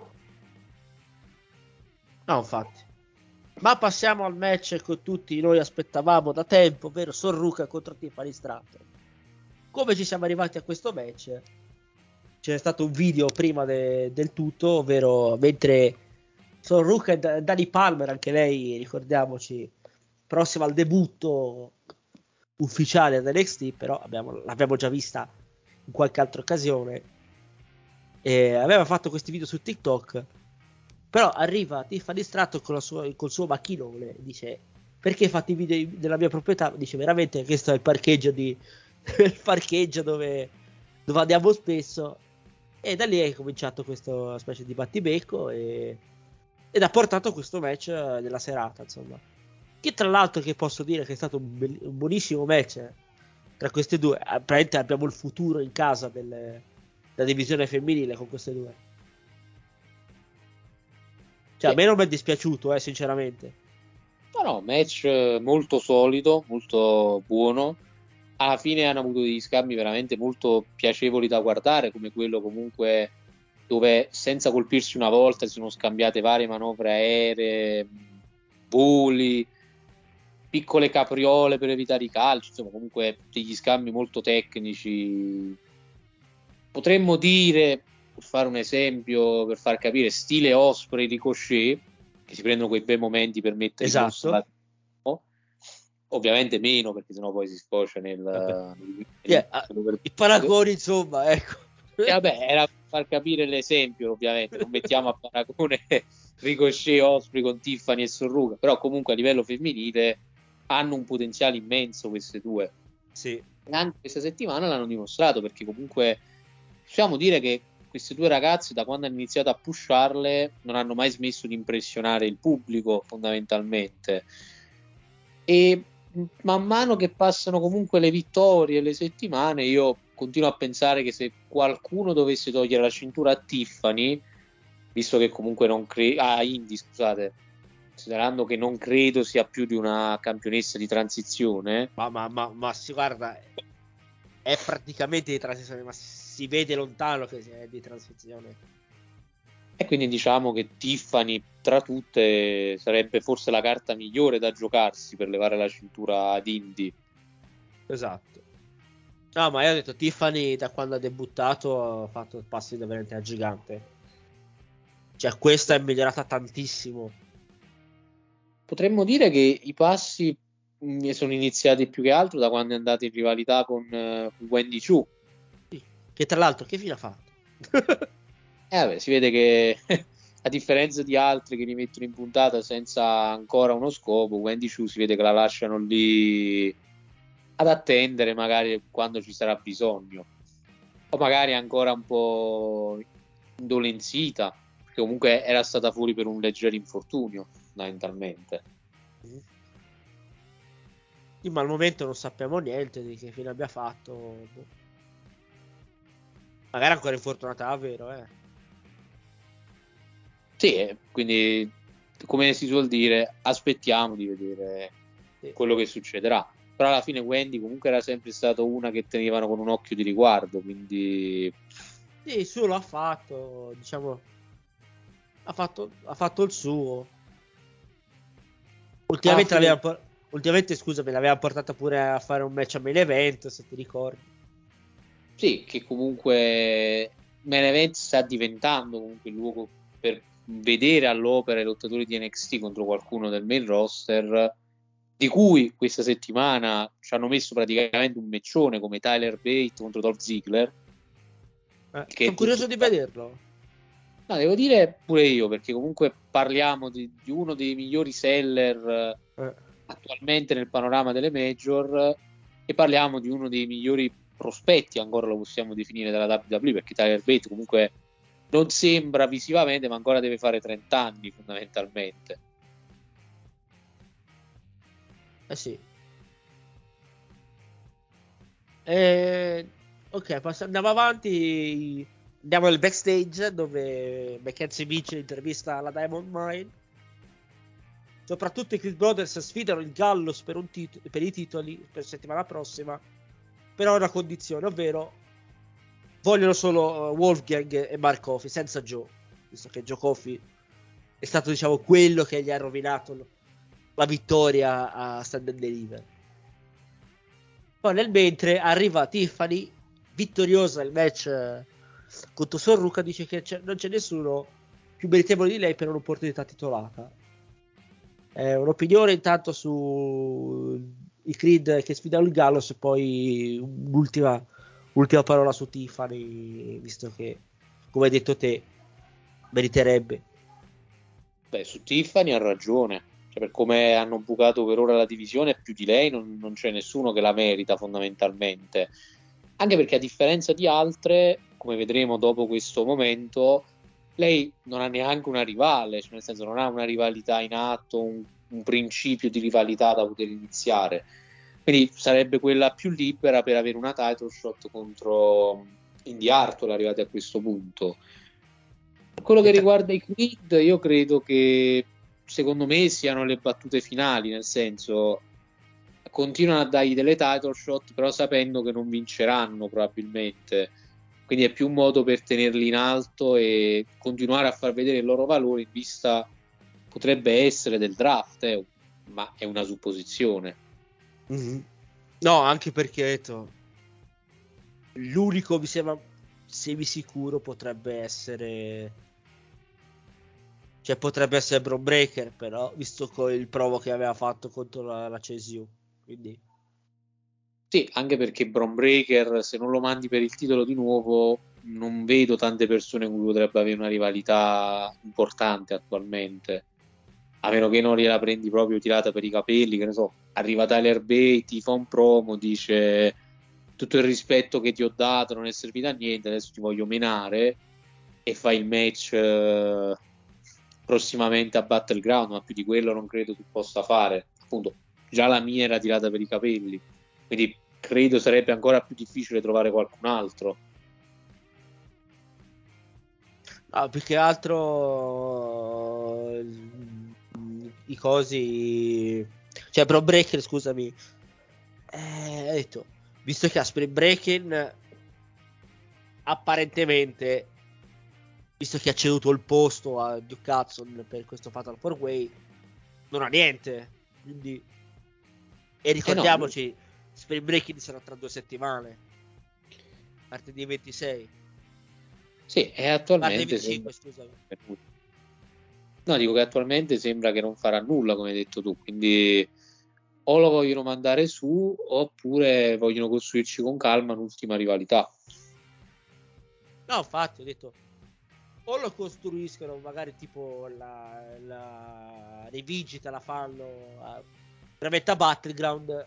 No, infatti. Ma passiamo al match che tutti noi aspettavamo da tempo, ovvero Sorruka contro Tiffany Stratton. Come ci siamo arrivati a questo match? C'è stato un video prima de- del tutto, ovvero mentre Sorruka e D- Dani Palmer, anche lei, ricordiamoci, prossima al debutto ufficiale ad N X T, però abbiamo, l'abbiamo già vista in qualche altra occasione, e aveva fatto questi video su TikTok. Però arriva Tiffany Stratton con la sua, col suo macchinone, dice: perché fate i video della mia proprietà? Dice: veramente questo è il parcheggio di il parcheggio dove, dove andiamo spesso. E da lì è cominciato questo specie di battibecco e, ed ha portato questo match della serata, insomma, che tra l'altro che posso dire che è stato un, be- un buonissimo match tra queste due. Praticamente abbiamo il futuro in casa del, della divisione femminile con queste due. Cioè, a me non mi è dispiaciuto, eh, sinceramente. No, no, match molto solido, molto buono. Alla fine hanno avuto degli scambi veramente molto piacevoli da guardare, come quello comunque dove senza colpirsi una volta si sono scambiate varie manovre aeree, voli, piccole capriole per evitare i calci, insomma comunque degli scambi molto tecnici. Potremmo dire, per fare un esempio, per far capire, stile Osprey Ricochet, che si prendono quei bei momenti per mettere esatto. la... no? Ovviamente meno, perché sennò poi si sfocia nel, nel... Yeah, per... i paragoni, insomma, ecco. E vabbè, era per far capire l'esempio, ovviamente non mettiamo a paragone Ricochet, Osprey con Tiffany e Sorruka, però comunque a livello femminile hanno un potenziale immenso queste due. Sì. E anche questa settimana l'hanno dimostrato, perché comunque possiamo dire che queste due ragazze, da quando hanno iniziato a pusharle, non hanno mai smesso di impressionare il pubblico fondamentalmente, e man mano che passano comunque le vittorie e le settimane, io continuo a pensare che se qualcuno dovesse togliere la cintura a Tiffany, visto che comunque non credo a ah, Indy, scusate, considerando che non credo sia più di una campionessa di transizione, ma, ma, ma, ma si guarda, è praticamente di transizione, ma si vede lontano che è di transizione. E quindi diciamo che Tiffany tra tutte sarebbe forse la carta migliore da giocarsi per levare la cintura ad Indy. Esatto. No, ma io ho detto Tiffany da quando ha debuttato ha fatto passi da veramente a gigante. Cioè questa è migliorata tantissimo. Potremmo dire che i passi mh, sono iniziati più che altro da quando è andata in rivalità con uh, Wendy Chu. Sì. Che tra l'altro che fine ha fatto? Eh vabbè, si vede che a differenza di altri che li mettono in puntata senza ancora uno scopo, Wendy Chu si vede che la lasciano lì ad attendere magari quando ci sarà bisogno, o magari ancora un po' indolenzita, perché comunque era stata fuori per un leggero infortunio fondamentalmente. Sì, ma al momento non sappiamo niente di che fine abbia fatto. Boh. Magari ancora infortunata davvero, eh. Sì, quindi come si suol dire, aspettiamo di vedere sì. quello che succederà. Però alla fine Wendy comunque era sempre stata una che tenevano con un occhio di riguardo, quindi sì, su lo ha fatto, diciamo ha fatto, ha fatto il suo. Ultimamente, ah, l'aveva, fine... ultimamente scusami, l'aveva portata pure a fare un match a main event, se ti ricordi. Sì, che comunque main event sta diventando comunque il luogo per vedere all'opera i lottatori di N X T contro qualcuno del main roster, di cui questa settimana ci hanno messo praticamente un matchone come Tyler Bate contro Dolph Ziggler. Eh, sono curioso di vederlo. No, devo dire pure io, perché comunque parliamo di, di uno dei migliori seller eh. attualmente nel panorama delle major, e parliamo di uno dei migliori prospetti, ancora lo possiamo definire, della W W E, perché Tyler Bate comunque non sembra visivamente, ma ancora deve fare trenta anni fondamentalmente. Eh sì. Eh, ok, pass- andiamo avanti. Andiamo nel backstage dove Mackenzie Mitchell intervista la Diamond Mine. Soprattutto i Creed Brothers sfidano il Gallows per, un tit- per i titoli per settimana prossima, però una condizione, ovvero vogliono solo Wolfgang e Mark Coffey, senza Joe, visto che Joe Coffey è stato, diciamo, quello che gli ha rovinato la vittoria a Stand and Deliver. Poi nel mentre arriva Tiffany vittoriosa il match contro Sorruca, dice che c'è, non c'è nessuno più meritevole di lei per un'opportunità titolata. È un'opinione intanto su i Creed che sfidano il Gallows, e poi un'ultima ultima parola su Tiffany, visto che, come hai detto te, meriterebbe. Beh, su Tiffany ha ragione, cioè, per come hanno bucato per ora la divisione, più di lei non, non c'è nessuno che la merita fondamentalmente, anche perché a differenza di altre, come vedremo dopo questo momento, lei non ha neanche una rivale, cioè nel senso non ha una rivalità in atto, un, un principio di rivalità da poter iniziare, quindi sarebbe quella più libera per avere una title shot contro Indy Hartwell arrivati a questo punto. Per quello che riguarda i Creed, io credo che secondo me siano le battute finali, nel senso continuano a dargli delle title shot però sapendo che non vinceranno probabilmente, quindi è più un modo per tenerli in alto e continuare a far vedere il loro valore in vista, potrebbe essere, del draft, eh, ma è una supposizione. Mm-hmm. No, anche perché detto, l'unico mi sembra semi sicuro potrebbe essere, cioè potrebbe essere Bron Breakker, però visto con il provo che aveva fatto contro la, la C S U, quindi sì, anche perché Bron Breakker, se non lo mandi per il titolo di nuovo, non vedo tante persone con cui potrebbe avere una rivalità importante attualmente, a meno che non gliela prendi proprio tirata per i capelli, che ne so, arriva Tyler Bate, ti fa un promo, dice tutto il rispetto che ti ho dato non è servito a niente, adesso ti voglio menare, e fai il match eh, prossimamente a Battleground, ma più di quello non credo tu possa fare. Appunto, già la mia era tirata per i capelli, quindi credo sarebbe ancora più difficile trovare qualcun altro. No, più che altro i cosi, cioè Bron Breakker, scusami, eh, detto, visto che a Spring Breaking apparentemente visto che ha ceduto il posto a Duke Hudson per questo Fatal four way, non ha niente, quindi e ricordiamoci eh no. Spring Breaking sarà tra due settimane, martedì ventisei. Sì, e attualmente venticinque, sembra... scusami. No, dico che attualmente sembra che non farà nulla, come hai detto tu, quindi o lo vogliono mandare su oppure vogliono costruirci con calma un'ultima rivalità. No, infatti ho detto o lo costruiscono magari tipo la, la rivigita la fanno a veramente a Battleground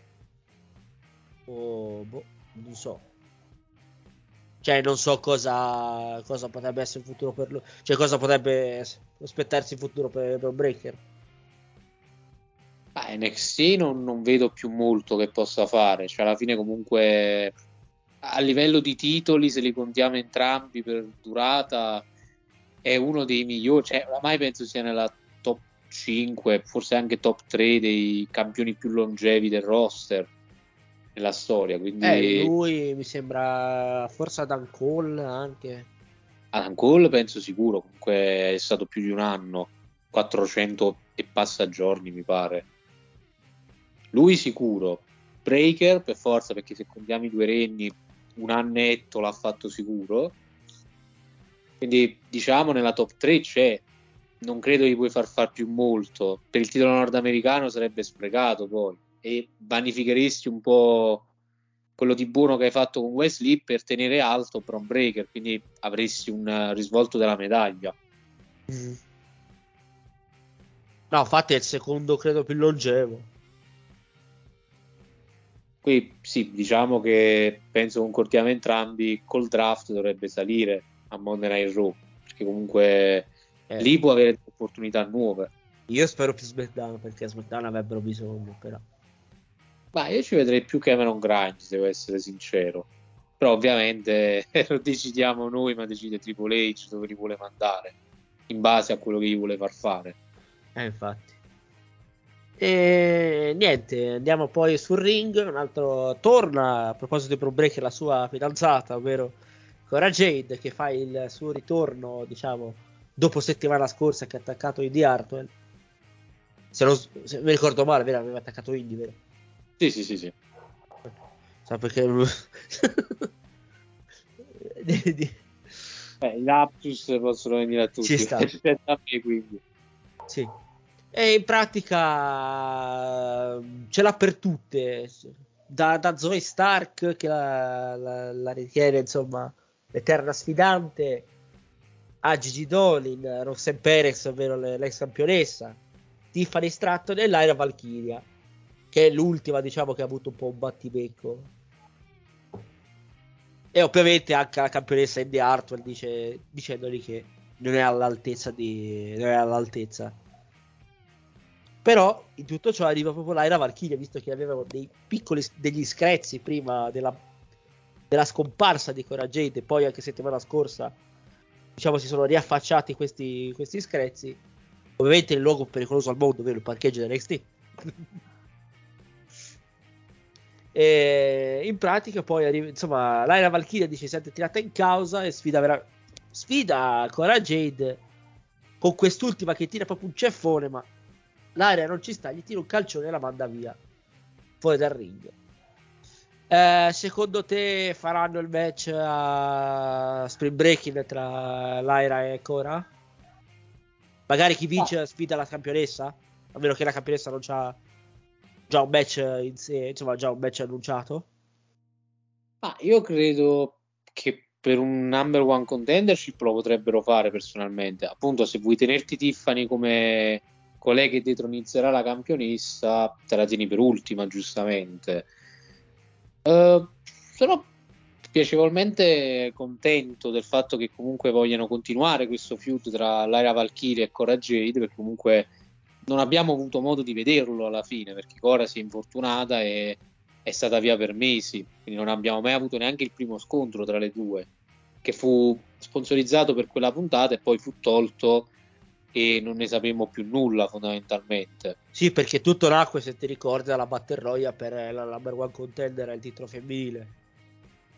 o boh, non so, cioè non so cosa cosa potrebbe essere il futuro per lui, cioè cosa potrebbe aspettarsi il futuro per, per Breaker. Ah, N X T non, non vedo più molto che possa fare, cioè alla fine comunque a livello di titoli, se li contiamo entrambi per durata, è uno dei migliori, cioè oramai penso sia nella top cinque, forse anche top tre dei campioni più longevi del roster nella storia, quindi eh, lui mi sembra forse Adam Cole anche. Adam Cole penso sicuro, comunque è stato più di un anno, quattrocento e passa giorni mi pare. Lui sicuro, Breaker per forza, perché se contiamo i due regni un annetto l'ha fatto sicuro, quindi diciamo nella top tre c'è, non credo gli puoi far far più molto, per il titolo nordamericano sarebbe sprecato poi e vanificheresti un po' quello di buono che hai fatto con Wesley per tenere alto Bron Breaker, quindi avresti un risvolto della medaglia. Mm. No, infatti è il secondo credo più longevo. Qui sì, diciamo che penso concordiamo entrambi, col draft dovrebbe salire a Monday Night Raw, perché comunque eh. lì può avere opportunità nuove. Io spero più SmackDown, perché SmackDown avrebbero bisogno, però. Ma io ci vedrei più Cameron Grimes, devo essere sincero. Però ovviamente lo decidiamo noi, ma decide Triple H dove li vuole mandare, in base a quello che gli vuole far fare. Eh, infatti. E niente, andiamo poi sul ring. Un altro torna a proposito di Bron Breakker la sua fidanzata, ovvero Cora Jade, che fa il suo ritorno, diciamo, dopo settimana scorsa che ha attaccato Indy Hartwell. Se non se mi ricordo male, vero? Aveva attaccato Indy, vero? Sì, sì, sì, sì. Sa perché eh, i lapsus possono venire a tutti. Ci sta. A me, quindi. Sì. E in pratica ce l'ha per tutte, da, da Zoe Stark che la, la, la ritiene insomma l'eterna sfidante, a Gigi Dolin, Roxanne Perez ovvero l'ex campionessa, Tiffany Stratton e Lyra Valkyria, che è l'ultima diciamo che ha avuto un po' un battibecco, e ovviamente anche la campionessa Indy Hartwell dice, dicendogli che non è all'altezza di non è all'altezza. Però in tutto ciò arriva proprio Lyra Valkyria, visto che avevano dei piccoli degli screzi prima della, della scomparsa di Cora Jade, e poi anche settimana scorsa diciamo si sono riaffacciati questi, questi screzi, ovviamente il luogo pericoloso al mondo, ovvero il parcheggio dell'N X T. E in pratica poi arriva, insomma, Lyra Valkyria dice si è tirata in causa e sfida vera, sfida Cora Jade con quest'ultima che tira proprio un ceffone, ma Lyra non ci sta, gli tira un calcione e la manda via fuori dal ring. Eh, secondo te faranno il match a Spring Breaking tra Lyra e Cora? Magari chi vince ah. sfida la campionessa, a meno che la campionessa non c'ha già un match in sé, insomma già un match annunciato. Ah, io credo che per un number one contendership lo potrebbero fare personalmente, appunto se vuoi tenerti Tiffany come colei che detronizzerà la campionessa, te la tieni per ultima, giustamente. Uh, sono piacevolmente contento del fatto che comunque vogliano continuare questo feud tra Lyra Valkyria e Cora Jade, perché comunque non abbiamo avuto modo di vederlo alla fine, perché Cora si è infortunata e è stata via per mesi, quindi non abbiamo mai avuto neanche il primo scontro tra le due, che fu sponsorizzato per quella puntata e poi fu tolto e non ne sapemmo più nulla fondamentalmente. Sì, perché tutto nacque, se ti ricordi, dalla Battle Royale per la number one contender al titolo femminile.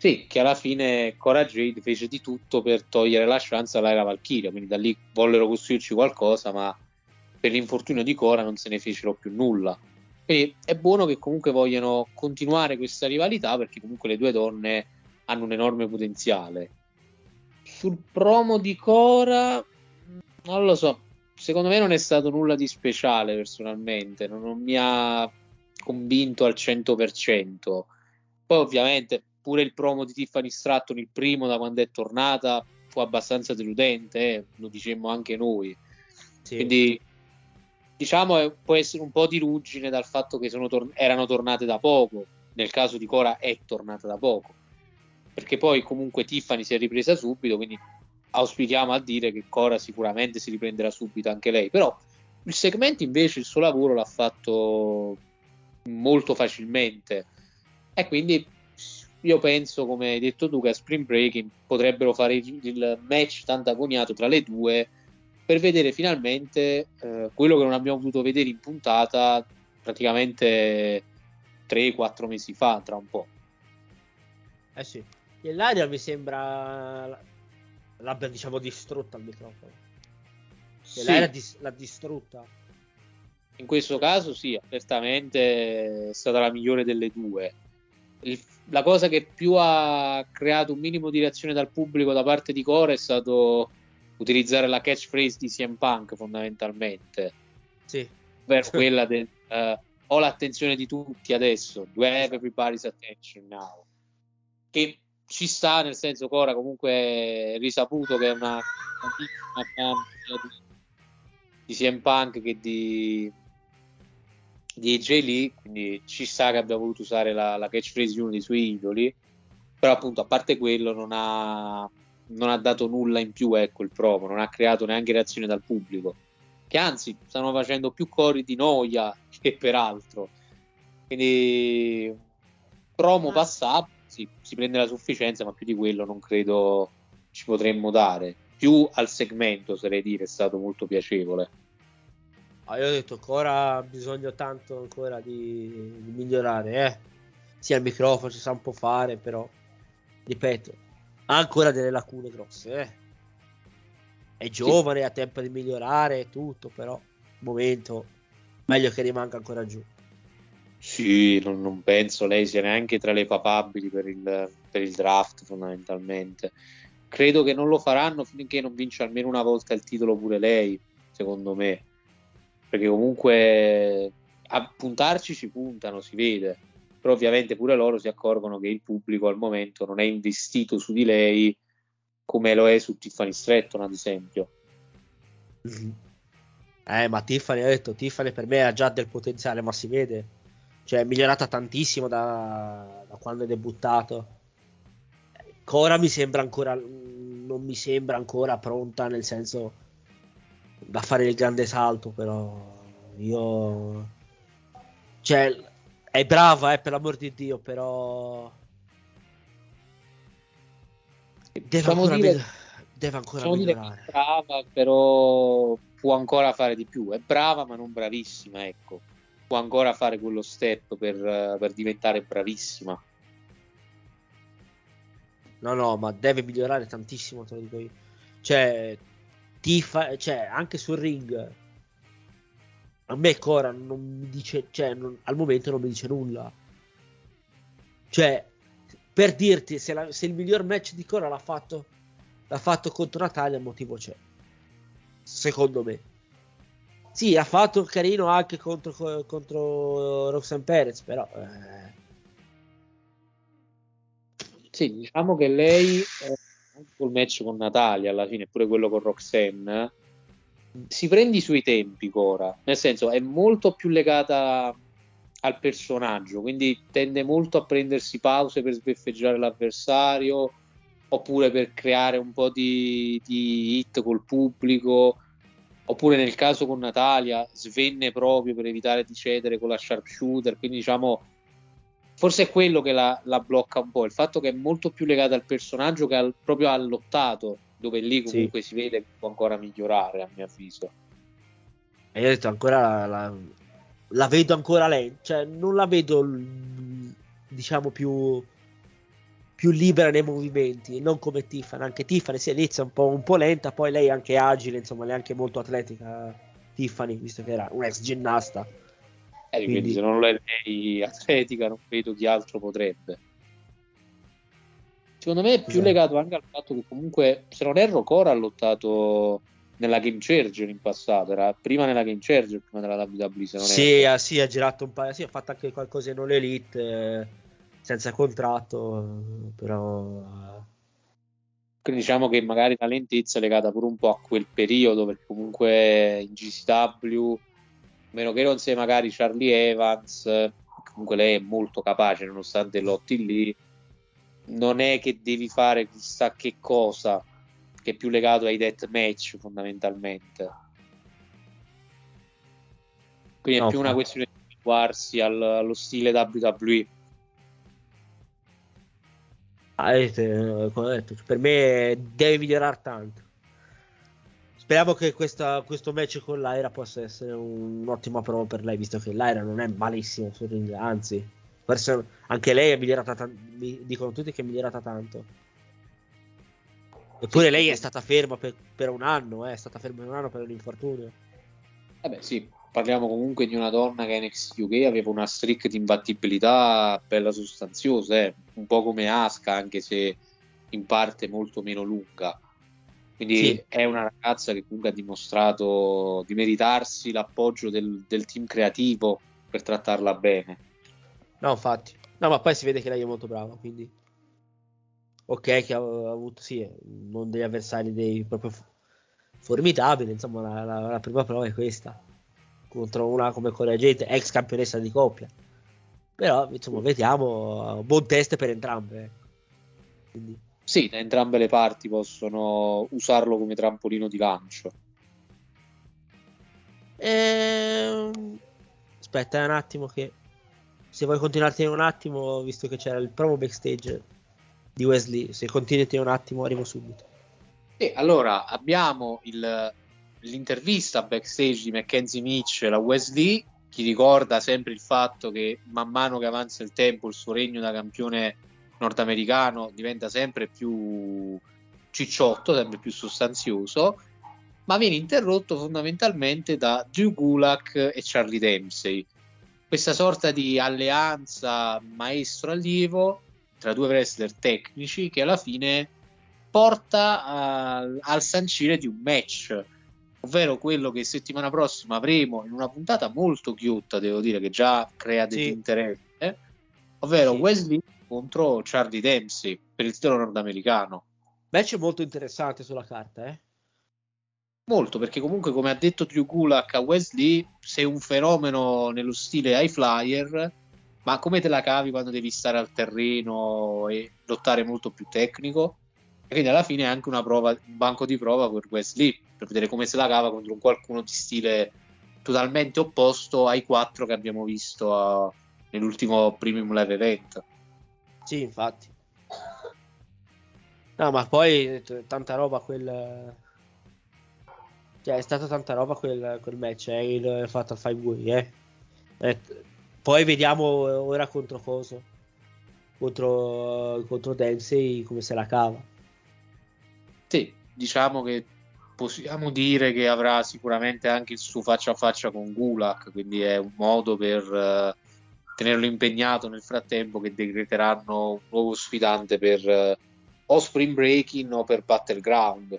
Sì, che alla fine Cora Jade fece di tutto per togliere la chance a Lyra Valkyria, quindi da lì vollero costruirci qualcosa, ma per l'infortunio di Cora non se ne fecero più nulla. Quindi è buono che comunque vogliano continuare questa rivalità, perché comunque le due donne hanno un enorme potenziale. Sul promo di Cora non lo so, secondo me non è stato nulla di speciale personalmente, non, non mi ha convinto al cento per cento. Poi ovviamente pure il promo di Tiffany Stratton, il primo da quando è tornata, fu abbastanza deludente, eh? Lo dicemmo anche noi. Sì. Quindi diciamo eh, può essere un po' di ruggine dal fatto che sono tor- erano tornate da poco. Nel caso di Cora è tornata da poco, perché poi comunque Tiffany si è ripresa subito, quindi auspichiamo a dire che Cora sicuramente si riprenderà subito anche lei. Però il segmento invece il suo lavoro l'ha fatto molto facilmente, e quindi io penso, come hai detto tu, che a Spring Breaking potrebbero fare il, il match tanto agognato tra le due per vedere finalmente eh, quello che non abbiamo potuto vedere in puntata praticamente tre quattro mesi fa, tra un po'. Eh sì, Ilaria mi sembra l'abbia, diciamo, distrutta il microfono. Sì. Ilaria dis- l'ha distrutta. In questo caso sì, certamente è stata la migliore delle due. Il, la cosa che più ha creato un minimo di reazione dal pubblico da parte di Cora è stato utilizzare la catchphrase di C M Punk, fondamentalmente. Sì. Per quella del uh, ho l'attenzione di tutti adesso, do I have everybody's attention now, che ci sta, nel senso Cora comunque è risaputo che è una, una fan di C M Punk che di di A J Lee, quindi ci sta che abbia voluto usare la, la catchphrase di uno dei suoi idoli. Però appunto, a parte quello, non ha non ha dato nulla in più, ecco, il promo non ha creato neanche reazione dal pubblico, che anzi stanno facendo più cori di noia che peraltro. Quindi promo passabile, sì, si prende la sufficienza, ma più di quello non credo ci potremmo dare. Più al segmento, oserei dire, è stato molto piacevole. Ah, io ho detto ancora ha bisogno tanto ancora di, di migliorare, eh. Sì, al microfono ci sa un po' fare, però ripeto, ha ancora delle lacune grosse, eh. È giovane, sì, ha tempo di migliorare e tutto, però al momento meglio che rimanga ancora giù. Sì, non, non penso lei sia neanche tra le papabili per il, per il draft, fondamentalmente. Credo che non lo faranno finché non vince almeno una volta il titolo pure lei, secondo me, perché comunque a puntarci ci puntano, si vede, però ovviamente pure loro si accorgono che il pubblico al momento non è investito su di lei come lo è su Tiffany Stratton, ad esempio. Mm-hmm. Eh, ma Tiffany, ho detto, Tiffany per me ha già del potenziale, ma si vede, cioè è migliorata tantissimo da, da quando è debuttato. Cora mi sembra ancora, non mi sembra ancora pronta, nel senso da fare il grande salto, però io, cioè è brava, eh, per l'amor di Dio, però deve diciamo ancora, dire, mi... deve ancora diciamo migliorare. Dire che è brava, però può ancora fare di più. È brava ma non bravissima, ecco, può ancora fare quello step per, per diventare bravissima. No, no, ma deve migliorare tantissimo, te lo dico io. Cioè, Tifa, cioè anche sul ring, a me Cora non mi dice, cioè non, al momento non mi dice nulla. Cioè, per dirti, se, la, se il miglior match di Cora l'ha fatto l'ha fatto contro Natalia, il motivo c'è, secondo me. Sì, ha fatto carino anche contro, contro Roxanne Perez, però eh... sì, diciamo che lei eh, anche col match con Natalia, alla fine pure quello con Roxanne, si prende i suoi tempi Cora, nel senso è molto più legata al personaggio, quindi tende molto a prendersi pause per sbeffeggiare l'avversario oppure per creare un po' di, di hit col pubblico, oppure nel caso con Natalia svenne proprio per evitare di cedere con la sharpshooter. Quindi diciamo forse è quello che la, la blocca un po', il fatto che è molto più legata al personaggio che al, proprio al lottato, dove lì comunque sì, si vede che può ancora migliorare, a mio avviso. E io ho detto ancora la, la vedo ancora lei, cioè non la vedo diciamo più più libera nei movimenti, non come Tiffany. Anche Tiffany si inizia un po', un po' lenta, poi lei è anche agile, insomma, lei è anche molto atletica, Tiffany, visto che era un'ex ginnasta. Eh, quindi, quindi se non è lei atletica, non vedo chi altro potrebbe. Secondo me è più esatto. legato anche al fatto che comunque, se non erro, Cora ha lottato nella Game Changer in passato, era prima nella Game Changer, prima della W W E, se non sì, erro. Ah, sì, ha girato un paio, sì, ha fatto anche qualcosa in All Elite, eh, senza contratto, però... Quindi diciamo che magari la lentezza è legata pure un po' a quel periodo, perché comunque in G C W, meno che non sia magari Charlie Evans, comunque lei è molto capace nonostante lotti lì, non è che devi fare chissà che cosa, che è più legato ai death match fondamentalmente, quindi no, è più una questione di abituarsi al, allo stile W W E. Ah, eh, come ho detto, per me deve migliorare tanto. Speriamo che questa, questo match con Lyra possa essere un'ottima prova per lei, visto che Lyra non è malissimo sul ring, anzi forse anche lei è migliorata tanto, dicono tutti che è migliorata tanto, eppure sì, lei è stata ferma per, per un anno eh, è stata ferma per un anno per un infortunio. Vabbè sì, parliamo comunque di una donna che in N X T U K aveva una streak di imbattibilità bella sostanziosa, eh? Un po' come Asuka, anche se in parte molto meno lunga, quindi sì. È una ragazza che comunque ha dimostrato di meritarsi l'appoggio del, del team creativo per trattarla bene. No, infatti, no, ma poi si vede che lei è molto brava, quindi ok che ha, ha avuto sì, non degli avversari dei proprio formidabili, insomma la, la, la prima prova è questa contro una come Corea Jade, ex campionessa di coppia, però insomma vediamo, buon test per entrambe, quindi sì, da entrambe le parti possono usarlo come trampolino di lancio. ehm... aspetta un attimo che se vuoi continuare un attimo, visto che c'era il promo backstage di Wesley, se continui un attimo arrivo subito. E allora abbiamo il, l'intervista backstage di Mackenzie Mitchell a Wesley. Chi ricorda sempre il fatto che man mano che avanza il tempo il suo regno da campione nordamericano diventa sempre più cicciotto, sempre più sostanzioso, ma viene interrotto fondamentalmente da Drew Gulak e Charlie Dempsey, questa sorta di alleanza maestro-allievo tra due wrestler tecnici che alla fine porta a, al sancire di un match, ovvero quello che settimana prossima avremo in una puntata molto ghiotta, devo dire, che già crea degli sì. interessi, eh? ovvero sì. Wesley contro Charlie Dempsey per il titolo nordamericano. Match molto interessante sulla carta, eh? Molto, perché comunque, come ha detto Drew Gulak a Wesley, sei un fenomeno nello stile high flyer, ma come te la cavi quando devi stare al terreno e lottare molto più tecnico? E quindi alla fine è anche una prova, un banco di prova per Wesley, per vedere come se la cava contro un qualcuno di stile totalmente opposto ai quattro che abbiamo visto a, nell'ultimo Premium Live Event. Sì, infatti. No, ma poi tanta roba quel... Cioè, è stata tanta roba quel, quel match, eh, il Fatal Five Way, eh. eh. Poi vediamo ora contro Coso, contro, contro Dempsey, come se la cava. Sì, diciamo che possiamo dire che avrà sicuramente anche il suo faccia a faccia con Gulak, quindi è un modo per uh, tenerlo impegnato nel frattempo che decreteranno un nuovo sfidante per uh, o Spring Breaking o per Battleground.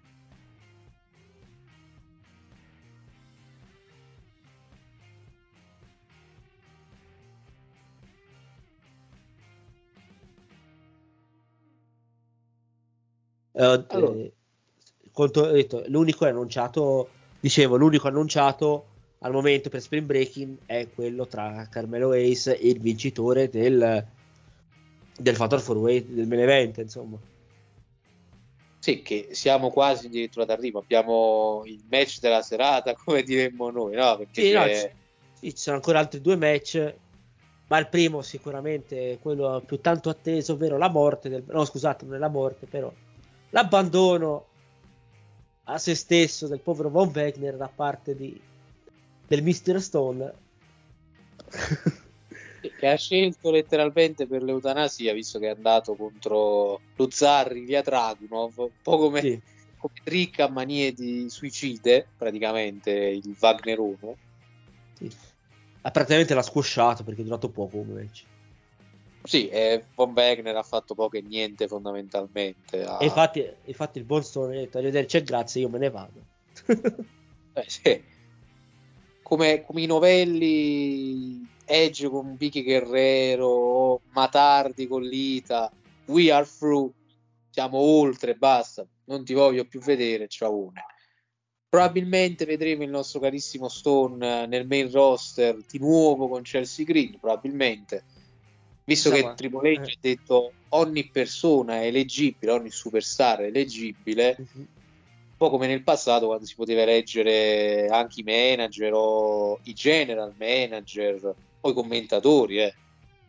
Uh, allora. eh, conto, detto, l'unico è annunciato, dicevo, l'unico annunciato al momento per Spring Breaking è quello tra Carmelo Hayes e il vincitore del del Fatal four Way del main event, insomma. Sì, che siamo quasi addirittura d'arrivo, abbiamo il match della serata, come diremmo noi, no? Perché sì, no, ci, sì, ci sono ancora altri due match, ma il primo sicuramente è quello più tanto atteso, ovvero la morte del, no scusate, non è la morte, però l'abbandono a se stesso del povero Von Wagner da parte di del mister Stone. che ha scelto letteralmente per l'eutanasia, visto che è andato contro lo zar Ilya Dragunov, un po' come, Sì. come Trick a manie di suicide, praticamente il Wagner uno. Sì. Ha praticamente l'ha squasciato perché è durato poco come match. Sì, e Von Wagner ha fatto poco e niente fondamentalmente. Ha... E infatti, infatti il buon Stone ha detto arrivederci e grazie, io me ne vado. Eh, sì. come, come i novelli Edge con Vicky Guerrero, Matardi con Lita, we are through, siamo oltre, basta, non ti voglio più vedere, ciao. Probabilmente vedremo il nostro carissimo Stone nel main roster di nuovo con Chelsea Green, probabilmente, visto Insomma, che Triple H eh. ha detto ogni persona è eleggibile, ogni superstar è eleggibile, uh-huh. un po' come nel passato quando si poteva eleggere anche i manager o i general manager o i commentatori, eh.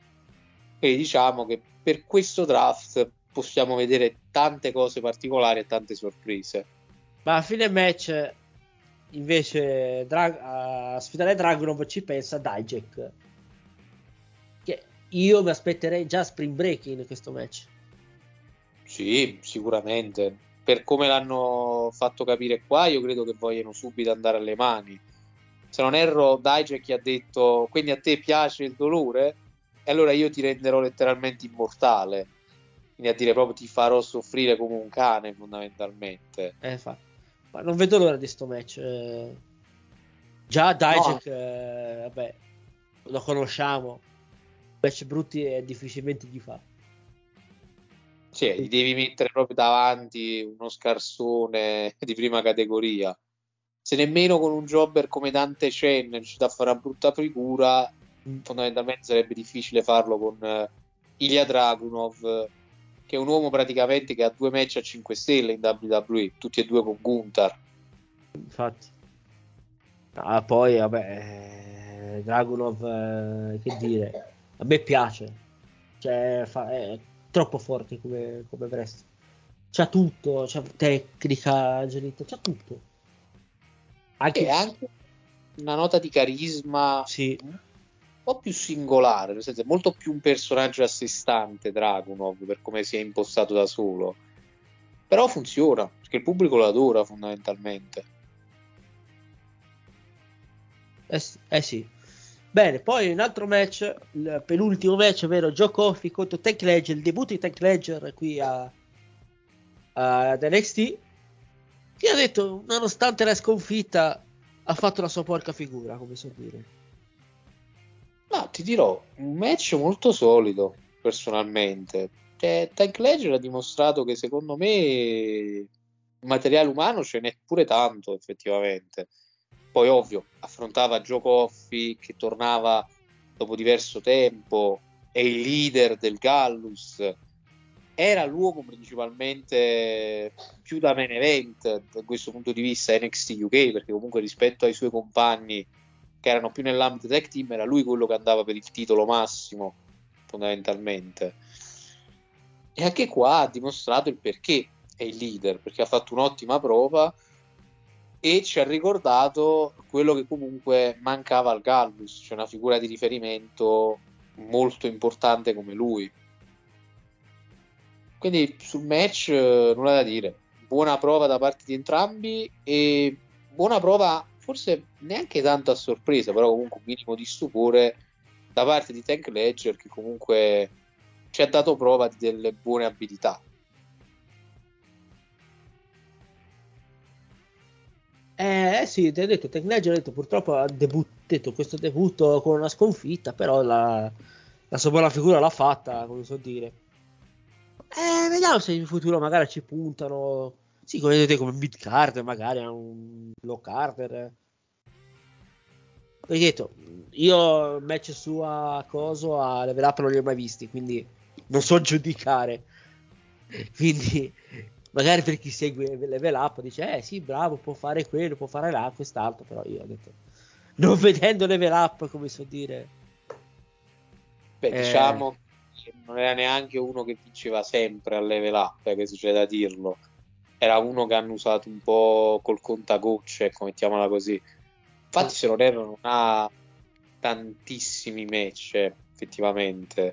E diciamo che per questo draft possiamo vedere tante cose particolari e tante sorprese. Ma a fine match invece Drag- a sfidare Dragunov ci pensa Dijak, che io mi aspetterei già Spring Break in questo match. Sì, sicuramente, per come l'hanno fatto capire qua, io credo che vogliano subito andare alle mani. Se non erro, Dijak ha detto quindi a te piace il dolore? E allora io ti renderò letteralmente immortale, quindi a dire proprio ti farò soffrire come un cane fondamentalmente. Eh, fa. Ma non vedo l'ora di sto match. Eh, già Dijak, no. eh, vabbè, lo conosciamo. Match brutti è difficilmente gli fa. Sì, gli devi mettere proprio davanti uno scarsone di prima categoria. Se nemmeno con un jobber come Dante Chen riuscito a fare una brutta figura, mm. fondamentalmente sarebbe difficile farlo con uh, Ilya Dragunov, che è un uomo praticamente che ha due match a cinque stelle in W W E, tutti e due con Gunther. Infatti. Ah, poi, vabbè, eh, Dragunov, eh, che dire, a me piace. Cioè, fa, è troppo forte come, come wrestler. C'ha tutto, c'ha tecnica, agilità, c'ha tutto. Anche... E anche una nota di carisma, sì, un po' più singolare, nel senso è molto più un personaggio a sé stante Dragunov per come si è impostato da solo, però funziona perché il pubblico lo adora fondamentalmente. Eh, eh sì. Bene, poi un altro match, il penultimo match, ovvero Joe Coffey contro Tank Ledger, il debutto di Tank Ledger qui a, a ad N X T, che ha detto, nonostante la sconfitta, ha fatto la sua porca figura, come so dire. No, ti dirò, un match molto solido, personalmente. Cioè, Tank Ledger ha dimostrato che secondo me materiale umano ce n'è pure tanto, effettivamente. Poi, ovvio, affrontava Joe Coffey, che tornava dopo diverso tempo, è il leader del Gallus, era l'uomo principalmente più da main event da questo punto di vista N X T U K, perché comunque rispetto ai suoi compagni che erano più nell'ambito tag team era lui quello che andava per il titolo massimo fondamentalmente. E anche qua ha dimostrato il perché è il leader, perché ha fatto un'ottima prova e ci ha ricordato quello che comunque mancava al Gallus, cioè una figura di riferimento molto importante come lui. Quindi sul match nulla da dire, buona prova da parte di entrambi e buona prova forse neanche tanto a sorpresa, però comunque un minimo di stupore da parte di Tank Ledger, che comunque ci ha dato prova di delle buone abilità. Eh, eh sì, ti ho detto, Tank Ledger ha detto purtroppo ha debut- detto questo debutto con una sconfitta, però la, la sua buona figura l'ha fatta, come so dire. Eh, vediamo se in futuro magari ci puntano. Sì, come vedete, come mid card, magari a un low card. Perché detto, io match su a coso a level up non li ho mai visti, quindi non so giudicare. Quindi magari per chi segue level up dice eh sì, bravo, può fare quello, può fare là, quest'altro, però io ho detto non vedendo level up, come so dire. Beh, eh... diciamo non era neanche uno che vinceva sempre al level up, eh, che c'è da dirlo, era uno che hanno usato un po' col contagocce, ecco, mettiamola così. Infatti se non erro non ha tantissimi match, effettivamente.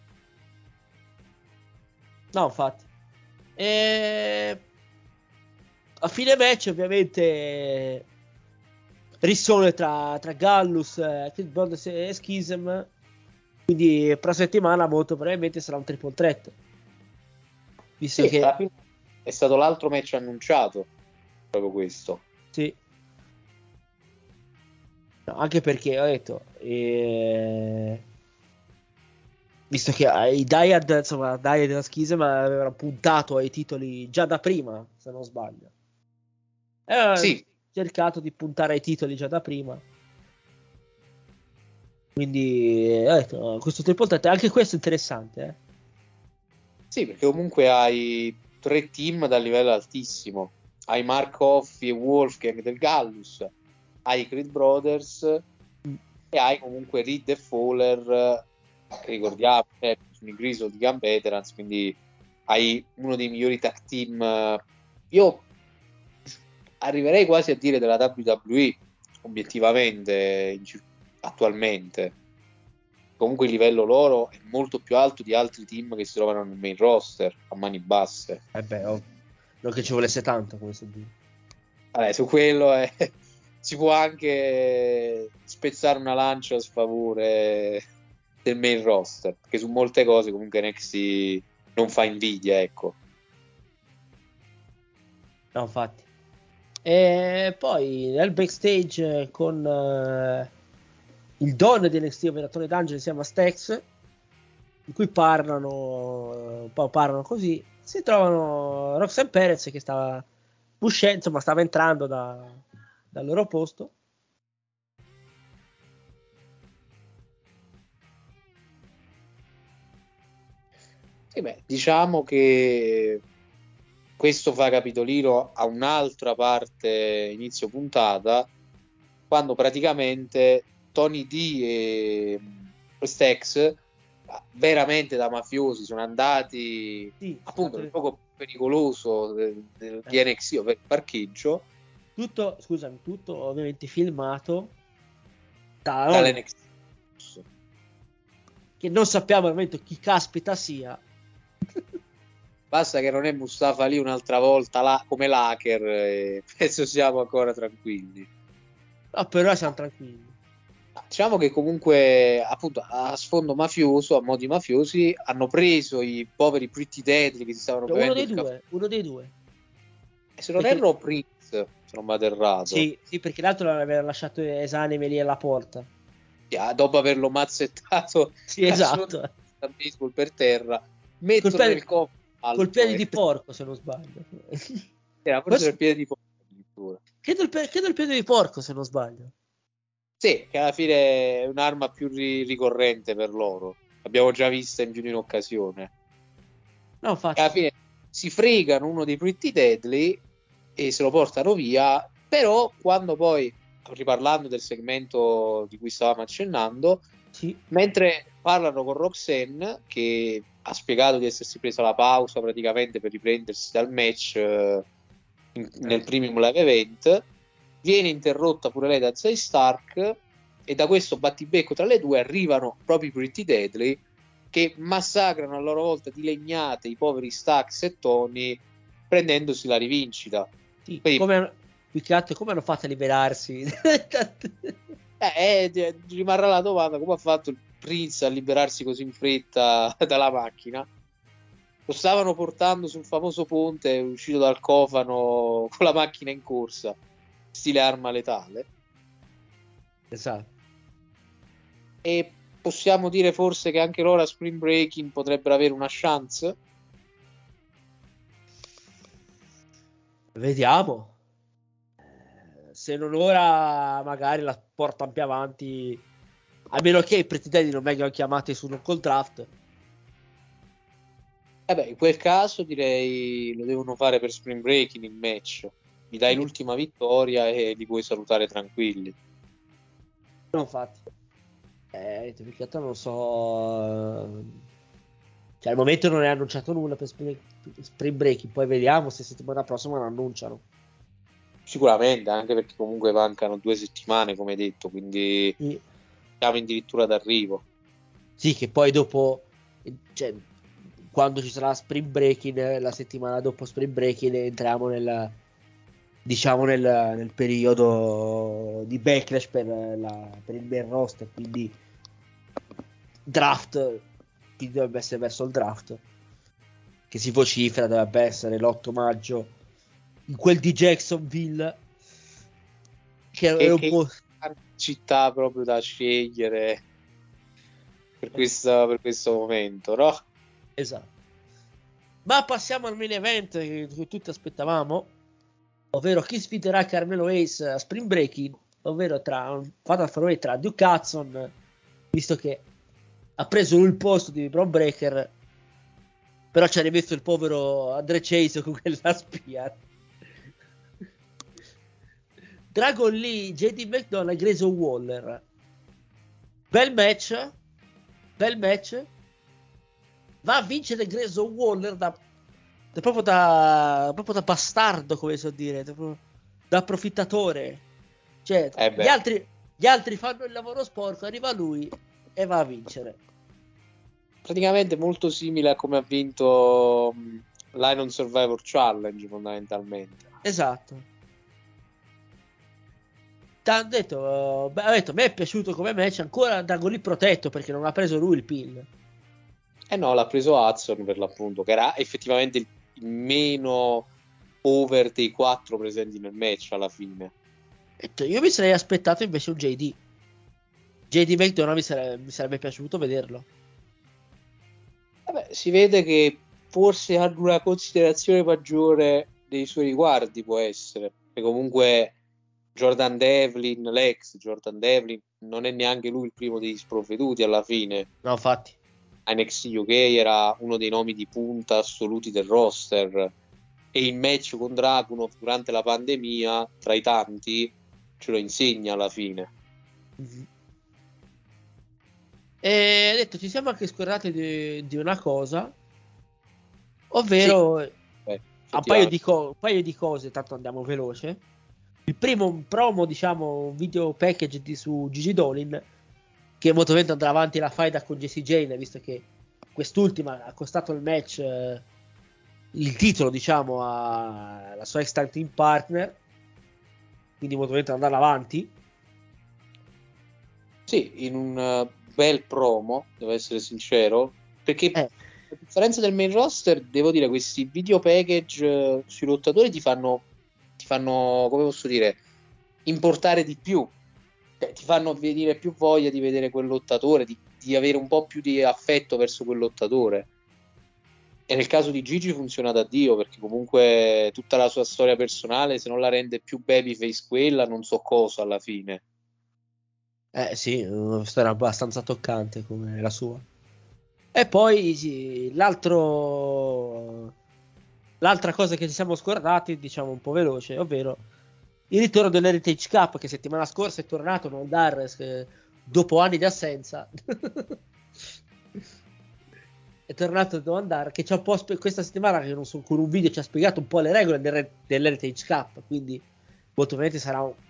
No, infatti. E... a fine match, ovviamente, rissone tra, tra Gallus, eh, Creed Brothers e Schism. Quindi, per la settimana, molto probabilmente sarà un triple threat. Visto sì, che alla fine è stato l'altro match annunciato, proprio questo. Sì. No, anche perché ho detto, eh... visto che eh, i Dyad, insomma, Dyad della Schism avevano puntato ai titoli già da prima, se non sbaglio. Avevano Sì. cercato di puntare ai titoli già da prima. Quindi, eh, ho detto, questo triple threat, anche questo è interessante, eh. Sì, perché comunque hai tre team dal livello altissimo. Hai Mark Hoffy e Wolfgang del Gallus, hai i Creed Brothers mm. e hai comunque Reed e Fowler, che ricordiamo, eh, sono i Grizzled di Gun Veterans, quindi hai uno dei migliori tag team. Io arriverei quasi a dire della W W E, obiettivamente, attualmente. Comunque il livello loro è molto più alto di altri team che si trovano nel main roster a mani basse. Eh beh, oh, non che ci volesse tanto, come si dice. Vabbè, su quello è... si può anche spezzare una lancia a sfavore del main roster, perché su molte cose comunque N X T non fa invidia, ecco. No, infatti. E poi nel backstage con uh, il don di N X T, ovvero Tony D'Angelo, insieme a Stax, in cui parlano un po' parlano così, si trovano Roxanne Perez che stava uscendo, insomma stava entrando da, dal loro posto. Sì, beh, diciamo che questo fa capitolino a un'altra parte inizio puntata, quando praticamente Tony D e Stax, veramente da mafiosi, sono andati sì, appunto sì. nel poco pericoloso del, del eh. N X T, ovvero il parcheggio. Tutto, scusami, tutto ovviamente filmato da dall'N X T, che non sappiamo veramente chi caspita sia. Basta che non è Mustafa lì un'altra volta là, come l'hacker, e penso siamo ancora tranquilli. No, però siamo tranquilli. Diciamo che comunque appunto a sfondo mafioso, a modi mafiosi, hanno preso i poveri Pretty Deadly che si stavano Uno bevendo dei il due, caffè. uno dei due. E se non perché... erro Prince, se non vado errato. Sì, sì, perché l'altro l'aveva lasciato esanime lì alla porta. Yeah, dopo averlo mazzettato sì, esatto. da baseball per terra, mettono piede, nel cofano col piede e... di porco, se non sbaglio. Era forse il piede di porco addirittura. Credo il, credo il piede di porco, se non sbaglio. Sì, che alla fine è un'arma più ri- ricorrente per loro. L'abbiamo già vista in più di un'occasione. No, infatti. Alla fine si fregano uno dei Pretty Deadly e se lo portano via. Però quando poi, riparlando del segmento di cui stavamo accennando, sì. mentre parlano con Roxanne, che ha spiegato di essersi presa la pausa praticamente per riprendersi dal match eh, in, nel Premium Live Event, viene interrotta pure lei da Zoe Stark e da questo battibecco tra le due arrivano proprio i Pretty Deadly che massacrano a loro volta di legnate i poveri Stax e Tony prendendosi la rivincita. Sì, Quindi, come, come hanno fatto a liberarsi? eh, eh, rimarrà la domanda: come ha fatto il Prince a liberarsi così in fretta dalla macchina? Lo stavano portando sul famoso ponte, uscito dal cofano con la macchina in corsa, stile arma letale. Esatto. E possiamo dire forse che anche loro a Spring Breaking potrebbero avere una chance? Vediamo. Se non ora magari la portano più avanti, a meno che i Pretty Deadly non vengano chiamati su un call draft. Eh beh, in quel caso direi lo devono fare per Spring Breaking il match. Gli dai l'ultima vittoria e li puoi salutare tranquilli. No, infatti. Eh, perché non so. Cioè, al momento non è annunciato nulla per Spring, Spring Breaking. Poi vediamo se settimana prossima lo annunciano. Sicuramente, anche perché comunque mancano due settimane, come detto, quindi sì. siamo addirittura d'arrivo. Sì, che poi dopo, cioè, quando ci sarà Spring Breaking, la settimana dopo Spring Breaking, entriamo nel, diciamo, nel, nel periodo di backlash per, la, per il main roster, quindi draft, quindi dovrebbe essere verso il draft, che si vocifera dovrebbe essere l'otto maggio in quel di Jacksonville, che è un che po' città proprio da scegliere per questo, per questo momento, no? Esatto. Ma passiamo al main event che, che tutti aspettavamo, ovvero chi sfiderà Carmelo Hayes a Spring Breaking, ovvero tra un fatal four way tra Duke Hudson, visto che ha preso lui il posto di Bron Breakker, però ci ha rimesso il povero Andre Chase con quella spia. Dragon Lee, J D McDonagh, Grayson Waller. Bel match, bel match. Va a vincere Grayson Waller da, da, proprio, da proprio da bastardo, come so dire, da, da approfittatore. Cioè, eh gli, altri, gli altri fanno il lavoro sporco, arriva lui e va a vincere. Praticamente molto simile a come ha vinto um, l'Iron Survivor Challenge, fondamentalmente. Esatto. T'ha detto, beh, ha detto, a me è piaciuto come match, ancora Dragon Lee protetto perché non ha preso lui il pin. Eh no, l'ha preso Hudson per l'appunto, che era effettivamente il, il meno over dei quattro presenti nel match alla fine. Io mi sarei aspettato invece un J D. J D McDonagh mi sarebbe, mi sarebbe piaciuto vederlo. Vabbè, si vede che forse ha una considerazione maggiore dei suoi riguardi, può essere. E comunque Jordan Devlin, l'ex Jordan Devlin, non è neanche lui il primo degli sprovveduti alla fine. No, infatti. A N X T U K era uno dei nomi di punta assoluti del roster, e il match con Dragunov durante la pandemia, tra i tanti, ce lo insegna alla fine. Mm-hmm. E ha detto, ci siamo anche scordati di, di una cosa, ovvero sì. Beh, un, paio di co- un paio di cose, tanto andiamo veloce. Il primo, un promo, diciamo, un video package di, su Gigi Dolin, che molto ovviamente andrà avanti la faida con Jessie Jane, visto che quest'ultima ha costato il match, eh, il titolo, diciamo, alla sua ex tag team partner, quindi molto ovviamente andare avanti. Sì, in un uh, bel promo, devo essere sincero, perché eh. a differenza del main roster, devo dire, questi video package uh, sui lottatori ti fanno, ti fanno, come posso dire, importare di più. Ti fanno venire più voglia di vedere quel lottatore, di, di avere un po' più di affetto verso quel lottatore. E nel caso di Gigi funziona da Dio, perché comunque tutta la sua storia personale, se non la rende più babyface quella, non so cosa alla fine. Eh sì, una storia abbastanza toccante come la sua. E poi sì, l'altro l'altra cosa che ci siamo scordati, diciamo un po' veloce, ovvero il ritorno dell'Heritage Cup, che settimana scorsa è tornato non Darres, che dopo anni di assenza è tornato Noam Dar, che ci ha un po' spe- questa settimana che non so, con un video ci ha spiegato un po' le regole del, dell'Heritage Cup, quindi molto probabilmente sarà un,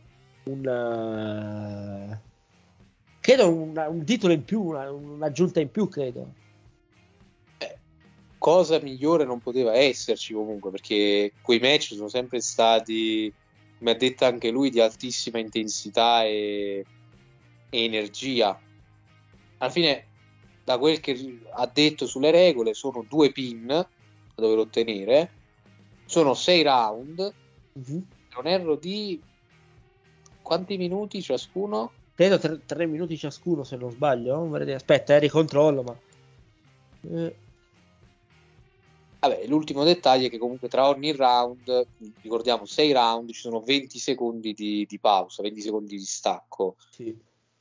un uh, credo un, un titolo in più, una, un'aggiunta in più, credo. Eh, cosa migliore non poteva esserci comunque, perché quei match sono sempre stati, come ha detto anche lui, di altissima intensità e, e energia. Alla fine, da quel che ha detto sulle regole, sono due pin da dover ottenere, sono sei round, mm-hmm. non erro di quanti minuti ciascuno? Credo tre, tre minuti ciascuno, se non sbaglio. Aspetta, eh, ricontrollo, ma eh. Vabbè, l'ultimo dettaglio è che comunque tra ogni round, ricordiamo sei round, ci sono venti secondi di, di pausa, venti secondi di stacco. Sì.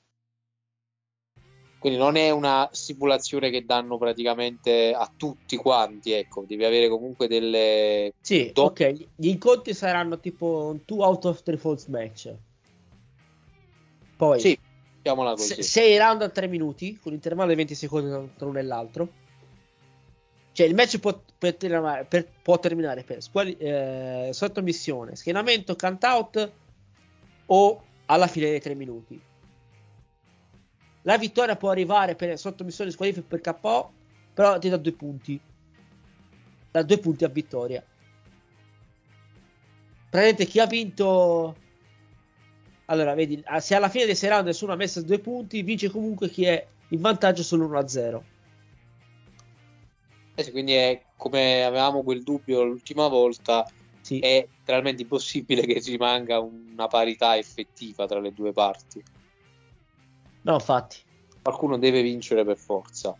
Quindi non è una stipulazione che danno praticamente a tutti quanti, ecco, devi avere comunque delle... Sì, do- ok, gli incontri saranno tipo un two out of three falls match. Poi sì, chiamiamola così. sei round a tre minuti, con intervallo di venti secondi tra uno e l'altro. Cioè il match può, per terminare, per, può terminare per squali, eh, sottomissione, schienamento, count out o alla fine dei tre minuti. la vittoria può arrivare per sottomissione di squalifica per K O, però ti dà due punti, da due punti a vittoria. Praticamente chi ha vinto, allora vedi, se alla fine dei sei round nessuno ha messo due punti, vince comunque chi è in vantaggio sull'uno a zero. Eh sì, quindi è come avevamo quel dubbio l'ultima volta, sì. È realmente impossibile che rimanga una parità effettiva tra le due parti. No, infatti. Qualcuno deve vincere per forza.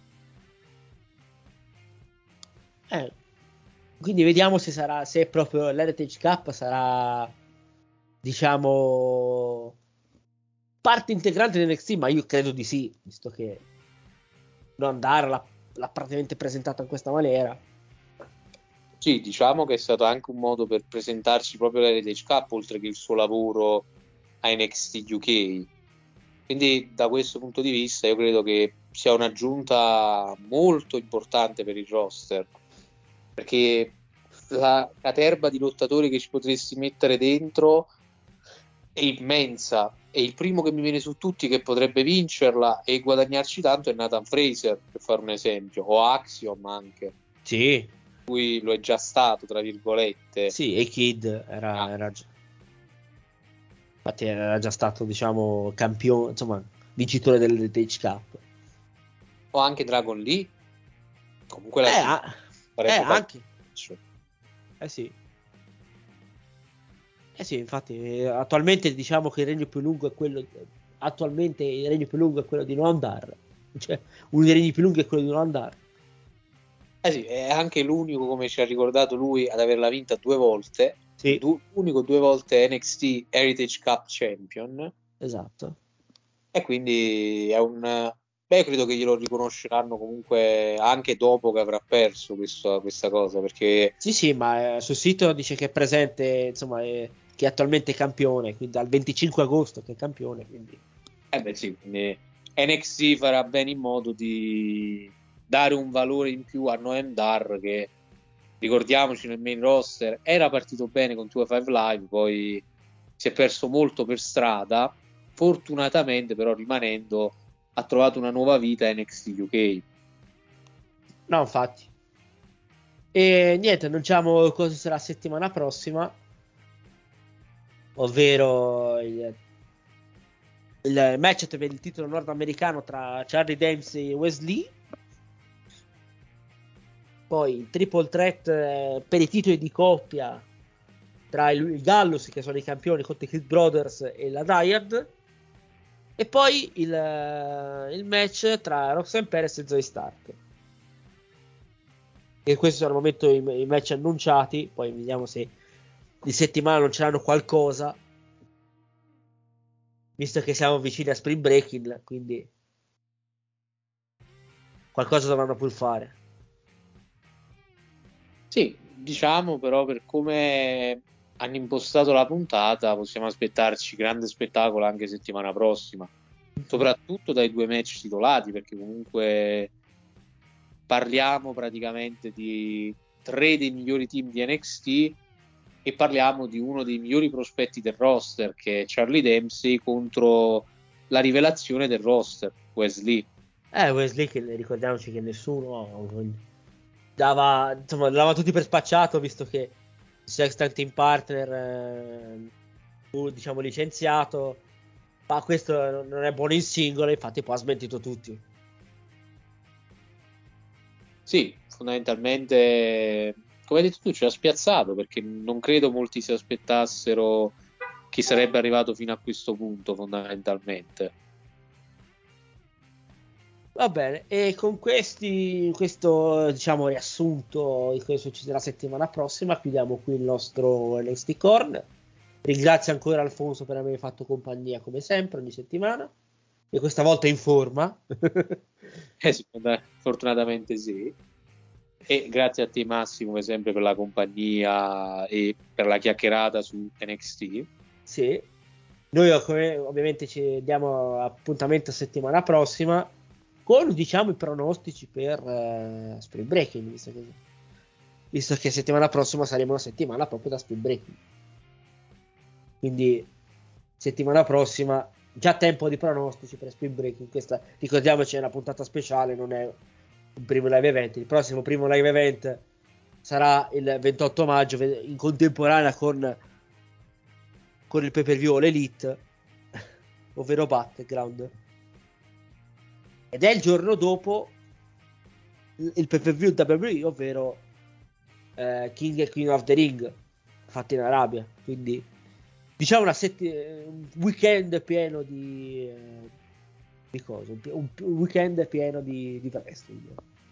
Eh, quindi vediamo se sarà, se proprio l'Heritage Cup sarà, diciamo, parte integrante di N X T, ma io credo di sì, visto che non Dar l'ha, l'ha praticamente presentato in questa maniera. Sì, diciamo che è stato anche un modo per presentarci proprio l'Heritage Cup, oltre che il suo lavoro a N X T U K. Quindi da questo punto di vista io credo che sia un'aggiunta molto importante per il roster, perché la caterba di lottatori che ci potresti mettere dentro è immensa, e il primo che mi viene su tutti che potrebbe vincerla e guadagnarci tanto è Nathan Fraser, per fare un esempio, o Axiom anche. Sì. Lui lo è già stato, tra virgolette. Sì, e Kid era, Ah. era già, infatti era già stato, diciamo, campione, insomma, vincitore dell'Heritage Cup. O anche Dragon Lee. Comunque Eh, la ah, farebbe eh tanto. anche. Eh sì. Eh sì, infatti, eh, attualmente diciamo che il regno più lungo è quello. Attualmente il regno più lungo è quello di Noam Dar. Cioè, uno dei regni più lunghi è quello di Noam Dar. Eh sì, è anche l'unico, come ci ha ricordato lui, ad averla vinta due volte. Sì. Du- unico due volte N X T Heritage Cup Champion. Esatto. E quindi è un. Beh, credo che glielo riconosceranno comunque anche dopo che avrà perso questo, questa cosa, perché Sì, sì, ma eh, sul sito dice che è presente, insomma, è, che è attualmente campione, quindi dal venticinque agosto che è campione, quindi. eh beh, sì, quindi N X T farà bene in modo di dare un valore in più a Noam Dar, che ricordiamoci nel main roster era partito bene con due cinque Live, poi si è perso molto per strada, fortunatamente però rimanendo ha trovato una nuova vita a N X T U K. No, infatti. E niente, annunciamo cosa sarà la settimana prossima, ovvero il, il match per il titolo nordamericano tra Charlie Dempsey e Wesley. Poi il triple threat eh, per i titoli di coppia tra il, il Gallus, che sono i campioni, contro i Creed Brothers e la Dyad. E poi il, uh, il match tra Roxanne Perez e Zoe Stark. E questi sono al momento i, i match annunciati. Poi vediamo se di settimana non ce l'hanno qualcosa, visto che siamo vicini a Spring Breaking, quindi qualcosa dovranno pur fare. Sì, diciamo però per come hanno impostato la puntata possiamo aspettarci grande spettacolo anche settimana prossima, soprattutto dai due match titolati, perché comunque parliamo praticamente di tre dei migliori team di N X T e parliamo di uno dei migliori prospetti del roster, che è Charlie Dempsey, contro la rivelazione del roster, Wesley. Eh, Wesley, che ricordiamoci che nessuno dava, insomma, dava tutti per spacciato, visto che il Sex Tag Team Partner eh, fu, diciamo, licenziato, ma questo non è buono in singolo, infatti poi ha smentito tutti. Sì, fondamentalmente, come hai detto tu, ci ha spiazzato, perché non credo molti si aspettassero che sarebbe arrivato fino a questo punto, fondamentalmente. Va bene, e con questi, questo, diciamo, riassunto di cosa succederà la settimana prossima, chiudiamo qui il nostro N X T Corner. Ringrazio ancora Alfonso per avermi fatto compagnia come sempre ogni settimana, e questa volta in forma. Eh sì, fortunatamente sì. E grazie a te Massimo, come sempre, per la compagnia e per la chiacchierata su N X T. Sì, noi come, ovviamente ci diamo appuntamento settimana prossima con, diciamo, i pronostici per uh, Spring Breaking, visto che, visto che settimana prossima saremo una settimana proprio da Spring Breaking, quindi settimana prossima già tempo di pronostici per Spring Breaking. Questa, ricordiamoci, è una puntata speciale, non è un primo live event. Il prossimo primo live event sarà il ventotto maggio, in contemporanea con, con il pay per view l'Elite, ovvero Battleground, ed è il giorno dopo il pay per view W W E, ovvero eh, King e Queen of the Ring, fatto in Arabia. Quindi diciamo una setti- un weekend pieno di eh, di cose, un, un weekend pieno di, di wrestling.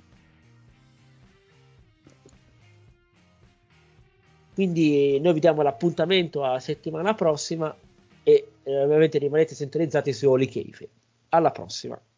Quindi noi vi diamo l'appuntamento alla settimana prossima e eh, ovviamente rimanete sintonizzati su Holy Kayfabe. Alla prossima.